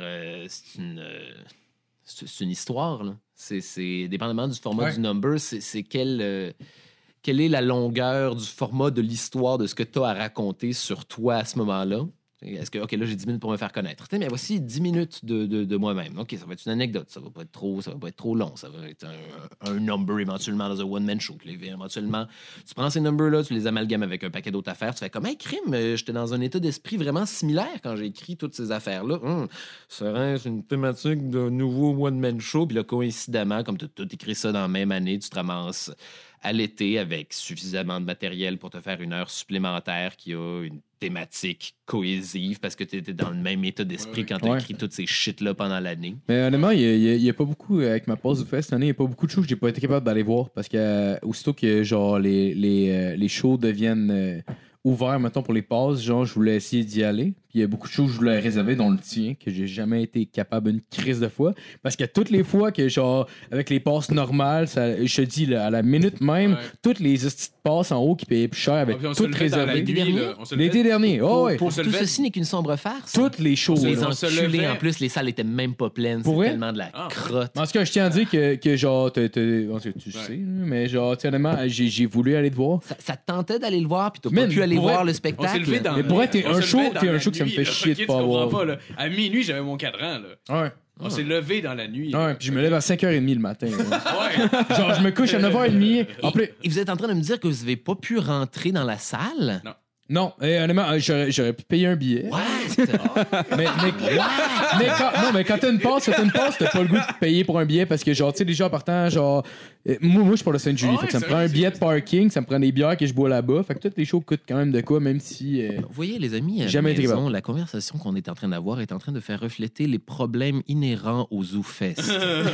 c'est une histoire, là. C'est dépendamment du format du number, c'est quelle est la longueur du format de l'histoire de ce que tu as à raconter sur toi à ce moment-là. Est-ce que, OK, là, j'ai 10 minutes pour me faire connaître. Mais voici 10 minutes de moi-même. OK, ça va être une anecdote. Ça va pas être trop long. Ça va être un number éventuellement dans un one-man show. Puis éventuellement, tu prends ces numbers-là, tu les amalgames avec un paquet d'autres affaires. Tu fais comme, hey, crime, j'étais dans un état d'esprit vraiment similaire quand j'ai écrit toutes ces affaires-là. Serait-ce une thématique de nouveau one-man show? Puis là, coïncidemment, comme tu as tout écrit ça dans la même année, tu te ramasses à l'été avec suffisamment de matériel pour te faire une heure supplémentaire qui a une thématique cohésive parce que tu étais dans le même état d'esprit quand tu as écrit toutes ces shit-là pendant l'année. Mais honnêtement, il y a pas beaucoup, avec ma pause du fest cette année, il n'y a pas beaucoup de shows que j'ai pas été capable d'aller voir parce que aussitôt que genre les shows deviennent ouverts, mettons, pour les passes, genre je voulais essayer d'y aller. Puis il y a beaucoup de choses que je voulais réserver, dont le tien, que j'ai jamais été capable une crise de fois. Parce que toutes les fois que, genre, avec les passes normales, ça, je te dis, là, à la minute même, toutes les petites passes en haut qui payaient plus cher avec toutes réservées. L'été dernier, oh ouais. Tout ceci n'est qu'une sombre farce. Toutes les shows. Les là. enculés, en plus, les salles étaient même pas pleines. Pour C'est vrai? tellement de la crotte. En tout cas, je tiens à dire que genre, tu sais, mais genre, honnêtement, j'ai voulu aller te voir. Ça te tentait d'aller le voir, puis t'as Man, pas pu aller pour vrai, voir le On s'est spectacle. levé dans Mais pour être, t'es un show que ça me fait chier de pas avoir. Pas, là. À minuit, j'avais mon cadran. Là. Ouais. On s'est levé dans la nuit. Ouais, puis je me lève à 5h30 le matin. là. Ouais. Genre, je me couche à 9h30. En plus, Et vous êtes en train de me dire que vous avez pas pu rentrer dans la salle? Non. Non, honnêtement, j'aurais pu payer un billet. What? mais quand t'as une passe, t'as pas le goût de payer pour un billet parce que, genre, tu sais, déjà en partant, genre, moi, je suis pour le Saint-Julie. Fait que ça me prend un billet de parking, ça me prend des bières que je bois là-bas. Fait que toutes les shows coûtent quand même de quoi, même si. Vous voyez, les amis, à Jamais la maison, été la conversation qu'on est en train d'avoir est en train de faire refléter les problèmes inhérents au ZooFest.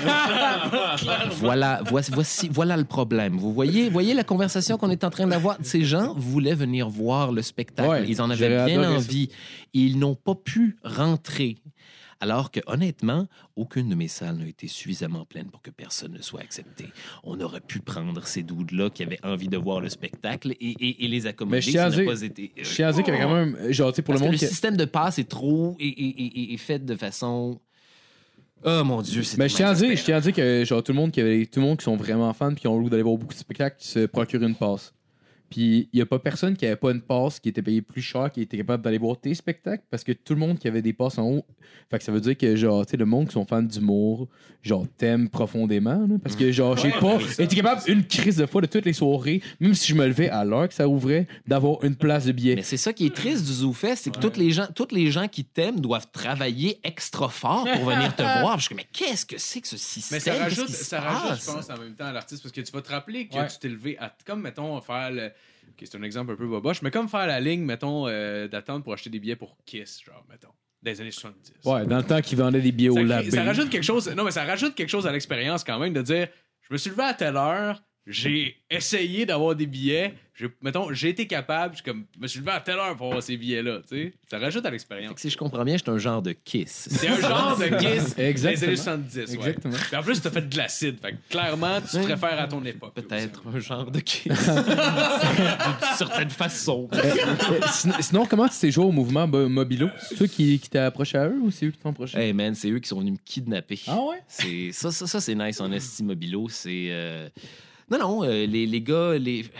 voilà le problème. Vous voyez la conversation qu'on est en train d'avoir. Ces gens voulaient venir voir le spectacle. Ouais, ils en avaient bien envie. Ils n'ont pas pu rentrer. Alors que, honnêtement, aucune de mes salles n'a été suffisamment pleine pour que personne ne soit accepté. On aurait pu prendre ces dudes-là qui avaient envie de voir le spectacle et les accommoder. Mais je tiens à dire pas été... qu'il y a quand même, genre, tu sais, pour Parce le monde. que le système de passe est trop... est fait de façon... Oh mon Dieu, c'est... Mais je tiens à dire que, genre, tout le monde qui sont vraiment fans puis qui ont le goût d'aller voir beaucoup de spectacles qui se procurent une passe. Puis il n'y a pas personne qui avait pas une passe qui était payé plus cher, qui était capable d'aller voir tes spectacles parce que tout le monde qui avait des passes en haut. Fait que ça veut dire que, genre, tu sais, le monde qui sont fans d'humour, genre, t'aime profondément. Là, parce que, genre, j'ai pas été capable une crise de fois de toutes les soirées, même si je me levais à l'heure que ça ouvrait, d'avoir une place de billet. Mais c'est ça qui est triste du ZooFest, c'est que tous les gens qui t'aiment doivent travailler extra fort pour venir te voir. Je suis comme, mais qu'est-ce que c'est que ce système? Mais ça rajoute, passe? je pense, en même temps à l'artiste, parce que tu vas te rappeler que tu t'es levé à, comme, mettons, faire le... Okay, c'est un exemple un peu boboche, mais comme faire la ligne, mettons, d'attente pour acheter des billets pour Kiss, genre, mettons, des années 70. Ouais, dans le temps qu'ils vendaient des billets au labé. Ça rajoute quelque chose, non, mais ça rajoute quelque chose à l'expérience quand même de dire, je me suis levé à telle heure, j'ai essayé d'avoir des billets, j'ai été capable, je me suis levé à telle heure pour avoir ces billets-là, tu sais. Ça rajoute à l'expérience. Si je comprends bien, je suis un genre de Kiss. C'est un genre de Kiss des années Exactement. 70, ouais. Exactement. Puis en plus, t'as fait de l'acide, fait que clairement, tu préfères à ton époque. Peut-être un genre de Kiss. D'une certaine façon. Sinon, comment tu t'es joué au mouvement Mobilo? C'est toi qui t'es approché à eux ou c'est eux qui t'ont approché? Hey man, c'est eux qui sont venus me kidnapper. Ah ouais? C'est ça c'est nice en esti Mobilo. C'est non, les gars,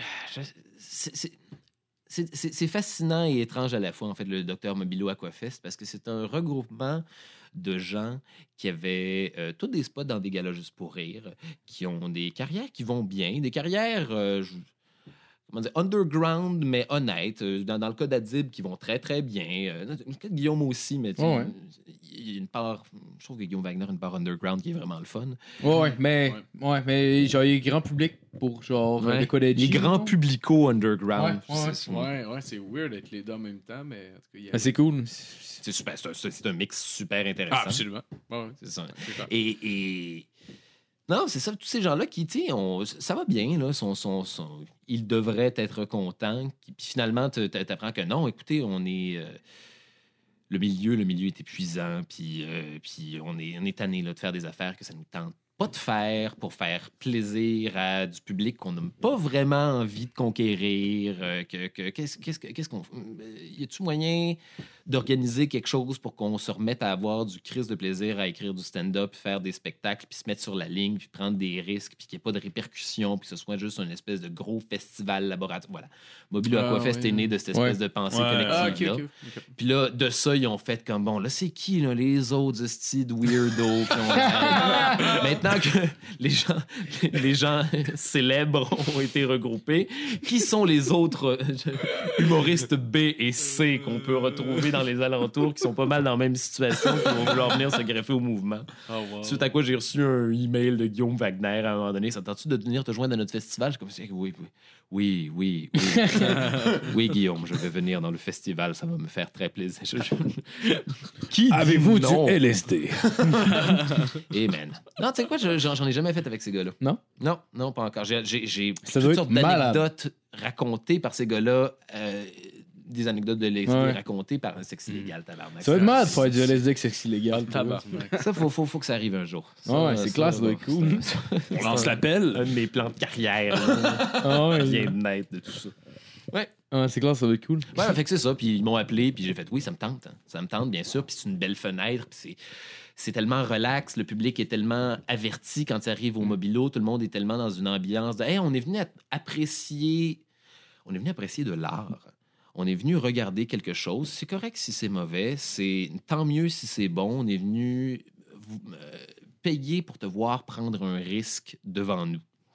c'est fascinant et étrange à la fois, en fait, le Dr Mobilo Aquafest, parce que c'est un regroupement de gens qui avaient tous des spots dans des galas juste pour rire, qui ont des carrières qui vont bien, des carrières... comment dire, underground, mais honnête. Dans le cas d'Adib, qui vont très, très bien. Dans le cas de Guillaume aussi, mais tu sais, il y a une part... Je trouve que Guillaume Wagner a une part underground qui est vraiment le fun. Mais genre, il y a grand public pour genre le cas d'Edgy. Les grands publico-underground. Ouais, c'est weird d'être les deux en même temps, mais en tout cas, il y a... C'est cool. C'est super, c'est un mix super intéressant. Ah, absolument. Ouais, C'est ça. c'est clair. Et non, c'est ça, tous ces gens-là qui, tu sais, ça va bien, là, ils devraient être contents. Puis finalement, tu apprends que non, écoutez, on est... le milieu est épuisant, puis on est tanné là, de faire des affaires que ça nous tente pas de faire pour faire plaisir à du public qu'on n'a pas vraiment envie de conquérir. Qu'est-ce qu'on... Y a-tu moyen d'organiser quelque chose pour qu'on se remette à avoir du crise de plaisir à écrire du stand-up, faire des spectacles, puis se mettre sur la ligne, puis prendre des risques, puis qu'il n'y ait pas de répercussions, puis que ce soit juste une espèce de gros festival laboratoire. Voilà. Mobilo Aquafest est né de cette espèce de pensée collective-là. Okay. Puis là, de ça, ils ont fait comme, bon, là, c'est qui, là, les autres hosties de weirdos? Maintenant que les gens célèbres ont été regroupés, qui sont les autres humoristes B et C qu'on peut retrouver dans les alentours, qui sont pas mal dans la même situation, qui vont vouloir venir se greffer au mouvement? Suite à quoi j'ai reçu un email de Guillaume Wagner à un moment donné. Ça tente-tu de venir te joindre à notre festival? Je suis comme, oui. Oui, Guillaume, je vais venir dans le festival. Ça va me faire très plaisir. Qui avez-vous dit du non? LSD? Amen. Non, tu sais quoi, j'en ai jamais fait avec ces gars-là. Non? Non, pas encore. J'ai Ça doit toutes être sortes malade. d'anecdotes racontées par ces gars-là. Des anecdotes de LSD racontées par un sexe illégal, tabarnak. Ça va être mal de faire du LSD avec sexe illégal. Ça, faut que ça arrive un jour. C'est clair, ça doit être cool. On lance l'appel. Un de mes plans de carrière là, vient de naître de tout ça. C'est clair, ça doit être cool. Ouais, fait que c'est ça. Puis ils m'ont appelé, puis j'ai fait oui, ça me tente. Ça me tente, bien sûr. Puis c'est une belle fenêtre. Puis c'est tellement relax. Le public est tellement averti quand ça arrive au Mobilo. Tout le monde est tellement dans une ambiance de hey, on est venu apprécier de l'art. On est venu regarder quelque chose. C'est correct si c'est mauvais. C'est tant mieux si c'est bon. On est venu payer pour te voir prendre un risque devant nous.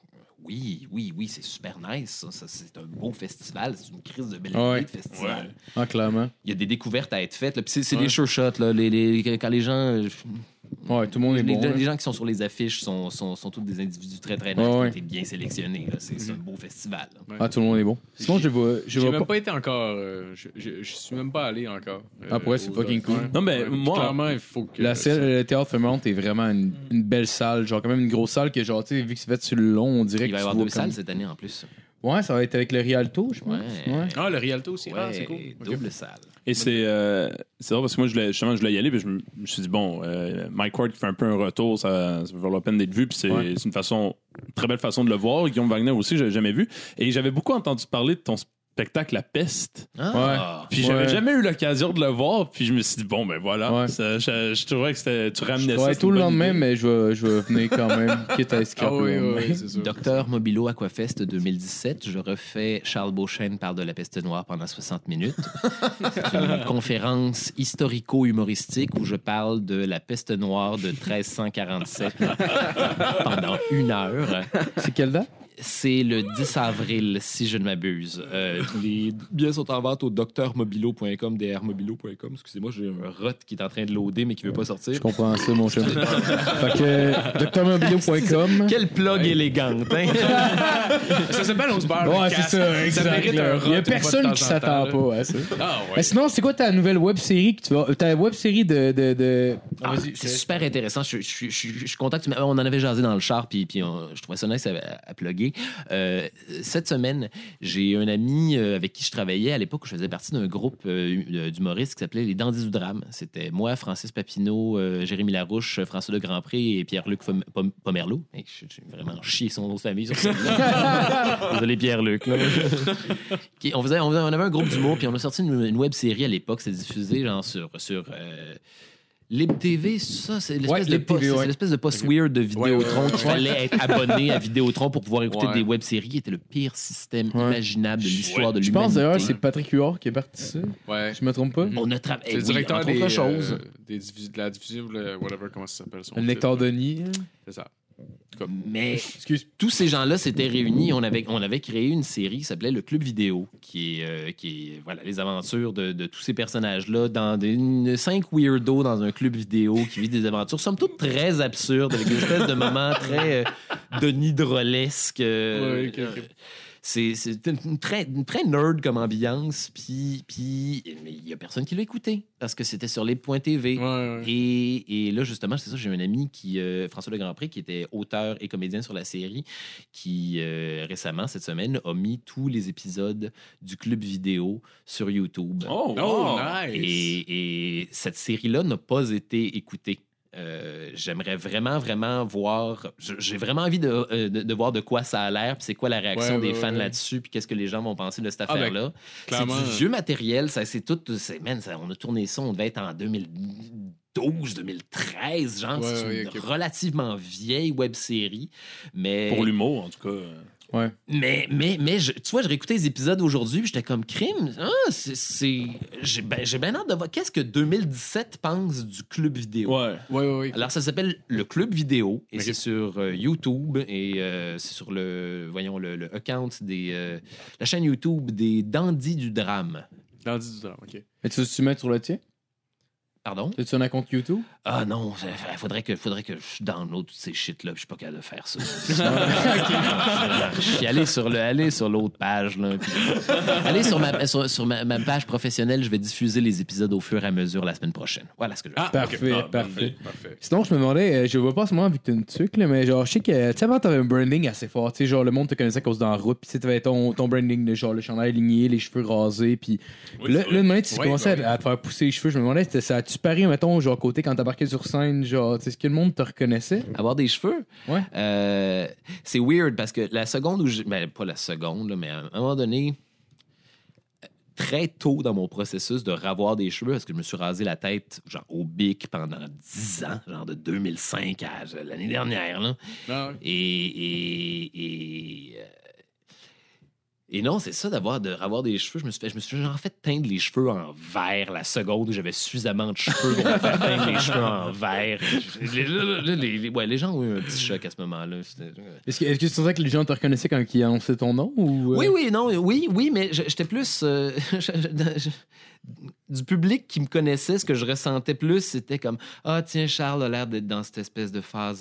Oui, c'est super nice. Ça, c'est un beau festival. C'est une crise de belle Ouais. idée de festival. Ah, clairement. Il y a des découvertes à être faites. Là. Puis c'est des sure shots. Là. Quand les gens... Ouais, tout le monde est bon. Les gens qui sont sur les affiches sont tous des individus très, très nice qui ont été bien sélectionnés. Là. C'est un beau festival. Là. Ah, tout le monde est bon. Sinon, je J'ai vois même pas. pas été encore. Je suis même pas allé encore. Ah, pour vrai, c'est fucking cool. Non, mais moi- Clairement, il faut que. Le théâtre Fairmount est vraiment une belle salle. Genre, quand même une grosse salle que, genre, tu sais, vu que c'est fait sur le long, on dirait Il va y que tu avoir vois 2 comme- salles cette année en plus. Ouais, ça va être avec le Rialto, je pense. Ouais. Ah, le Rialto aussi. Ah, Ouais, c'est cool. Ok. double salle. Et c'est drôle parce que moi, je voulais y aller, puis je me suis dit, bon, Mike Ward qui fait un peu un retour, ça vaut la peine d'être vu, puis c'est une très belle façon de le voir. Guillaume Wagner aussi, j'avais jamais vu. Et j'avais beaucoup entendu parler de ton spectacle La Peste. Ah. Puis j'avais jamais eu l'occasion de le voir, puis je me suis dit, bon, ben voilà. Ouais. Je trouvais que tu ramenais Je ça. vais c'est tout une le bonne lendemain, idée. mais je vais venir quand même, quitte à Ah escaper. oui, c'est sûr. Docteur Mobilo Aquafest 2017, je refais Charles Beauchesne parle de la peste noire pendant 60 minutes. C'est une conférence historico-humoristique où je parle de la peste noire de 1347 pendant 1 heure. C'est quelle date? C'est le 10 avril, si je ne m'abuse. Les billets sont en vente au drmobilo.com, drmobilo.com. Excusez-moi, j'ai un rot qui est en train de loader, mais qui ne veut pas sortir. Je comprends ça, mon chum. Fait que, drmobilo.com. Quel plug élégante, hein? Ça s'appelle On se barre. Ouais, le c'est casque. ça, exact. mérite là. un Il y a rot, personne une qui fois de temps en s'attend temps, pas à ça. Ah, Mais ouais. sinon, c'est quoi ta nouvelle web série que tu vas. Ta web série de... Ah, c'est super intéressant. Je suis content que tu on en avait jasé dans le char, puis je trouvais ça nice à plugger. Cette semaine, j'ai un ami avec qui je travaillais à l'époque où je faisais partie d'un groupe d'humoristes qui s'appelait Les Dandys du Drame. C'était moi, Francis Papineau, Jérémy Larouche, François de Grandpré et Pierre-Luc Pomerleau. Hey, j'ai vraiment chié son nom de famille sur ça. Désolé, Pierre-Luc. là. On avait un groupe d'humour, puis on a sorti une web série à l'époque. C'est diffusé genre sur Lib TV, ça, c'est l'espèce, Ouais, de Lib post, TV, ouais. c'est l'espèce de post weird de Vidéotron Ouais. qu'il fallait être abonné à Vidéotron pour pouvoir écouter Ouais. des web-séries qui était le pire système Ouais. imaginable de l'histoire de Je l'humanité. pense d'ailleurs c'est Patrick Huard qui est parti ça. Ouais. Je me trompe pas? On a travaillé. C'est le directeur entre autres choses. de la diffusion, whatever, comment ça s'appelle. son Le Nectar titre. Denis. C'est ça. Mais Excuse. tous ces gens-là s'étaient réunis. On avait créé une série qui s'appelait Le Club Vidéo, qui est voilà, les aventures de tous ces personnages-là dans 5 weirdos dans un club vidéo qui vivent des aventures, somme toute très absurdes, avec des espèces de moments très Denis Drôlesque. Ouais, ok. C'est une très nerd comme ambiance, puis mais il y a personne qui l'a écouté parce que c'était sur lib.tv. Ouais. Et là, justement, c'est ça, j'ai un ami François de Grandpré, qui était auteur et comédien sur la série, qui récemment, cette semaine, a mis tous les épisodes du club vidéo sur YouTube. Oh, Oh, wow. nice. Et cette série-là n'a pas été écoutée. J'aimerais vraiment voir. J'ai vraiment envie de voir de quoi ça a l'air, puis c'est quoi la réaction Ouais, des ouais, fans ouais. là-dessus, puis qu'est-ce que les gens vont penser de cette Ah, ben, affaire-là. C'est clairement. du vieux matériel, c'est tout. On a tourné ça, on devait être en 2012, 2013, genre. Ouais, C'est ouais, une ok. relativement vieille web-série, mais. Pour l'humour, en tout cas. Ouais. Mais tu vois, je réécoutais les épisodes aujourd'hui, puis j'étais comme crime. J'ai bien hâte de voir qu'est-ce que 2017 pense du club vidéo. Ouais. Alors, ça s'appelle le Club Vidéo et Ok. c'est sur YouTube et c'est sur le account la chaîne YouTube des Dandys du Drame. Dans 10 ans, OK. Mais tu veux-tu mettre sur le tien? Pardon? As-tu un compte YouTube? Ah non, il faudrait que je download toutes ces shit-là, puis je suis pas capable de faire ça. Je suis allé sur l'autre page. Là, puis aller sur ma page professionnelle, je vais diffuser les épisodes au fur et à mesure la semaine prochaine. Voilà ce que je vais faire. Parfait, ok. Ah, parfait. Parfait. Sinon, je me demandais, je vois pas en ce moment vu que t'as une tuque, là, mais genre, je sais que, tu sais, avant, t'avais un branding assez fort. Tu sais, genre, le monde te connaissait à cause d'en route, puis tu sais, t'avais ton branding, de genre, le chandail aligné, les cheveux rasés, puis Oui, là, c'est vrai. de manière, tu Ouais, commençais ouais. à te faire pousser les cheveux. Je me demandais, ça a-tu paru, mettons, genre, côté quand t'embarquais sur scène, genre, tu sais, est-ce que le monde te reconnaissait? Avoir des cheveux? Ouais. C'est weird parce que la seconde où pas la seconde, là, mais à un moment donné, très tôt dans mon processus de ravoir des cheveux, parce que je me suis rasé la tête genre au bic pendant 10 ans, genre de 2005 à l'année dernière. Là. Ah, ouais. Et Et non, c'est ça d'avoir des cheveux. Je me suis genre fait teindre les cheveux en vert la seconde où j'avais suffisamment de cheveux pour me faire teindre les cheveux en vert. Les gens ont eu un petit choc à ce moment-là. Est-ce que tu sentais que les gens te reconnaissaient quand ils annonçaient ton nom? Ou, Oui, mais j'étais plus... du public qui me connaissait, ce que je ressentais plus, c'était comme « Ah, tiens, Charles a l'air d'être dans cette espèce de phase-là. »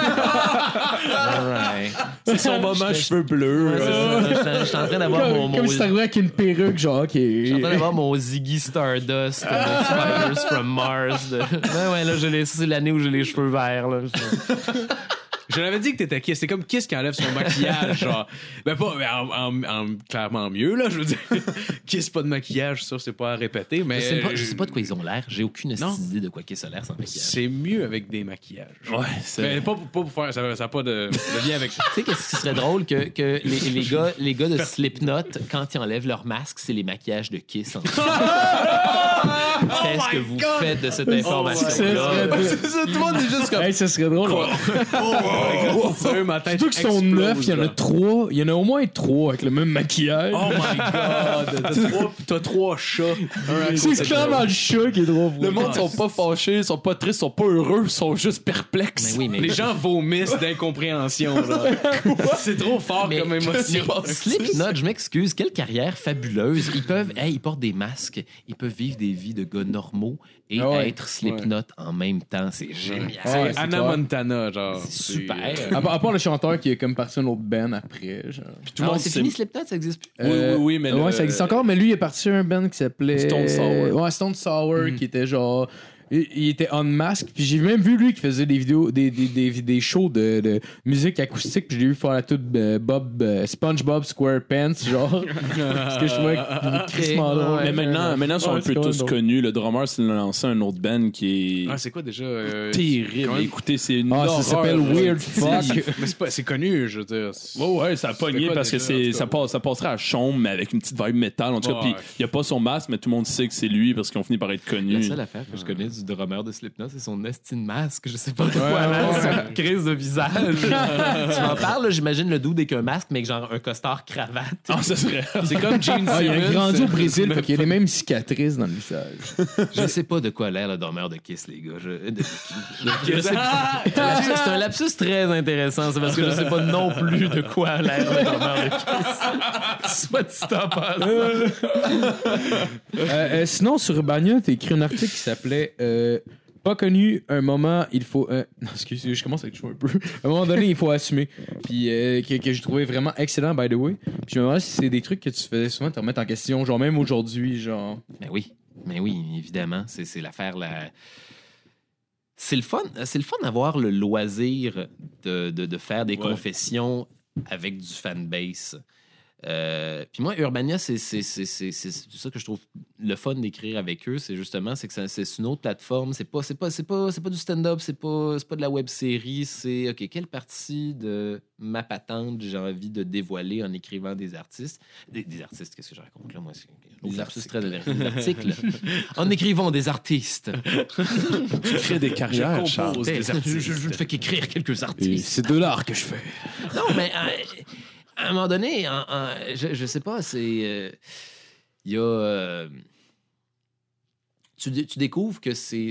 Right. C'est son moment cheveux bleus. Je suis en train d'avoir comme si t'arrivais avec une perruque, genre, OK. Je suis en train d'avoir mon Ziggy Stardust de Spiders from Mars. Ouais, là, c'est l'année où j'ai les cheveux verts. Là. Je l'avais dit que t'étais Kiss. C'est comme Kiss qui enlève son maquillage, genre. Ben, pas, en clairement mieux, là. Je veux dire, Kiss, pas de maquillage, ça, c'est pas à répéter, mais. Je sais pas de quoi ils ont l'air. J'ai aucune idée de quoi Kiss a l'air sans maquillage. C'est mieux avec des maquillages. Ouais, Mais pas pour faire. Ça n'a pas de lien avec ça. Tu sais, qu'est-ce qui serait drôle que les gars de Slipknot, quand ils enlèvent leur masque, c'est les maquillages de Kiss. Qu'est-ce que vous faites de cette information-là? C'est ça, tout le monde est juste comme. Hey, ça serait drôle. Surtout qu'ils sont 9, il y en a 3. Il y en a au moins 3 avec le même maquillage. Oh my god! T'as 3 chats. C'est clairement le chat qui est drôle. Le monde sont pas fâchés, sont pas tristes, sont pas heureux, sont juste perplexes. Mais Les gens vomissent d'incompréhension. C'est trop fort comme émotion. Slipknot, je m'excuse, quelle carrière fabuleuse. Ils portent des masques, ils peuvent vivre des vies de gars normaux et être Slipknot en même temps. C'est génial. C'est Anna Montana, genre. C'est super. À part le chanteur qui est comme parti un autre band après. Genre. Puis tout le monde, c'est fini Slipknot, ça existe plus? Oui, mais ouais, ça existe encore, mais lui il est parti un band qui s'appelait Stone Sour. Ouais, Stone Sour, qui était genre. Il était unmasked, puis j'ai même vu lui qui faisait des vidéos, des shows de musique acoustique, puis je l'ai vu faire la toute SpongeBob SquarePants, genre. Parce que je trouvais crissement drôle. Mais maintenant, ils sont un peu tous connus. Le drummer s'est lancé un autre band qui est. Ah, c'est quoi déjà? Terrible. Écoutez, c'est une ça s'appelle Weird Fuck. Mais c'est connu, je veux dire. Ouais, ça a pogné parce que ça passerait à Chaume, mais avec une petite vibe métal. En tout cas, puis il n'y a pas son masque, mais tout le monde sait que c'est lui parce qu'ils ont fini par être connus. La seule affaire que je connais du drummer de Slipknot, c'est son estime masque. Je sais pas de quoi, c'est une crise de visage. Tu m'en parles, là, j'imagine le dude avec un masque, mais genre un costard cravate. Ah, ça serait. C'est comme Gene Simmons. Il a grandi au Brésil, fait qu'il y a les mêmes cicatrices dans le visage. Je sais pas de quoi a l'air le drummer de Kiss, les gars. C'est un lapsus très intéressant, c'est parce que je sais pas non plus de quoi a l'air le drummer de Kiss. Soit tu t'en passes. Sinon, sur Urbania, t'as écrit un article qui s'appelait Pas connu, un moment, il faut. Non, excusez, je commence avec le choix un peu. À un moment donné, il faut assumer. Puis que j'ai trouvé vraiment excellent, by the way. Puis je me demandais si c'est des trucs que tu faisais souvent te remettre en question, genre même aujourd'hui, genre. Mais oui, évidemment. C'est l'affaire C'est le fun d'avoir le loisir de faire des confessions avec du fanbase. Puis moi, Urbania, c'est ça que je trouve le fun d'écrire avec eux. C'est justement c'est que c'est une autre plateforme. C'est pas du stand-up, c'est pas de la web série. C'est OK, quelle partie de ma patente j'ai envie de dévoiler en écrivant des artistes. Des artistes, qu'est-ce que je raconte là, moi? Des artistes très des articles. En écrivant des artistes. Tu crées des carrières, Charles. Je ne fais qu'écrire quelques artistes. C'est de l'art que je fais. Non, mais à un moment donné, je sais pas, c'est... Il y a... tu découvres que c'est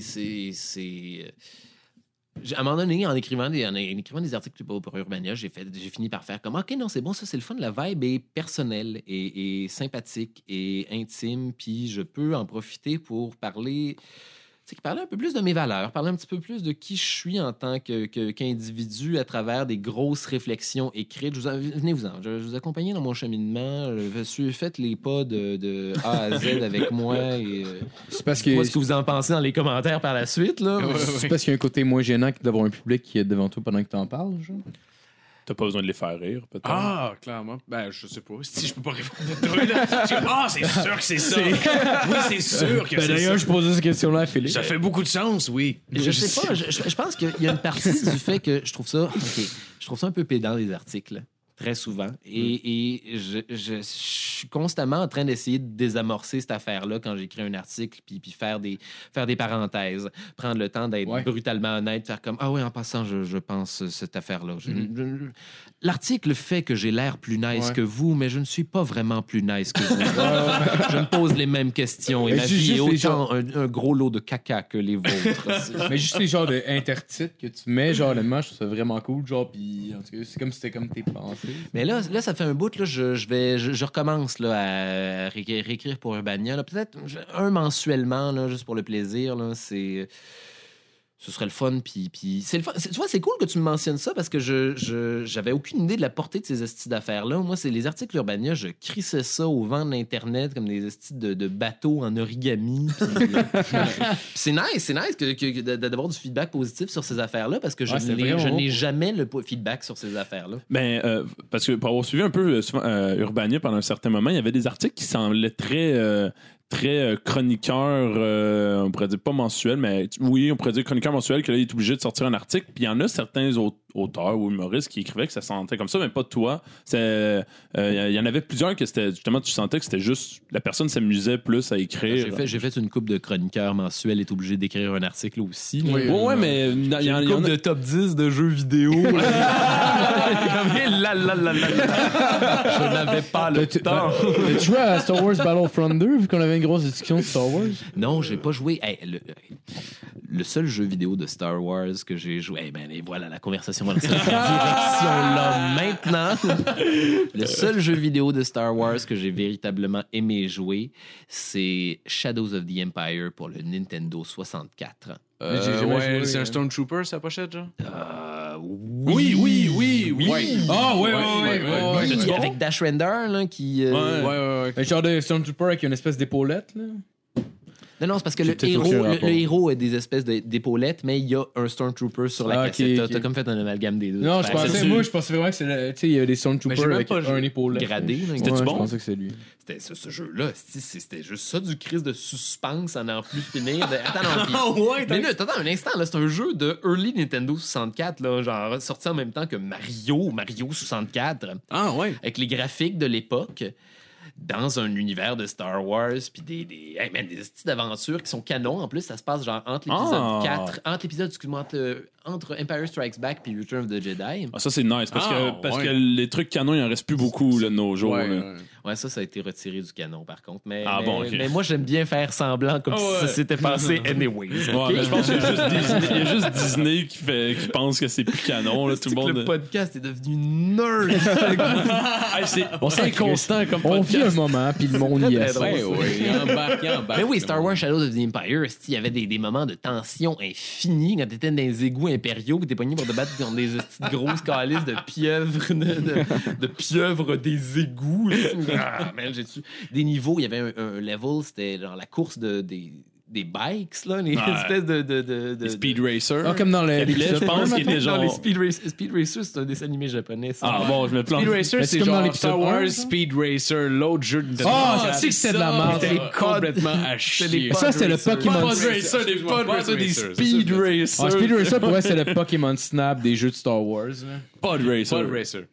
à un moment donné, en écrivant des articles pour Urbania, j'ai fini par faire comme OK, non, c'est bon, ça, c'est le fun. La vibe est personnelle et sympathique et intime, puis je peux en profiter pour parler un peu plus de mes valeurs, parler un petit peu plus de qui je suis en tant qu'individu à travers des grosses réflexions écrites. Venez-vous-en. Je vais vous accompagner dans mon cheminement. Faites les pas de A à Z avec moi. Et, c'est parce que... Moi, ce que vous en pensez dans les commentaires par la suite. Là. C'est parce qu'il y a un côté moins gênant que d'avoir un public qui est devant toi pendant que tu en parles, genre. T'as pas besoin de les faire rire, peut-être. Ah, clairement. Ben, je sais pas. Si je peux pas répondre à toi, là. C'est sûr que c'est ça. Oui, c'est sûr que c'est ça. D'ailleurs, je posais cette question-là à Philippe. Ça fait beaucoup de sens, oui. Je sais pas. Je pense qu'il y a une partie du fait que je trouve ça un peu pédant, les articles. Très souvent. Et je suis constamment en train d'essayer de désamorcer cette affaire-là quand j'écris un article, puis faire des parenthèses, prendre le temps d'être brutalement honnête, faire comme, ah oui, en passant, je pense cette affaire-là. L'article fait que j'ai l'air plus nice que vous, mais je ne suis pas vraiment plus nice que vous. Je me pose les mêmes questions, et ma vie est autant un gros lot de caca que les vôtres. Mais juste les genres d'intertitres que tu mets, genre, honnêtement, je trouve ça vraiment cool, genre, pis en tout cas, c'est comme si c'était comme tes pensées. Mais là, ça fait un bout, là, je recommence là, à réécrire pour Urbania. Là, peut-être un mensuellement, là, juste pour le plaisir. Là, ce serait le fun. Puis c'est le fun. Tu vois, c'est cool que tu me mentionnes ça parce que j'avais aucune idée de la portée de ces estis d'affaires-là. Moi, c'est les articles Urbania, je crissais ça au vent de l'Internet comme des estis de bateaux en origami. C'est nice d'avoir du feedback positif sur ces affaires-là parce que je n'ai jamais le feedback sur ces affaires-là. Ben, parce que pour avoir suivi un peu Urbania pendant un certain moment, il y avait des articles qui semblaient très chroniqueur, on pourrait dire pas mensuel, mais oui, on pourrait dire chroniqueur mensuel, que là, il est obligé de sortir un article. Puis il y en a certains auteurs ou humoristes qui écrivaient que ça sentait comme ça, mais pas toi. Il y en avait plusieurs que c'était justement, tu sentais que c'était juste la personne s'amusait plus à écrire. J'ai fait une couple de chroniqueurs mensuels, est obligé d'écrire un article aussi. Ouais, mais il y en a une couple de top 10 de jeux vidéo. Je n'avais pas le temps. Tu jouais à Star Wars Battlefront 2 vu qu'on avait une grosse discussion de Star Wars? Non, j'ai pas joué. Hey, le seul jeu vidéo de Star Wars que j'ai joué, et voilà, la conversation va dans cette direction-là maintenant. Le seul jeu vidéo de Star Wars que j'ai véritablement aimé jouer, c'est Shadows of the Empire pour le Nintendo 64. C'est un Stormtrooper, sa pochette, genre? Oui. Ah, ouais. Avec Dash Render, là, qui... Un genre de Stormtrooper avec une espèce d'épaulette, là. Non, c'est parce que le héros a des espèces d'épaulettes, mais il y a un Stormtrooper sur la cassette. T'as comme fait un amalgame des deux. Non, je pensais vraiment que c'est tu sais, il y a des Stormtroopers avec un épaulette. Gradé. C'était-tu bon? Je pensais que c'est lui. C'était ce jeu-là, c'était juste ça du crise de suspense à n'en plus finir. Attends un instant, là, c'est un jeu de early Nintendo 64, là, genre sorti en même temps que Mario 64. Ah ouais. Avec les graphiques de l'époque. Dans un univers de Star Wars, puis des styles d'aventure qui sont canons. En plus, ça se passe genre entre l'épisode 4, entre Empire Strikes Back puis Return of the Jedi. Ah, ça, c'est nice, parce que les trucs canons, il en reste plus beaucoup là, de nos jours. Ouais, ça a été retiré du canon, par contre. Mais moi, j'aime bien faire semblant comme si ça s'était passé anyways. Ouais, je pense qu'il y a juste Disney qui pense que c'est plus canon. Là, tout le monde. Le podcast est devenu nerd. C'est inconstant comme podcast. On vit un moment, puis le monde y est. Embarque. Mais oui, Star Wars Shadows of the Empire, il y avait des moments de tension infinie quand t'étais dans des égouts impériaux, que t'es pogné pour te battre dans des grosses calices de pieuvres, de pieuvres des égouts. J'ai-tu des niveaux, il y avait un level, c'était genre la course des bikes, là, les espèces de Speed Racer. Ah, comme dans les je pense qu'il était genre... les Speed Racer, c'est un dessin animé japonais. Ça. Ah bon, je me plante. Speed Racer, c'est genre Star Wars Speed Racer, l'autre jeu de... Ah, c'est que c'était de la merde. C'était complètement à chier. Ça, c'était le Pokémon... Des Speed Racer. Speed Racer, pour moi, c'est le Pokémon Snap des jeux de Star Wars. Pod Racer.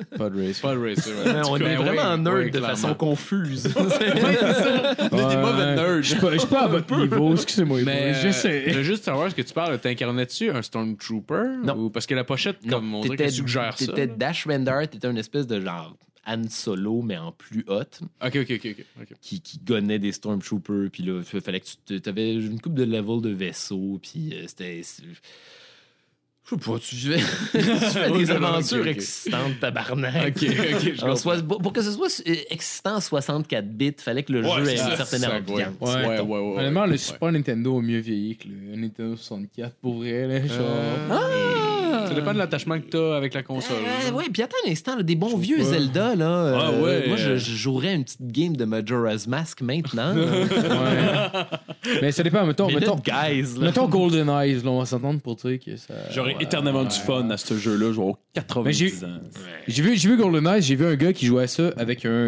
On est vraiment nerd de façon confuse. On est des mauvais nerds. Je suis pas à votre niveau, excusez-moi. Mais je sais. le jeu de Star Wars que tu parles, t'incarnais-tu un Stormtrooper? Non. Ou parce que la pochette, comme on dirait qu'elle suggère ça. T'étais Dash Render, t'étais une espèce de genre Han Solo, mais en plus hot. OK. Qui gonnait des Stormtroopers, puis là, il fallait que tu avais une coupe de level de vaisseau, puis c'était... Je sais pas, tu fais des aventures excitantes, tabarnak. OK. Pour que ce soit excitant à 64 bits, fallait que le jeu ait une certaine ambiance. Ouais. Honnêtement, le Super Nintendo a mieux vieilli que le Nintendo 64, pour vrai. Là, Ça dépend de l'attachement que t'as avec la console. Oui, puis attends un instant, là, des bons vieux Zelda, là. Moi, je jouerais une petite game de Majora's Mask maintenant. Mais ça dépend, mettons GoldenEye, on va s'entendre pour dire que ça... J'aurais éternellement du fun à ce jeu-là, genre 90 ans. J'ai vu GoldenEye, j'ai vu un gars qui jouait à ça avec un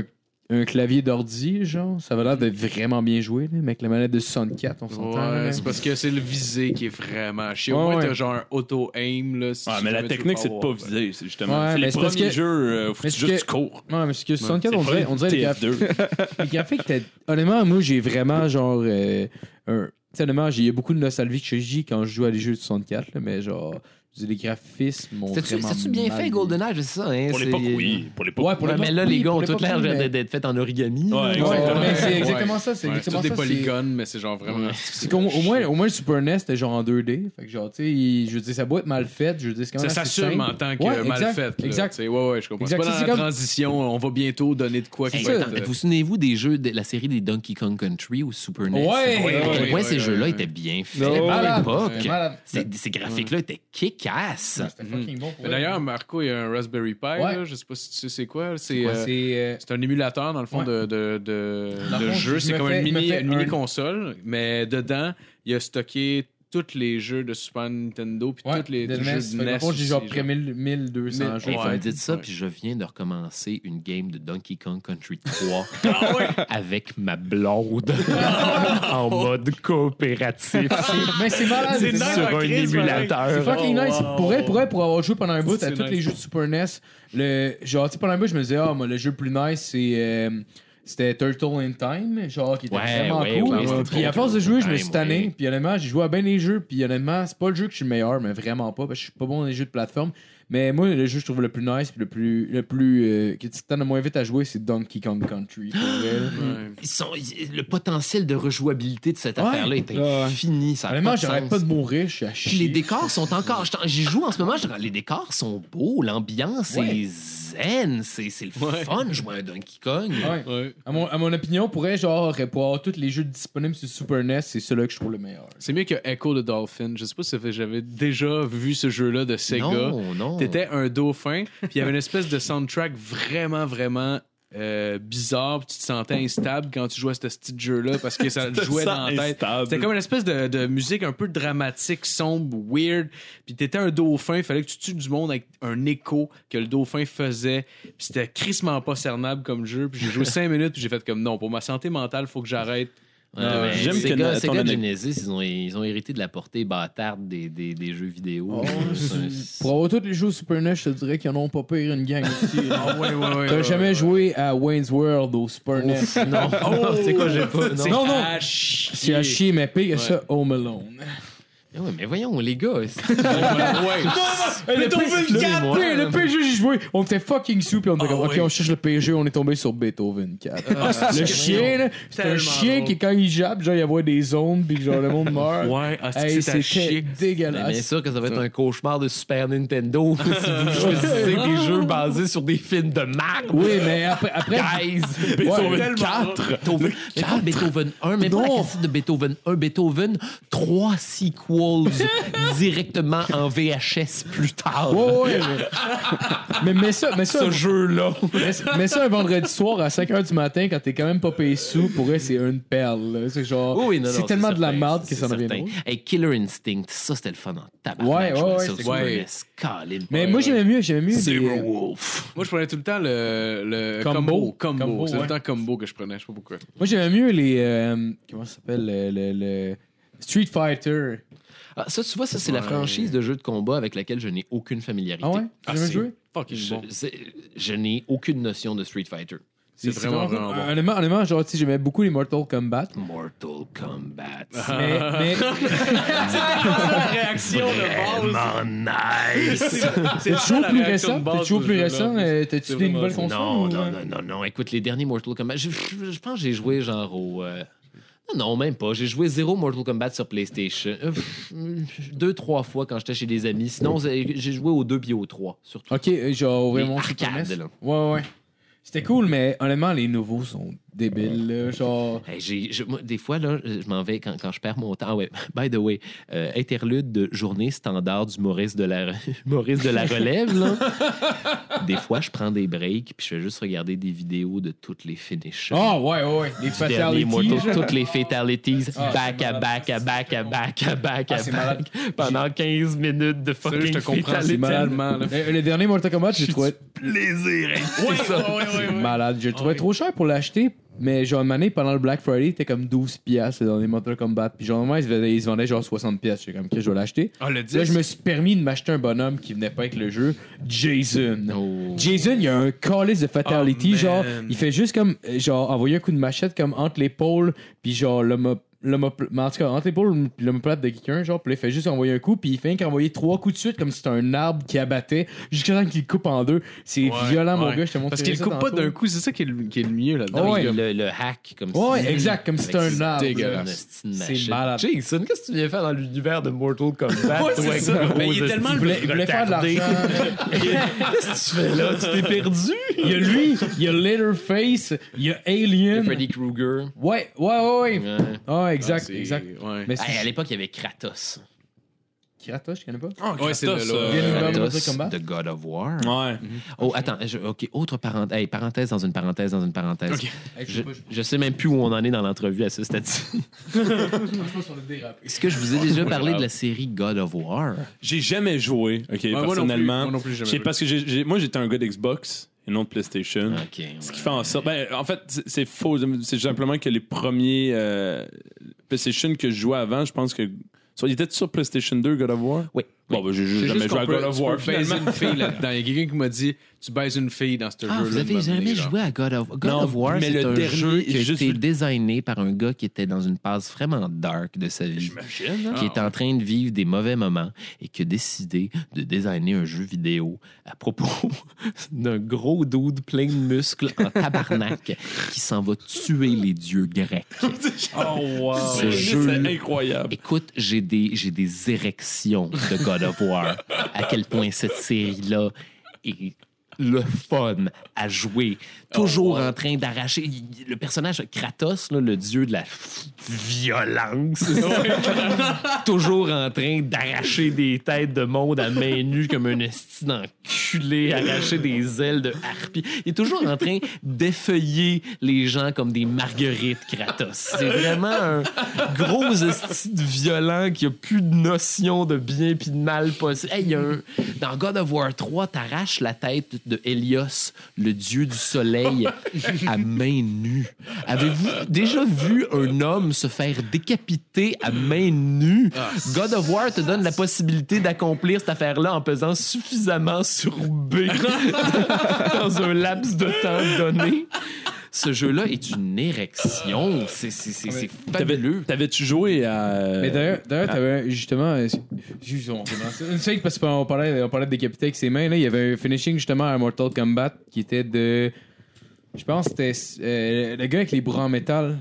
un clavier d'ordi, genre. Ça va l'air de vraiment bien jouer, là, mais avec la manette de 64, on s'entend. Ouais, là. c'est parce que c'est le visé qui est vraiment chiant. Au Ouais, moins, ouais. t'as genre un auto-aim. Là, si Mais la jamais tu veux technique, c'est de pas avoir, viser. C'est justement. Ouais, c'est mais les c'est parce premiers que- jeux, faut que mais tu c'est juste que- cours. Ouais, mais c'est que 64, C'est on dirait les TF2. les graphiques étaient. Honnêtement, moi, j'ai vraiment genre. Tu sais, honnêtement, il y a beaucoup de nostalgie que j'ai quand je joue à des jeux de 64, là, mais genre. Les graphismes m'ont vraiment. C'était-tu bien mal fait, GoldenEye? C'est ça, hein? Pour l'époque, oui. Pour l'époque, Ouais, pour Ouais, l'époque, mais là, oui, les gars pour ont tout l'époque, l'air oui, mais- d'être faits en origami. Ouais, là. exactement. mais c'est Ouais. exactement ça. C'est Ouais, exactement tous des ça. polygones, mais c'est genre vraiment. C'est comme, au moins le Super NES c'était genre en 2D. Fait que genre, tu sais, je veux dire, ça doit être mal fait. Je veux dire, c'est quand même Ça assez s'assume simple. en tant que Ouais, mal exact, fait. là. exact. Tu sais, ouais, je comprends. Exact, C'est pas c'est dans la comme- transition, on va bientôt donner de quoi qui Hey, va attends, être. vous souvenez-vous des jeux de la série des Donkey Kong Country au Super NES? Ouais, À quel ouais, point ouais, ces ouais, jeux-là ouais. étaient bien faits Non, à malade. l'époque. Ouais, malade. Ces graphiques-là étaient kick-ass. C'était fucking bon pour Mais elle. d'ailleurs, Marco, il y a un Raspberry Pi. Ouais. Là, je sais pas si tu sais c'est quoi. C'est Ouais, c'est. c'est un émulateur, dans le fond, Ouais. de Dans le fond, jeu. je C'est me comme fais- une je me fais mini un- console, mais dedans, il a stocké tous les jeux de Super Nintendo puis Ouais, tous les de jeux NES. de Fait que, NES. dans le fond, j'ai genre aussi, près 1200 Mille- jeux. Hey, Ouais. vous me dites ça, Ouais. puis je viens de recommencer une game de Donkey Kong Country 3 avec ma blonde en mode coopératif Mais c'est malade. C'est nice, sur un Chris, C'est émulateur. fucking nice. Pour avoir joué pendant un bout à C'est tous nice. les jeux de Super NES, genre, tu sais, pendant un bout, je me disais, moi, le jeu le plus nice, c'était Turtle in Time, genre, qui était Ouais, vraiment ouais, cool. ouais, c'était Puis trop à force de cool. jouer, je me Ouais, suis tanné. ouais. Puis honnêtement, j'ai joué à bien des jeux. Puis honnêtement, c'est pas le jeu que je suis le meilleur, mais vraiment pas. Parce que je suis pas bon dans les jeux de plateforme. Mais moi, le jeu que je trouve le plus nice, puis le plus qui te le moins vite à jouer, c'est Donkey Kong Country. Pour vrai. Ouais. Le potentiel de rejouabilité de cette Ouais. affaire-là était Ouais. fini. Ça a Honnêtement, pas de j'arrête sens. pas de mourir, je suis à Puis chier. les décors sont encore. J'y joue en ce moment, les décors sont beaux, l'ambiance Ouais. est zen, c'est le fun de jouer à un Donkey Kong. Ouais. Ouais. À mon opinion, pour avoir tous les jeux disponibles sur Super NES, c'est celui que je trouve le meilleur. C'est mieux que Echo the Dolphin. Je sais pas si j'avais déjà vu ce jeu-là de Sega. Non. T'étais un dauphin, puis il y avait une espèce de soundtrack vraiment, vraiment bizarre, puis tu te sentais instable quand tu jouais à ce petit jeu-là parce que ça te jouait dans la tête. C'était comme une espèce de musique un peu dramatique, sombre, weird, puis t'étais un dauphin, il fallait que tu tues du monde avec un écho que le dauphin faisait, puis c'était crissement pas cernable comme jeu, puis j'ai joué 5 minutes, puis j'ai fait comme non, pour ma santé mentale, faut que j'arrête. J'aime que Sega ton Genesis, ils ont hérité de la portée bâtarde des jeux vidéo. Pour avoir tous les jeux Super NES, je te dirais qu'ils en ont pas pire une gang aussi. Ah ouais. T'as jamais joué à Wayne's World au Super NES? Non, c'est quoi, j'ai pas. C'est Non, non. à chier. C'est à chier, mais pire que ça, Home Alone. Ouais, mais voyons, les gars. Ouais. Le PG, j'ai joué. On était fucking sous, puis on était comme, OK, on cherche le PG, on est tombé sur Beethoven 4. Le chien, là, c'est un tellement chien drôle. qui, quand il jappe, genre, il y a des zones, puis genre, le monde meurt. Ouais, Hey, c'est à c'était chier. Mais bien dégueulasse. sûr que ça va être un cauchemar de Super Nintendo si vous choisissez des jeux basés sur des films de marque. Oui, mais après Guys! Beethoven 4! Beethoven, mais pas Beethoven 1, mais pas la cassette de Beethoven 1. Beethoven 3 sequels directement en VHS plus tard. Ouais. Mais mets ça, Ce jeu-là. mets ça un vendredi soir à 5h du matin quand t'es quand même pas payé sous. Pour eux, c'est une perle. Là. C'est genre. Oui, non, c'est non, tellement de la certain, merde que c'est ça en devient certain. drôle. Hey, Killer Instinct, ça c'était le fun en tabarnak. Ouais, jouer ouais, sur c'est Super cool. NES. Colin. Mais moi, j'aimais mieux Zero les. Wolf. Moi, je prenais tout le temps le Combo. combo. C'est ouais. tout le temps combo que je prenais, je sais pas pourquoi. Moi, j'aimais mieux les. Comment ça s'appelle? Le Street Fighter. Ah, ça, tu vois, ça, c'est la franchise de jeux de combat avec laquelle je n'ai aucune familiarité. Ah ouais? T'as jamais c'est joué? fucking bon. Je n'ai aucune notion de Street Fighter. C'est vraiment, vraiment bon. Honnêtement, genre, tu sais, j'aimais beaucoup les Mortal Kombat. Mortal Kombat. Mais la réaction Vraiment nice. t'as-tu joué au plus récent? T'as-tu joué au plus récent? T'as-tu des nouvelles consoles? Non, ou- non. Écoute, les derniers Mortal Kombat, je pense que j'ai joué genre au... Non, même pas. J'ai joué 0 Mortal Kombat sur PlayStation. 2-3 fois quand j'étais chez des amis. Sinon, j'ai joué au 2 puis au 3, surtout. Ok, genre Les vraiment arcades, Super NES. là. Ouais. C'était cool, mais honnêtement, les nouveaux sont débiles, là. Genre. Hey, moi, des fois, là, je m'en vais quand je perds mon temps. Ah ouais, by the way, interlude de journée standard du Maurice de la relève. Là. Des fois, je prends des breaks puis je fais juste regarder des vidéos de toutes les finishes. Ah, ouais. Les Dernier fatalities. Mortal, genre. toutes les fatalities, Ah, back c'est à malade. back à back à back à back Ah, à c'est back, malade. pendant 15 minutes de Sérieux, fucking je te comprends, fatality. c'est malade. Tellement, là. Le dernier Mortal Kombat, j'ai trouvé plaisir. Ouais, ouais. Malade. Je le trouvais trop cher pour l'acheter, mais genre, une année, pendant le Black Friday, c'était comme 12$ dans les Mortal Kombat. Puis genre, normalement, ils se vendaient genre 60$. J'étais comme, que je vais l'acheter. Ah, le 10. Là, je me suis permis de m'acheter un bonhomme qui venait pas avec le jeu, Jason. Oh. Jason, il a un calice de fatality, Oh, genre, man. il fait juste comme, genre, envoyer un coup de machette comme entre l'épaule, puis genre, mais en tout cas, entre l'épaule et l'omoplate de quelqu'un, genre, puis là, il fait juste envoyer un coup, puis il fait qu'envoyer 3 coups de suite, comme si c'était un arbre qui abattait, jusqu'à temps qu'il le coupe en 2. C'est violent, mon gars, je te montre Parce qu'il coupe pas d'un coup, c'est ça qui est le mieux là-dedans. Ouais. Le hack, comme Ouais, si... exact, comme si c'était un arbre. dégueulasse. C'est malade. Jason, qu'est-ce que tu viens faire dans l'univers de Mortal Kombat? Ouais, c'est ça. Mais il est tellement Il voulait faire de l'argent. Qu'est-ce que tu fais là? Tu t'es perdu? Il y a lui, il y a Leatherface, il y a Alien. Freddy Krueger. Ouais. Ouais. Ah, exact. Ouais. Mais Hey, à l'époque, il y avait Kratos. Kratos, je connais pas. Ouais, c'est Kratos, là. Bien Mortal Kratos Kombat. de God of War. Ouais. Oh, attends. OK, autre parenthèse. Hey, parenthèse dans une parenthèse dans une parenthèse. Ok. Je sais même plus où on en est dans l'entrevue à ce stade-ci. Est-ce que je vous ai déjà parlé de la série God of War? J'ai jamais joué, OK, moi personnellement. non plus, jamais joué. Parce que moi, j'étais un gars d'Xbox et non de PlayStation. OK. Ce qui fait en sorte... Ben, en fait, c'est faux. C'est simplement que les premiers PlayStation que je jouais avant, je pense que... Il était sur PlayStation 2, God of War? Oui. Bon, ben, j'ai C'est jamais juste joué à qu'on God of War, tu peux baiser finalement. une fille là-dedans. Il y a quelqu'un qui m'a dit tu baises une fille dans ce jeu-là. Vous avez jamais joué à God of War? God Non, of War, mais c'est le un dernier, jeu qui a j'ai juste été vu- designé par un gars qui était dans une phase vraiment dark de sa vie. J'imagine. Qui est en train de vivre des mauvais moments et qui a décidé de designer un jeu vidéo à propos d'un gros dude plein de muscles en tabarnak qui s'en va tuer les dieux grecs. Oh, wow. Ce jeu- C'est incroyable. Écoute, j'ai des érections de God of War. À quel point cette série-là est le fun à jouer. Toujours en train d'arracher. Le personnage Kratos, là, le dieu de la violence, toujours en train d'arracher des têtes de monde à main nue comme un esti d'enculé, arracher des ailes de harpie. Il est toujours en train d'effeuiller les gens comme des marguerites, Kratos. C'est vraiment un gros esti de violent qui a plus de notion de bien puis de mal possible. Hey, il y a dans God of War 3, t'arraches la tête de Hélios, le dieu du soleil, à main nue. Avez-vous déjà vu un homme se faire décapiter à main nue? God of War te donne la possibilité d'accomplir cette affaire-là en pesant suffisamment sur B dans un laps de temps donné. Ce jeu-là est une érection. C'est fabuleux. T'avais-tu joué à... Mais d'ailleurs, t'avais justement. Une seule, parce qu'on parlait de décapiter avec ses mains, là, il y avait un finishing justement à Mortal Kombat qui était de. Je pense que c'était le gars avec les bras en métal.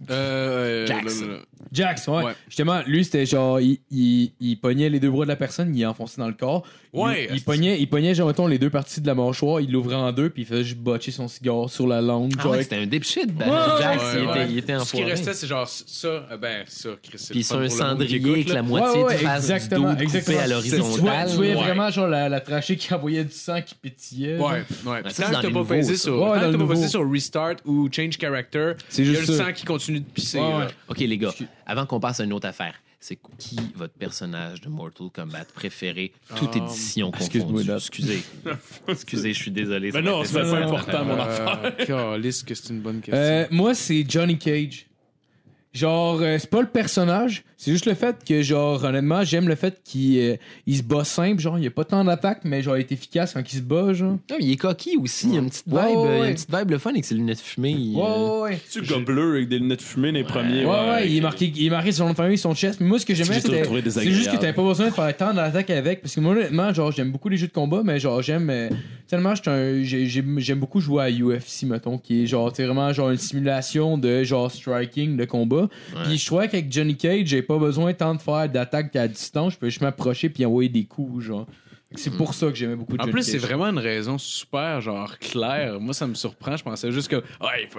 Jax. Jax, ouais. Ouais. Justement, lui, c'était genre, il pognait les deux bras de la personne, il enfonçait dans le corps. Ouais, Il pognait, genre, mettons, les deux parties de la mâchoire, il l'ouvrait en deux, puis il faisait juste botcher son cigare sur la langue. Ah genre, ouais, avec- c'était un dipshit. Ouais, Jax, Ouais. il était en Ce qui restait, c'est genre ça. Ça, Chris. c'est Puis le fun sur un pour le monde qui cendrier écoute, avec là. la moitié de face exactement, du dos coupé exactement. à l'horizontale. Tu voyais Ouais. vraiment genre la trachée qui envoyait du sang qui pétillait. Ouais, genre. ouais. ça, Tant c'est que dans t'as les pas nouveaux, pesé ça. sur, Ouais, tant dans que le t'as pas nouveau. pesé sur Restart ou Change Character, C'est il y a juste le ça. sang qui continue de pisser. Ouais, là. ouais. OK, les gars, avant qu'on passe à une autre affaire, c'est qui votre personnage de Mortal Kombat préféré, toute édition excuse-moi, confondue? là. Excusez, je suis désolé. Ben non, c'est pas important, mon affaire. Calisse que c'est une bonne question. Moi, c'est Johnny Cage. Genre, c'est pas le personnage, c'est juste le fait que, genre, honnêtement, j'aime le fait qu'il il se bat simple, genre, il y a pas tant d'attaque, mais genre, il est efficace quand il se bat, genre. Non, il est coquille aussi, il y a une petite vibe, Ouais, ouais, ouais. il y a une petite vibe le fun avec ses lunettes fumées. Ouais. Tu le gars bleu avec des lunettes fumées les premiers. Ouais, il est marqué son nom de famille, son chest. Mais moi, ce que j'aimais, J'ai c'était. trouvé C'est désagréable. juste que t'avais pas besoin de faire tant d'attaques avec. Parce que moi, honnêtement, genre, j'aime beaucoup les jeux de combat, mais genre, j'aime. Tellement, j'aime beaucoup jouer à UFC, mettons, qui est genre, c'est vraiment genre une simulation de genre striking, de combat. Puis je trouvais qu'avec Johnny Cage, j'ai pas besoin tant de faire d'attaques à distance. Je peux juste m'approcher puis envoyer des coups, genre. C'est pour ça que j'aimais beaucoup En Johnny plus, Cage. c'est vraiment une raison super, genre, claire. Moi, ça me surprend. Je pensais juste que, il faut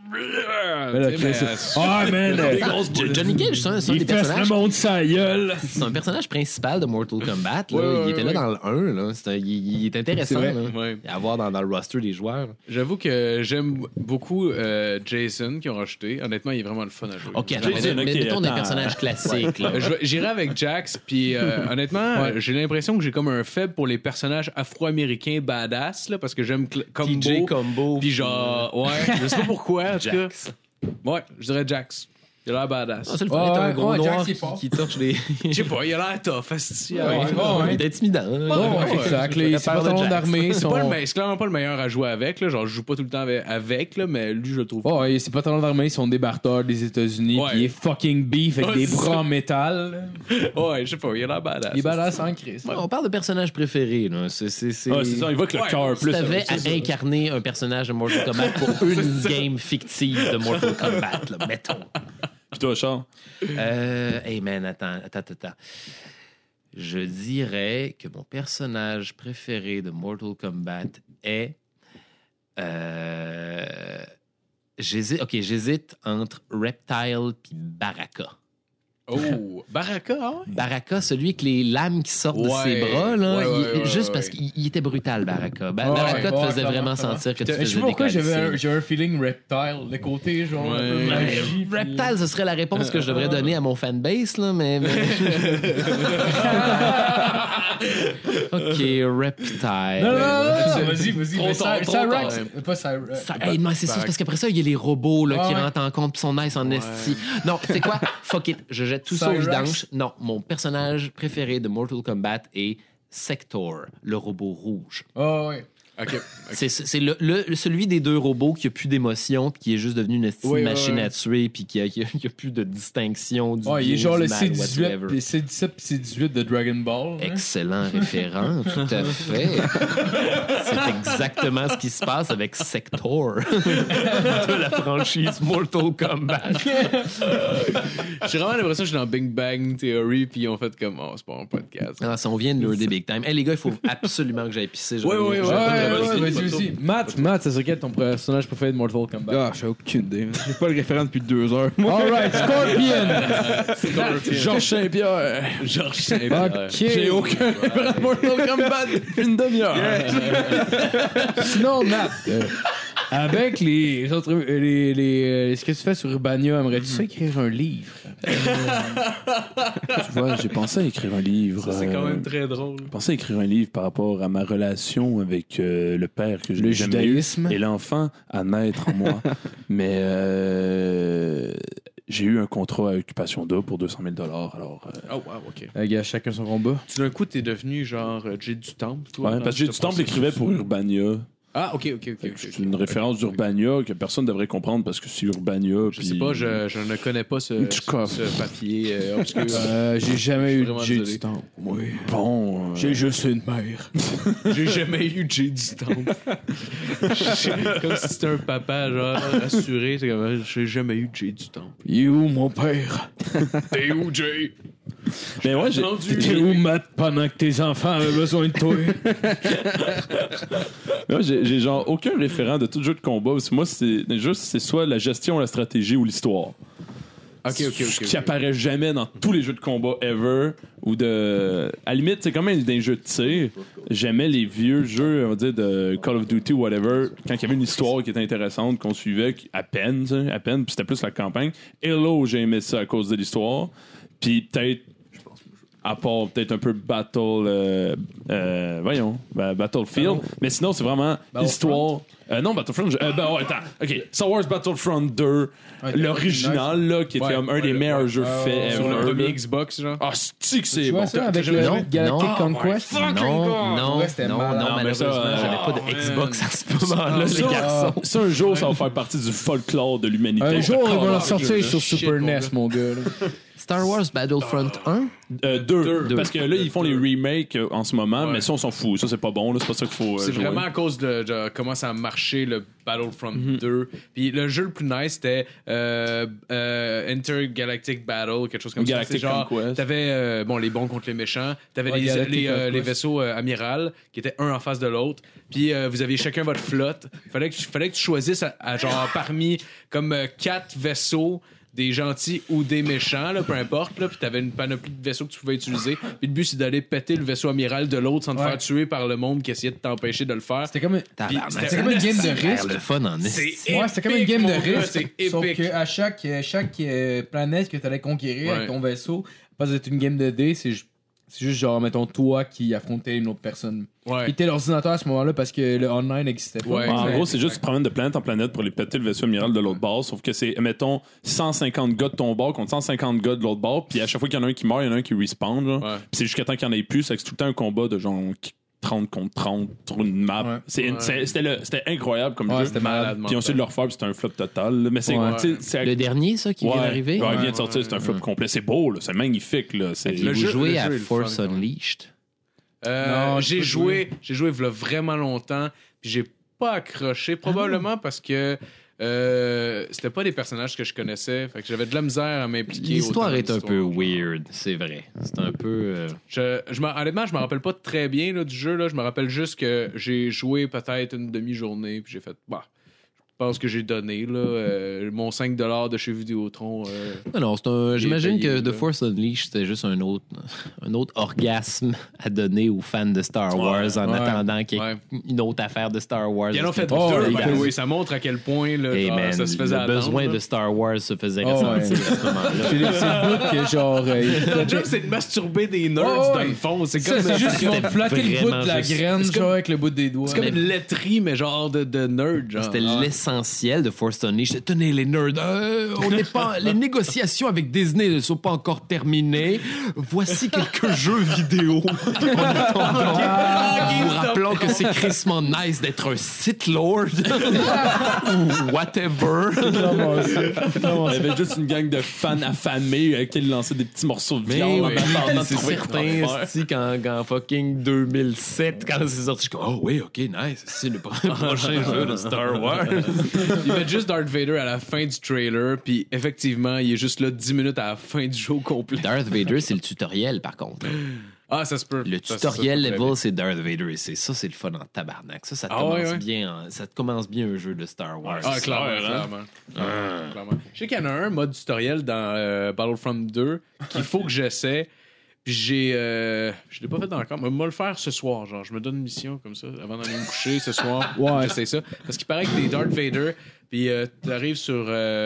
Mais là, Chris, man! Johnny Cage, c'est un des Il fait personnages. le monde sa gueule! C'est un personnage principal de Mortal Kombat. Là. Ouais, il était là ouais. dans le 1. Là. Il est intéressant C'est vrai. là, Ouais. à voir dans le roster des joueurs. J'avoue que j'aime beaucoup Jason qui ont rajouté. Honnêtement, il est vraiment le fun à jouer. OK, attends, Jason, mais ok, mettons des attends. personnages classiques. Là. J'irai avec Jax, puis honnêtement, j'ai l'impression que j'ai comme un faible pour les personnages afro-américains badass, là, parce que j'aime TJ Combo. Puis genre, ouais, je sais pas pourquoi, en tout cas. Jax. Ouais, je dirais Jax. Il a l'air badass. Ah, c'est le fun d'être un gros ouais, noir Jax, il est fort. qui torche les... Je sais pas, il a l'air tough, asti. Il ouais. est intimidant. Ouais, exact. Les pantalons d'armée C'est sont. c'est clairement pas le meilleur à jouer avec, là. Genre, je joue pas tout le temps avec là, mais lui, je le trouve. Oh, et ses pantalons d'armée sont des barteurs des États-Unis, Ouais. puis il est fucking beef avec Ouais, des c'est bras en métal. Ouais, je sais pas, il a l'air badass. Il est badass en crise. On parle de personnages préférés. Là. C'est Ah, c'est ça, il va avec le Ouais, cœur Si plus. t'avais c'est ça. à incarner un personnage de Mortal Kombat pour une game fictive de Mortal Kombat, là, mettons. Puis toi, Charles? Hey man, attends. Je dirais que mon personnage préféré de Mortal Kombat est... J'hésite entre Reptile puis Baraka. Oh, Baraka, hein? Baraka, celui avec les lames qui sortent de Ouais. ses bras, là, Ouais, juste ouais. parce qu'il était brutal, Baraka. Ouais, Baraka te ouais, faisait clairement, vraiment clairement. sentir que tu Je faisais sais pas pourquoi décalisser. j'ai un feeling reptile, le côté genre un peu Ouais. magie. puis- Reptile, ce serait la réponse que je devrais donner à mon fanbase, là, mais... OK, Reptile. Non, vas-y. Trop tard, trop Cyrax. tard. Pas Cyrax. Hey, non, c'est ça, c'est parce qu'après ça, il y a les robots là, qui Ouais. rentrent en compte pis sont nice en esti. Non, c'est quoi? Fuck it. Je jette tout ça au Cyrax. vidange. Non, mon personnage préféré de Mortal Kombat est Sector, le robot rouge. Oh, ouais. Ok. C'est celui des deux robots qui a plus d'émotion puis qui est juste devenu une esti de Ouais, machine ouais. à tuer puis qui a plus de distinction du Ouais, il bien est genre du le mal, C18, whatsoever. puis C17 puis C18 de Dragon Ball. hein. Excellent référent, tout à fait. C'est exactement ce qui se passe avec Sector de la franchise Mortal Kombat. J'ai vraiment l'impression que je suis dans Big Bang Theory, puis ils ont fait comme, oh, c'est pas un podcast. Ah, ça, on vient de lourder big time. Hey, les gars, il faut absolument que j'aille pisser. Ouais, ouais, Vas-y aussi. Matt, ça serait quel ton personnage préféré de Mortal Kombat? Ah, j'ai aucune idée. J'ai pas le référent depuis 2 heures. Alright, Scorpion! Georges Saint-Pierre. Georges Saint-Pierre. Ok. J'ai aucun référent de Mortal Kombat depuis une demi-heure. Sinon, Matt, avec les autres. Ce que tu fais sur Urbania, aimerais-tu ça écrire un livre? Tu vois, j'ai pensé à écrire un livre. Ça, c'est quand même très drôle. J'ai pensé à écrire un livre par rapport à ma relation avec le père que je Le n'ai jamais eu judaïsme. et l'enfant à naître en moi. Mais j'ai eu un contrat à Occupation Double pour 200 000 $. Alors, Oh, wow, ok. Gars, chacun son combat. Tout d'un coup, t'es devenu genre Jay du Temple, toi. ouais, parce que j'ai du Temple écrivait pour Urbania. Ah, ok. C'est une référence d'Urbania que personne ne devrait comprendre parce que c'est Urbania. Je sais pas, je ne connais pas ce papier obscur. J'ai jamais Je suis eu vraiment Jay désolé. du Temple. Oui. Bon. J'ai juste une mère. J'ai jamais eu Jay du Temple. Comme si c'était un papa, genre, assuré. C'est comme, j'ai jamais eu Jay du Temple. Il est où mon père? T'es où, Jay? Mais ouais, T'es où Matt pendant que tes enfants avaient besoin de toi? Moi, j'ai genre aucun référent de tout jeu de combat. Parce que moi, c'est soit la gestion, la stratégie ou l'histoire. Ok. Ce qui apparaît jamais dans tous les jeux de combat ever. Ou de. À la limite, c'est quand même des jeux de tir. J'aimais les vieux jeux, on va dire, de Call of Duty ou whatever, quand il y avait une histoire qui était intéressante, qu'on suivait à peine, puis c'était plus la campagne. Halo, j'ai aimé ça à cause de l'histoire. Puis peut-être. À part peut-être un peu Battlefield. Mais sinon, c'est vraiment histoire. Non, Battlefront. Attends. OK. Star Wars Battlefront 2, l'original, là, qui était comme un des meilleurs jeux faits Sur le ever. premier là. Xbox, genre. Ah, c'est que c'est Tu bon. vois ça avec Non, le non. Galactic Conquest? Non, Ouais, c'était malade. non, mais ça, malheureusement, j'avais pas de Xbox à ce moment-là, les garçons. Ça, un jour, ça va faire partie du folklore de l'humanité. Un jour, ils vont Ah, le sortir jeu, sur shit, Super mon NES, gars. mon gars. là. Star Wars Battlefront 1? 2. Parce que là, ils font les remakes en ce moment, mais ça, on s'en fout. Ça, c'est pas bon. C'est pas ça qu'il faut C'est jouer. vraiment à cause de comment ça a marché le Battlefront 2. Puis le jeu le plus nice, c'était Intergalactic Battle, quelque chose comme Galactic ça. C'est genre, Conquest. t'avais les bons contre les méchants. T'avais Galactic Conquest. les vaisseaux amiral qui étaient un en face de l'autre. Puis vous aviez chacun votre flotte. Fallait que tu choisisses genre parmi comme 4 vaisseaux, des gentils ou des méchants, là, peu importe, là, puis t'avais une panoplie de vaisseaux que tu pouvais utiliser. Puis le but, c'est d'aller péter le vaisseau amiral de l'autre sans te faire tuer par le monde qui essayait de t'empêcher de le faire. C'était comme, C'était comme une game de risque. le fun en est. Ouais, c'était comme une game de risque. C'est Sauf épique. qu'à chaque planète que tu allais conquérir avec ton vaisseau, pas d'être une game de dés, c'est juste genre, mettons, toi qui affrontais une autre personne. Ouais. Puis t'es l'ordinateur à ce moment-là parce que le online n'existait pas. Ouais. En gros, c'est juste que tu te promènes de planète en planète pour les péter le vaisseau amiral de l'autre bord. Sauf que c'est, mettons, 150 gars de ton bord contre 150 gars de l'autre bord. Puis à chaque fois qu'il y en a un qui meurt, il y en a un qui respawn. Genre. Ouais. Puis c'est jusqu'à temps qu'il y en ait plus. C'est tout le temps un combat de genre 30 contre 30 sur une map. Ouais. C'était incroyable comme Ouais, jeu. c'était malade. Puis ils ont essayé de le refaire, puis c'était un flop total. là. Mais c'est. Ouais. tu sais, c'est Le dernier, ça, qui vient d'arriver? Ouais, il vient de sortir, c'est un flop complet. C'est beau, là. C'est magnifique. Là. C'est... Vous jeu jouez est à le Force fun, quand même. Unleashed? Non, j'ai joué il y a vraiment longtemps, puis j'ai pas accroché, probablement parce que c'était pas des personnages que je connaissais, fait que j'avais de la misère à m'impliquer. L'histoire autant est un dans peu l'histoire. weird, c'est vrai. C'est un peu... Honnêtement, je me rappelle pas très bien là, du jeu. Là. Je me rappelle juste que j'ai joué peut-être une demi-journée, puis j'ai fait, je pense que j'ai donné là, mon 5$ de chez Vidéotron. Non, j'imagine payé, que The là. Force Unleashed, c'était juste un autre orgasme à donner aux fans de Star Wars en attendant qu'il y ait une autre affaire de Star Wars. Ils en ont fait Oh, deux, il by the way. Ça montre à quel point là, Hey, genre, man, ça se faisait le attendre. besoin là. de Star Wars se faisait Oh, ressentir ouais. à ce moment-là. C'est le bout que genre. Le job, c'est de masturber des nerds Oh, dans ouais. le fond. C'est Ça, comme c'est juste qu'ils vont C'était te flatter le bout vraiment de la juste- graine, c'est comme- genre avec le bout des doigts. C'est comme une laiterie, mais genre de nerd. Genre. C'était l'essentiel de Force Unleashed. Tenez, les nerds, on n'est pas, les négociations avec Disney ne sont pas encore terminées. Voici quelques jeux vidéo. En attendant, en vous rappelant que c'est crissement nice d'être un Sith Lord ou whatever. Il y avait juste une gang de fans affamés avec qui ils lançaient des petits morceaux de Mais viande en oui, attendant de c'est trouver certain, quoi faire. esti, quand fucking 2007, quand c'est sorti, je suis comme, oh oui, ok, nice, c'est le prochain jeu de Star Wars. Ils mettent juste Darth Vader à la fin du trailer, puis effectivement, il est juste là 10 minutes à la fin du jeu au complet. Darth Vader, c'est le tutoriel, par contre. Ah, ça se peut. Le Ça, tutoriel ça, level, c'est Darth Vader. Et c'est le fun en tabarnak. Ça te Ah, commence ouais. bien. Ça te commence bien un jeu de Star Wars. Ah, clairement. Je sais qu'il y en a un mode tutoriel dans Battlefront 2 qu'il faut que j'essaie. Puis je l'ai pas fait encore. Mais moi le faire ce soir. Genre, je me donne une mission comme ça avant d'aller me coucher ce soir. Ouais. J'essaie ça. Parce qu'il paraît que t'es Darth Vader. Puis t'arrives sur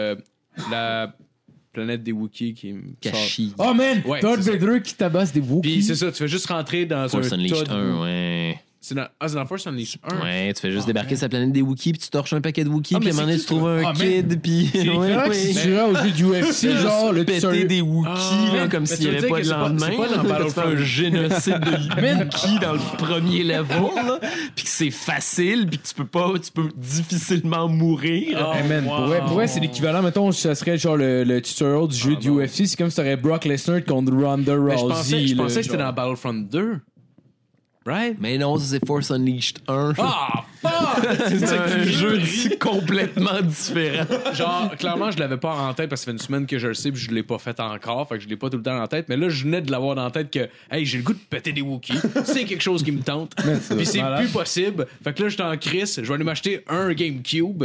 la planète des Wookiees qui me sort. Cachi. Oh man! Ouais, Darth c'est ça. Vader qui tabasse des Wookiees. Puis c'est ça, tu fais juste rentrer dans Force un Unleashed tas de... 1, ouais. C'est dans Force Unleashed 1. Ouais, tu fais juste débarquer sa planète des Wookiees, puis tu torches un paquet de Wookiees, Ah, puis à un mais moment donné, c'est tu trouves un Ah, man. kid, puis. C'est Ouais, différent que si tu irais au jeu du UFC, genre le péter tueur- des Wookiees, là, comme mais s'il tu n'y veux avait dire pas que de c'est pas- lendemain. c'est pas dans là, tu fais Battlefront. un génocide de Wookiees dans le premier level, là, puis que c'est facile, puis que tu peux difficilement mourir. Hey, man, pour vrai, c'est l'équivalent, mettons, ça serait genre le tutorial du jeu du UFC, c'est comme si t'aurais Brock Lesnar contre Ronda Mais Rousey. je pensais là, que c'était genre. dans Battlefront 2. Right? Mais non, ça, c'est Force Unleashed 1. Ah, fuck! C'est un jeu complètement différent. Genre, clairement, je l'avais pas en tête parce que ça fait une semaine que je le sais puis je l'ai pas fait encore. Fait que je l'ai pas tout le temps en tête. Mais là, je venais de l'avoir dans la tête que, hey, j'ai le goût de péter des Wookiees. C'est quelque chose qui me tente. Puis c'est malade. plus possible. Fait que là, j'étais en crise. Je vais aller m'acheter un GameCube.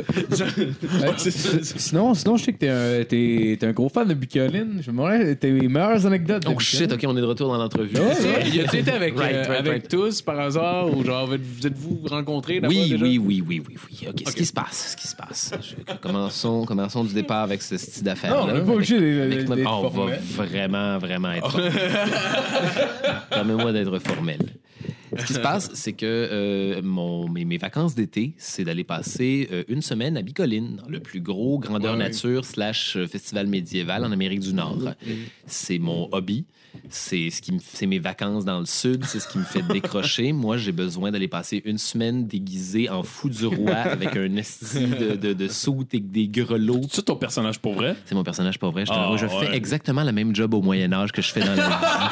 Sinon, je sais que t'es un gros fan de Bucoline. Je me demandais tes meilleures anecdotes. de Oh shit, ok, on est de retour dans l'entrevue. Y a-tu été avec, Right, avec tous par hasard ou genre vous êtes-vous rencontrés là-bas Oui, déjà? oui. Ok, ce qui se passe. Commençons du départ avec ce style d'affaires. Non, on n'est pas obligé d'être On va formel. vraiment être formel. Permets-moi d'être formel. Ce qui se passe, c'est que mes vacances d'été, c'est d'aller passer une semaine à Bicoline, dans le plus gros grandeur nature / festival médiéval en Amérique du Nord. C'est mon hobby. C'est mes vacances dans le sud. C'est ce qui me fait décrocher. Moi, j'ai besoin d'aller passer une semaine déguisé en fou du roi avec un esti de soute et des grelots. C'est ton personnage pour vrai? C'est mon personnage pour vrai. Je fais exactement le même job au Moyen-Âge que je fais dans la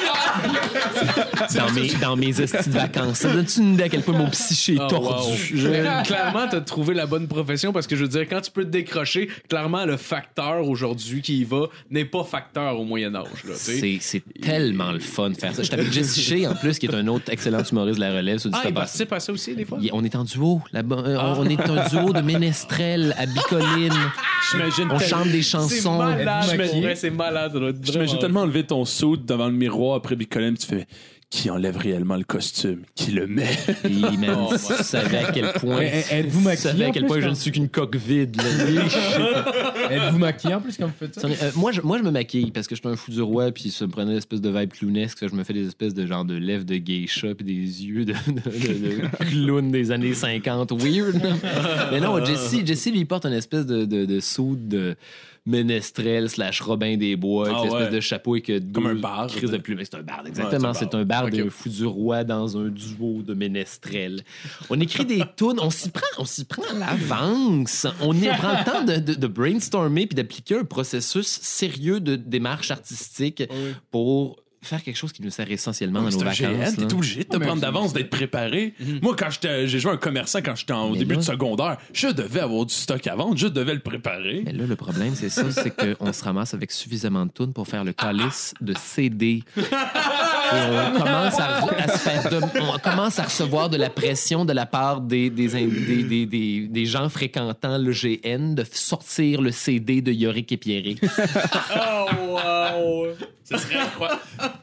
vie. dans mes estis de vacances. Ça donne-tu une idée à quel point mon psyché est tordu? Clairement, t'as trouvé la bonne profession parce que je veux dire, quand tu peux te décrocher, clairement, le facteur aujourd'hui qui y va n'est pas facteur au Moyen-Âge. C'est tellement le fun de faire ça. Je t'appelle Jesse Shea, en plus, qui est un autre excellent humoriste de la relève. Il participe à ça aussi, des fois? On est en duo. On est un duo de ménestrels à Bicoline. On chante des chansons. C'est malade. J'imagine tellement enlever ton saut devant le miroir après Bicoline, tu fais... Qui enlève réellement le costume? Qui le met? Et même, tu savais à quel point... Êtes-vous maquillé? Tu savais à quel point je ne suis qu'une coque vide. Êtes-vous maquillé en plus quand vous faites ça? Moi, je me maquille parce que je suis un fou du roi puis ça me prenait une espèce de vibe clownesque. Je me fais des espèces de genre de lèvres de geisha puis des yeux de clown des années 50. Weird. Mais non, Jesse, lui, porte une espèce de soude de ménestrel / Robin des Bois avec l'espèce de chapeau et que comme un barde. Crise de plume. C'est un barde, exactement. Ouais, c'est un barde d'un fou du roi dans un duo de ménestrel. On écrit des tunes, on s'y prend à l'avance. On prend le temps de brainstormer puis d'appliquer un processus sérieux de démarche artistique pour faire quelque chose qui nous sert essentiellement dans nos vacances. T'es obligé de te prendre d'avance, d'être préparé. Moi, quand j'ai joué un commerçant quand j'étais au début de secondaire, je devais avoir du stock à vendre, je devais le préparer. Mais là, le problème, c'est ça, c'est qu'on se ramasse avec suffisamment de tunes pour faire le calice de CD. Et on commence on commence à recevoir de la pression de la part des gens fréquentant le GN de sortir le CD de Yorick et Pierrick. Oh, wow! Ce serait incroyable.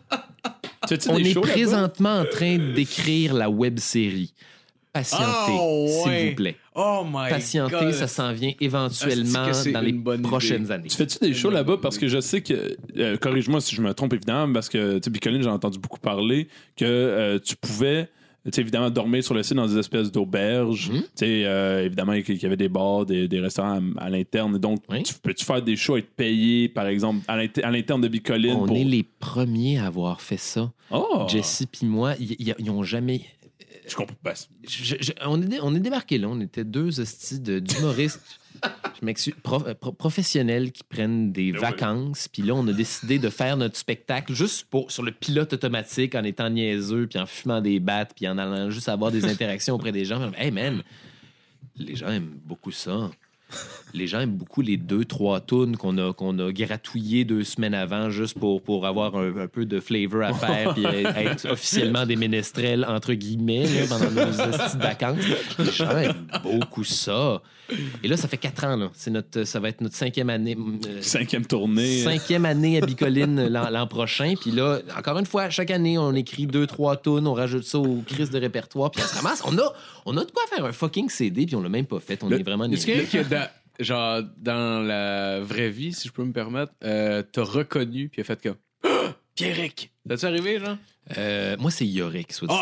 On est présentement en train d'écrire la web-série. Patientez, s'il vous plaît. Oh my Patientez, God. ça s'en vient éventuellement dans les prochaines années. Tu fais-tu des shows là-bas? Parce que je sais que, corrige-moi si je me trompe évidemment, parce que, tu sais, Bicoline, j'ai entendu beaucoup parler que tu pouvais, tu sais, évidemment, dormir sur le site dans des espèces d'auberges. Tu sais, évidemment, qu'il y avait des bars, des restaurants à l'interne. Donc, peux-tu faire des shows et être payé, par exemple, à l'interne de Bicoline? On est les premiers à avoir fait ça. Oh! Jessie puis moi, ils n'ont jamais... Je comprends pas. On est débarqués là. On était deux hosties d'humoristes. Je m'excuse, professionnels qui prennent des vacances. Puis là, on a décidé de faire notre spectacle juste sur le pilote automatique en étant niaiseux, puis en fumant des battes, puis en allant juste avoir des interactions auprès des gens. Hey man, les gens aiment beaucoup ça. Les gens aiment beaucoup les 2-3 tunes qu'on a gratouillées 2 semaines avant juste pour avoir un peu de flavor à faire puis être officiellement des ménestrels entre guillemets là, pendant nos vacances. Les gens aiment beaucoup ça. Et là, ça fait 4 ans. Là. Ça va être notre 5e année. 5e tournée. 5e année à Bicoline l'an prochain. Puis là, encore une fois, chaque année, on écrit 2-3 tunes, on rajoute ça au crise de répertoire, puis on se ramasse. On a de quoi faire un fucking CD, puis on l'a même pas fait. On est vraiment niais. Genre, dans la vraie vie, si je peux me permettre, t'as reconnu puis a fait comme Pierrick! T'as-tu arrivé, genre? Moi, c'est Yorick, soit dit.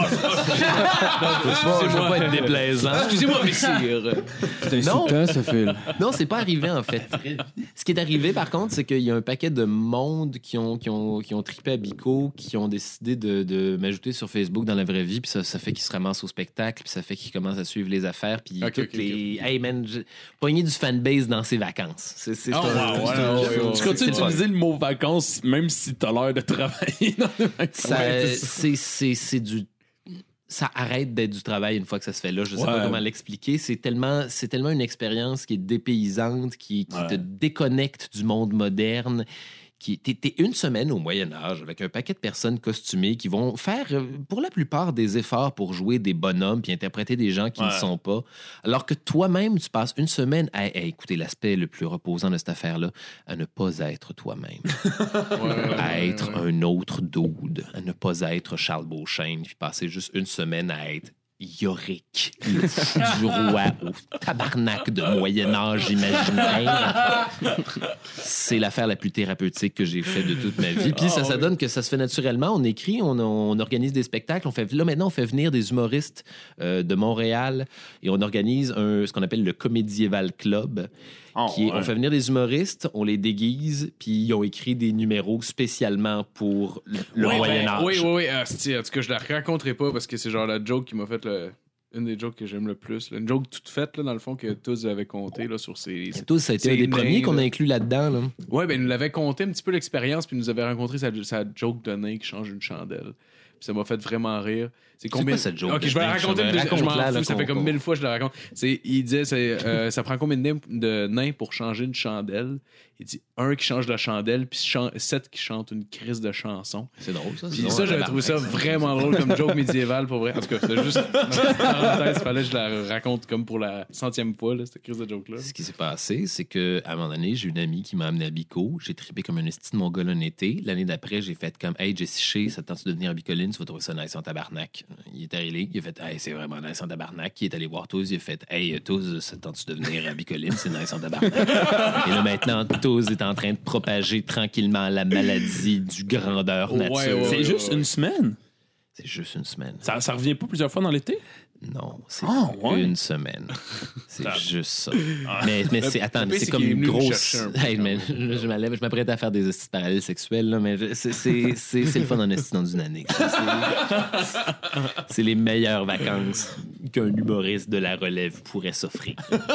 Je veux pas être déplaisant. Excusez-moi, messire. C'est insultant, ça fait. Non, c'est pas arrivé, en fait. Ce qui est arrivé, par contre, c'est qu'il y a un paquet de monde qui ont trippé à Bico, qui ont décidé de m'ajouter sur Facebook dans la vraie vie, puis ça fait qu'ils se ramassent au spectacle, puis ça fait qu'ils commencent à suivre les affaires, puis Hey, man, pogner du fanbase dans ses vacances. Tu continues d'utiliser le mot vacances, même si t'as l'air de travailler dans le vacances. C'est du... Ça arrête d'être du travail une fois que ça se fait là. Je sais pas comment l'expliquer. C'est tellement une expérience qui est dépaysante, qui te déconnecte du monde moderne. T'es une semaine au Moyen-Âge avec un paquet de personnes costumées qui vont faire, pour la plupart, des efforts pour jouer des bonhommes puis interpréter des gens qui ne sont pas. Alors que toi-même, tu passes une semaine à écouter l'aspect le plus reposant de cette affaire-là, à ne pas être toi-même. À être un autre dude. À ne pas être Charles Beauchesne puis passer juste une semaine à être Yorick, le fou du roi au tabarnak de Moyen-Âge imaginaire. C'est l'affaire la plus thérapeutique que j'ai faite de toute ma vie. Puis ça donne que ça se fait naturellement. On écrit, on organise des spectacles. Maintenant, on fait venir des humoristes de Montréal et on organise ce qu'on appelle le Comédieval Club. On fait venir des humoristes, on les déguise, puis ils ont écrit des numéros spécialement pour le Moyen-Âge. Oui. En tout cas, je la raconterai pas parce que c'est genre la joke qui m'a fait une des jokes que j'aime le plus. Là. Une joke toute faite, là, dans le fond, que tous avaient compté là, sur ses. Tous, ça a été un des premiers qu'on a inclus là-dedans. Là. Oui, ben, il nous l'avait conté un petit peu l'expérience, puis il nous avait rencontré sa joke de nain qui change une chandelle. Puis ça m'a fait vraiment rire. C'est combien quoi cette joke? Ok, je vais la raconter, mais je m'en fous. Ça fait comme 1000 fois que je la raconte. Il disait, ça prend combien de nains pour changer une chandelle? Il dit, un qui change la chandelle, puis 7 qui chantent une crise de chanson. C'est drôle, ça. Puis ça, j'avais trouvé ça vraiment drôle comme joke médiévale, pour vrai. En tout cas, c'était juste il fallait que je la raconte comme pour la 100e fois, là, cette crise de joke-là. Ce qui s'est passé, c'est qu'à un moment donné, j'ai une amie qui m'a amené à Bico. J'ai trippé comme un esti de mon gars en été. L'année d'après, j'ai fait comme, hey, Jessie Shea, ça te tente de devenir à Bicoline, tu vas trouver ça nice en tabarnak. Il est arrivé, il a fait, hey, c'est vraiment nice en tabarnak. Il est allé voir Touz, il a fait, hey, Touz, ça te tente de devenir à Bicoline, c'est nice en tabarnak. Et là, maintenant, Touz est en train de propager tranquillement la maladie du grandeur nature. C'est juste une semaine? C'est juste une semaine. Ça revient pas plusieurs fois dans l'été? Non, c'est une semaine. C'est juste ça. Mais c'est, attendez, c'est comme qu'il est une venu grosse. me chercher Hey, man, je m'apprête à faire des parallèles sexuels, là, mais c'est le fun en esti dans une année. C'est les meilleures vacances qu'un humoriste de la relève pourrait s'offrir.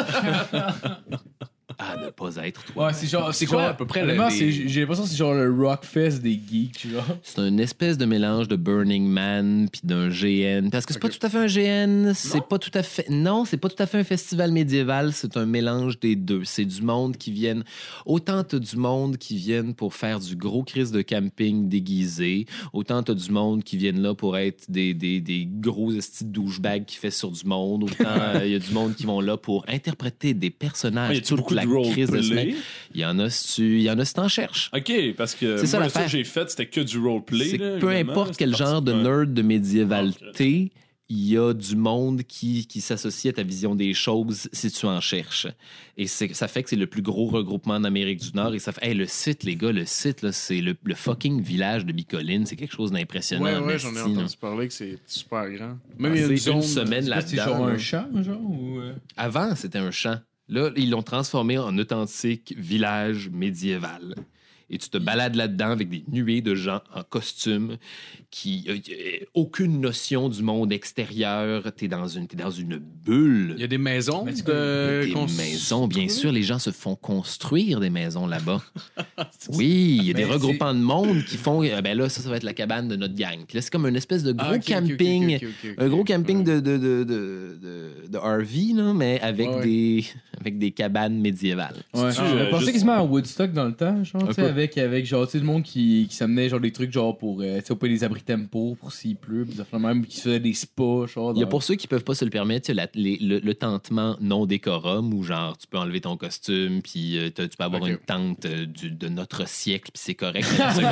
À ne pas être toi. Ouais, c'est quoi à peu près honnêtement, j'ai l'impression que c'est genre le Rockfest des geeks, genre. C'est une espèce de mélange de Burning Man puis d'un GN. Parce que c'est pas tout à fait un GN, c'est pas tout à fait. Non, c'est pas tout à fait un festival médiéval, c'est un mélange des deux. C'est du monde qui viennent. Autant t'as du monde qui viennent pour faire du gros crise de camping déguisé, autant t'as du monde qui viennent là pour être des gros estis de douchebags qui fait sur du monde, autant il y a du monde qui vont là pour interpréter des personnages. La crise de semaine. Il y en a si t'en cherches. OK, parce que c'est ça, moi, ça que j'ai fait, c'était que du roleplay. C'est là, peu importe quel genre de nerd de médiévalité, il y a du monde qui s'associe à ta vision des choses si tu en cherches. Et ça fait que c'est le plus gros regroupement d'Amérique du Nord. Et ça fait, hey, le site, les gars, là, c'est le fucking village de Bicoline. C'est quelque chose d'impressionnant. Ouais, j'en ai entendu parler que c'est super grand. Même il y a une semaine là-dedans. C'est genre un champ, genre? Ou Avant, c'était un champ. Là, ils l'ont transformé en authentique village médiéval. Et tu te balades là-dedans avec des nuées de gens en costume qui aucune notion du monde extérieur. T'es dans une bulle. Il y a des maisons. Des maisons, bien sûr. Les gens se font construire des maisons là-bas. Oui, il y a des regroupements de monde qui font. Ben là, ça va être la cabane de notre gang. Puis là, c'est comme une espèce de gros camping, un gros camping de RV, là, mais avec des cabanes médiévales. Ouais. Je pensais quasiment à Woodstock dans le temps, genre, tu sais, avec genre, tu sais, le monde qui s'amenait genre des trucs genre pour, tu sais, au pays des abris tempo pour s'il pleut, pis ça même qui se faisait des spas, genre. Il y a pour ceux qui peuvent pas se le permettre, le tentement non décorum où genre tu peux enlever ton costume puis tu peux avoir une tente de notre siècle puis c'est correct.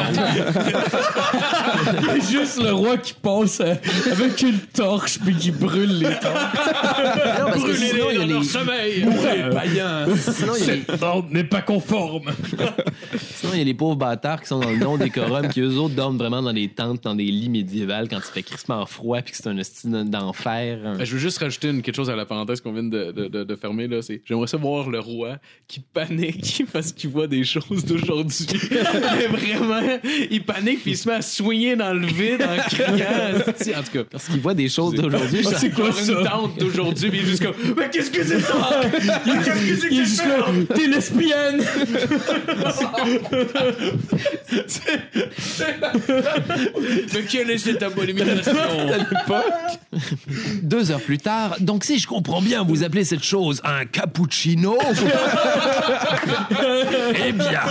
Il y a juste le roi qui passe avec une torche puis qui brûle les torches. Non, parce que sinon il y a les sommeil. Sinon il y a les Cet ordre n'est pas conforme. Sinon, il y a les pauvres bâtards qui sont dans le non-décorum, qui eux autres dorment vraiment dans des tentes, dans des lits médiévals quand il fait crissement froid puis que c'est un style d'enfer. Je veux juste rajouter quelque chose à la parenthèse qu'on vient de fermer. Là. J'aimerais ça voir le roi qui panique parce qu'il voit des choses d'aujourd'hui. Mais vraiment, il panique puis il se met à soigner dans le vide en criant. En tout cas. Parce qu'il voit des choses d'aujourd'hui. C'est quoi ça? Une tente d'aujourd'hui puis il est juste comme mais qu'est-ce que c'est ça? Il est juste là, t'es lesbienne! Mais quelle est cette abomination? 2 heures plus tard, donc si je comprends bien, vous appelez cette chose un cappuccino? Eh bien!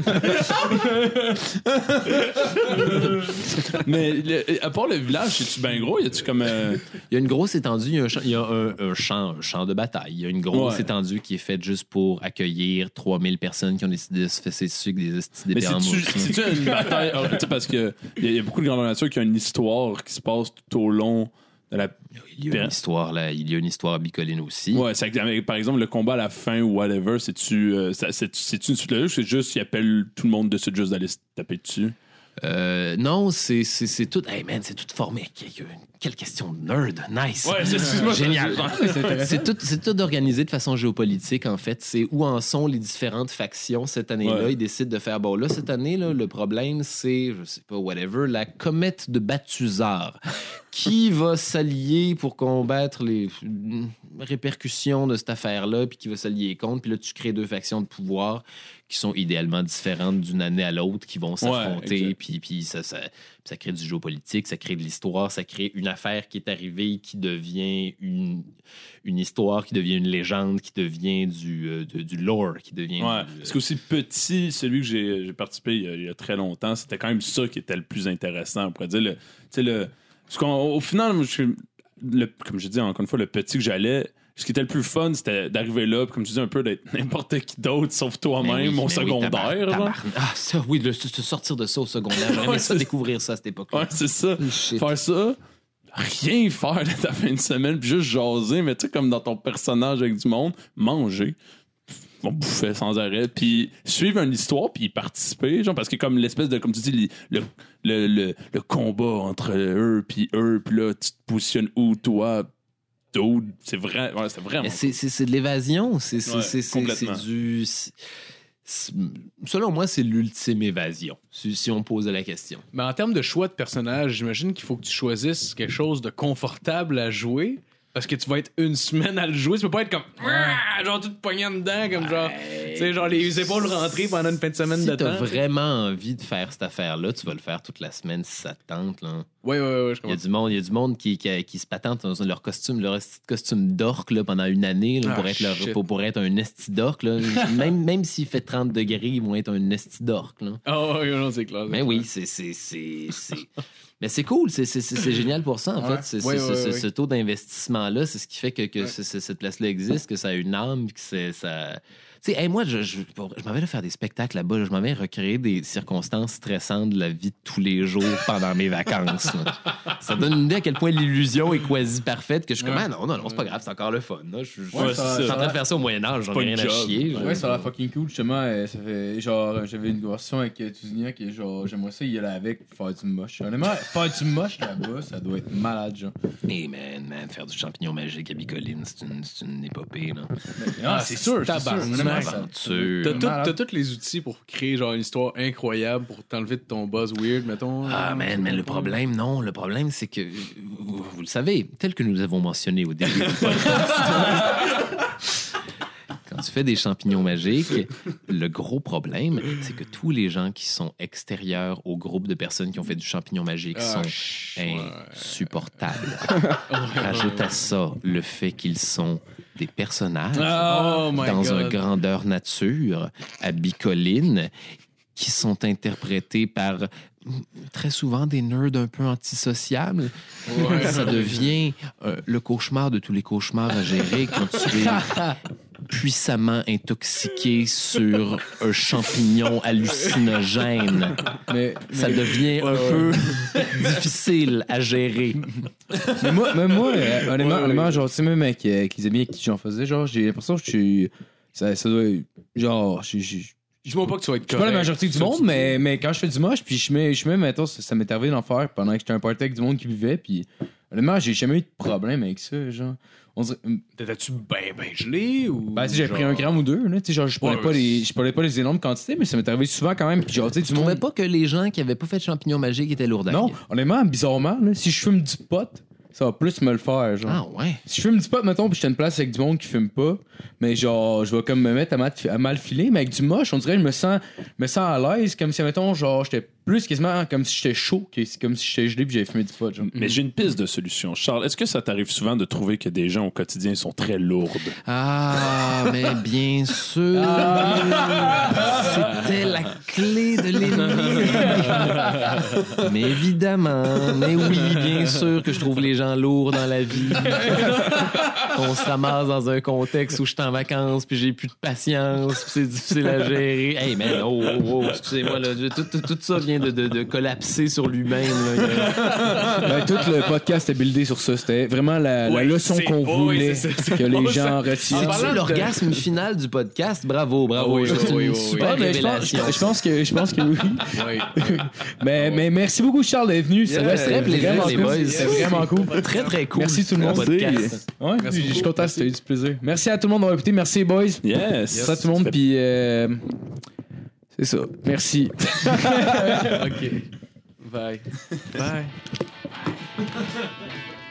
Mais à part le village, c'est-tu bien gros? Y a-tu comme... Il y a une grosse étendue, il y a un champ de bataille. Il y a une grosse étendue qui est faite juste pour accueillir 3000 personnes qui ont décidé de se fesser dessus avec des mais c'est-tu une bataille? Parce qu'il y a beaucoup de grandeur nature qui ont une histoire qui se passe tout au long Il y a une histoire là, il y a une histoire à Bicoline aussi. Ouais, par exemple, le combat à la fin ou whatever, c'est-tu une suite logique ou c'est juste qu'il appelle tout le monde de suite juste d'aller se taper dessus? Non, c'est tout. Hey man, c'est tout formé. Quelle question de nerd. Nice. Ouais, c'est génial. C'est tout organisé de façon géopolitique, en fait. C'est où en sont les différentes factions cette année-là. Ouais. Ils décident de faire, bon, là, cette année, là, le problème, c'est, je sais pas, whatever, la comète de Bathuzar. Qui va s'allier pour combattre les répercussions de cette affaire-là, puis qui va s'allier contre. Puis là, tu crées deux factions de pouvoir qui sont idéalement différentes d'une année à l'autre, qui vont s'affronter, puis ça crée du géopolitique, ça crée de l'histoire, ça crée une affaire qui est arrivée, qui devient une histoire, qui devient une légende, qui devient du lore, qui devient... Parce qu'aussi petit, celui que j'ai participé il y a très longtemps, c'était quand même ça qui était le plus intéressant. On pourrait dire, au final, comme je dis encore une fois, le petit que j'allais... Ce qui était le plus fun, c'était d'arriver là, puis comme tu dis, un peu d'être n'importe qui d'autre, sauf toi-même, au secondaire. Ça, oui, de sortir de ça au secondaire. J'aimerais ça découvrir ça à cette époque-là. Ouais, c'est ça. Faire ça, rien faire de ta fin de semaine, puis juste jaser, mais tu sais, comme dans ton personnage avec du monde, manger. On bouffait sans arrêt, puis suivre une histoire, puis y participer, genre, parce que comme l'espèce de, comme tu dis, le combat entre eux, puis là, tu te positionnes où, toi, c'est vrai, c'est vraiment. C'est de l'évasion. C'est complètement. Selon moi, c'est l'ultime évasion, si on pose la question. Mais en termes de choix de personnage, j'imagine qu'il faut que tu choisisses quelque chose de confortable à jouer. Parce que tu vas être une semaine à le jouer. Tu peux pas être comme genre tout poignant dedans, comme genre, tu sais, genre les épaules rentrées pendant une fin de semaine de temps. Si t'as vraiment envie de faire cette affaire-là, tu vas le faire toute la semaine si ça te tente, là. Ouais, je comprends. Il y a du monde qui se patente dans leur costume d'orque là, pendant une année là, pour être un esti d'orque. Là. même s'il fait 30 degrés, ils vont être un esti d'orque. Non, c'est clair. Mais oui, c'est... Mais c'est cool, c'est génial pour ça, en fait. Ce taux d'investissement-là, c'est ce qui fait que cette place-là existe, que ça a une âme, que ça... Tu sais, moi, je m'en vais faire des spectacles là-bas. Là, je m'en vais recréer des circonstances stressantes de la vie de tous les jours pendant mes vacances. Ça donne une idée à quel point l'illusion est quasi parfaite, que je suis comme, non, c'est pas grave, c'est encore le fun. Là. Je suis en train de faire ça au Moyen-Âge, j'en ai rien à chier. Ouais, ça a l'air fucking cool. Justement, ça fait, genre, j'avais une conversation avec Tousignac et genre, j'aimerais ça y aller avec pour faire du moche. Honnêtement, faire du moche là-bas, ça doit être malade, genre. Hey man, faire du champignon magique à Bicoline, c'est une épopée, là. C'est sûr, T'as tous les outils pour créer genre une histoire incroyable pour t'enlever de ton buzz weird, mettons. Mais le problème, c'est que vous le savez, tel que nous avons mentionné au début du podcast, quand tu fais des champignons magiques, le gros problème, c'est que tous les gens qui sont extérieurs au groupe de personnes qui ont fait du champignon magique sont insupportables. Rajoute à ça le fait qu'ils sont des personnages dans un grandeur nature à Bicoline qui sont interprétés par très souvent des nerds un peu antisociables. Ça devient le cauchemar de tous les cauchemars à gérer quand tu es puissamment intoxiqué sur un champignon hallucinogène. Mais ça devient un peu difficile à gérer. Mais moi honnêtement, genre, tu sais, même avec les amis avec qui j'en faisais, genre, j'ai l'impression que ça doit être, genre, dis-moi pas que tu vas être correct. Je suis pas la majorité du monde, mais quand je fais du moche, puis je mets, mettons, ça m'est arrivé d'en faire pendant que j'étais un party avec du monde qui buvait, puis honnêtement, j'ai jamais eu de problème avec ça, genre. T'étais-tu ben gelé ou. Ben, tu sais, j'ai pris 1 gramme ou 2, là. Tu sais, genre, je prenais pas les énormes quantités, mais ça m'est arrivé souvent quand même. Puis, genre, tu sais, tu trouvais pas que les gens qui avaient pas fait de champignons magiques étaient lourds? Non, honnêtement, bizarrement, là, si je fume du pot, ça va plus me le faire, genre. Ah ouais? Si je fume du pot, mettons, puis j'étais une place avec du monde qui fume pas, mais genre, je vais comme me mettre à mal filer, mais avec du moche, on dirait que je me sens à l'aise, comme si, mettons, genre, j'étais plus quasiment comme si j'étais chaud, comme si j'étais gelé puis j'avais fumé du pot, genre. Mais j'ai une piste de solution. Charles, est-ce que ça t'arrive souvent de trouver que des gens au quotidien sont très lourdes? Ah, mais bien sûr! C'était la clé de l'ennemi! Mais évidemment, mais oui, bien sûr que je trouve les gens lourds dans la vie. On se ramasse dans un contexte où je suis en vacances puis j'ai plus de patience puis c'est difficile à gérer. Hey, man, excusez-moi, là, tout ça vient de collapser sur lui-même. Là. Tout le podcast est buildé sur ça. C'était vraiment la leçon qu'on voulait que les gens retiennent. C'est l'orgasme final du podcast. Bravo. C'est une super révélation. Je pense que oui. mais merci beaucoup, Charles, d'être venu. Ça va très plaisir, les boys. C'est vraiment cool. Très, très cool. Merci tout le monde. Podcast. Ouais, je suis content, c'était eu du plaisir. Merci à tout le monde d'avoir écouté. Merci, les boys. Yes. Merci à tout le monde. Puis, c'est ça. Merci. OK. Bye. Bye.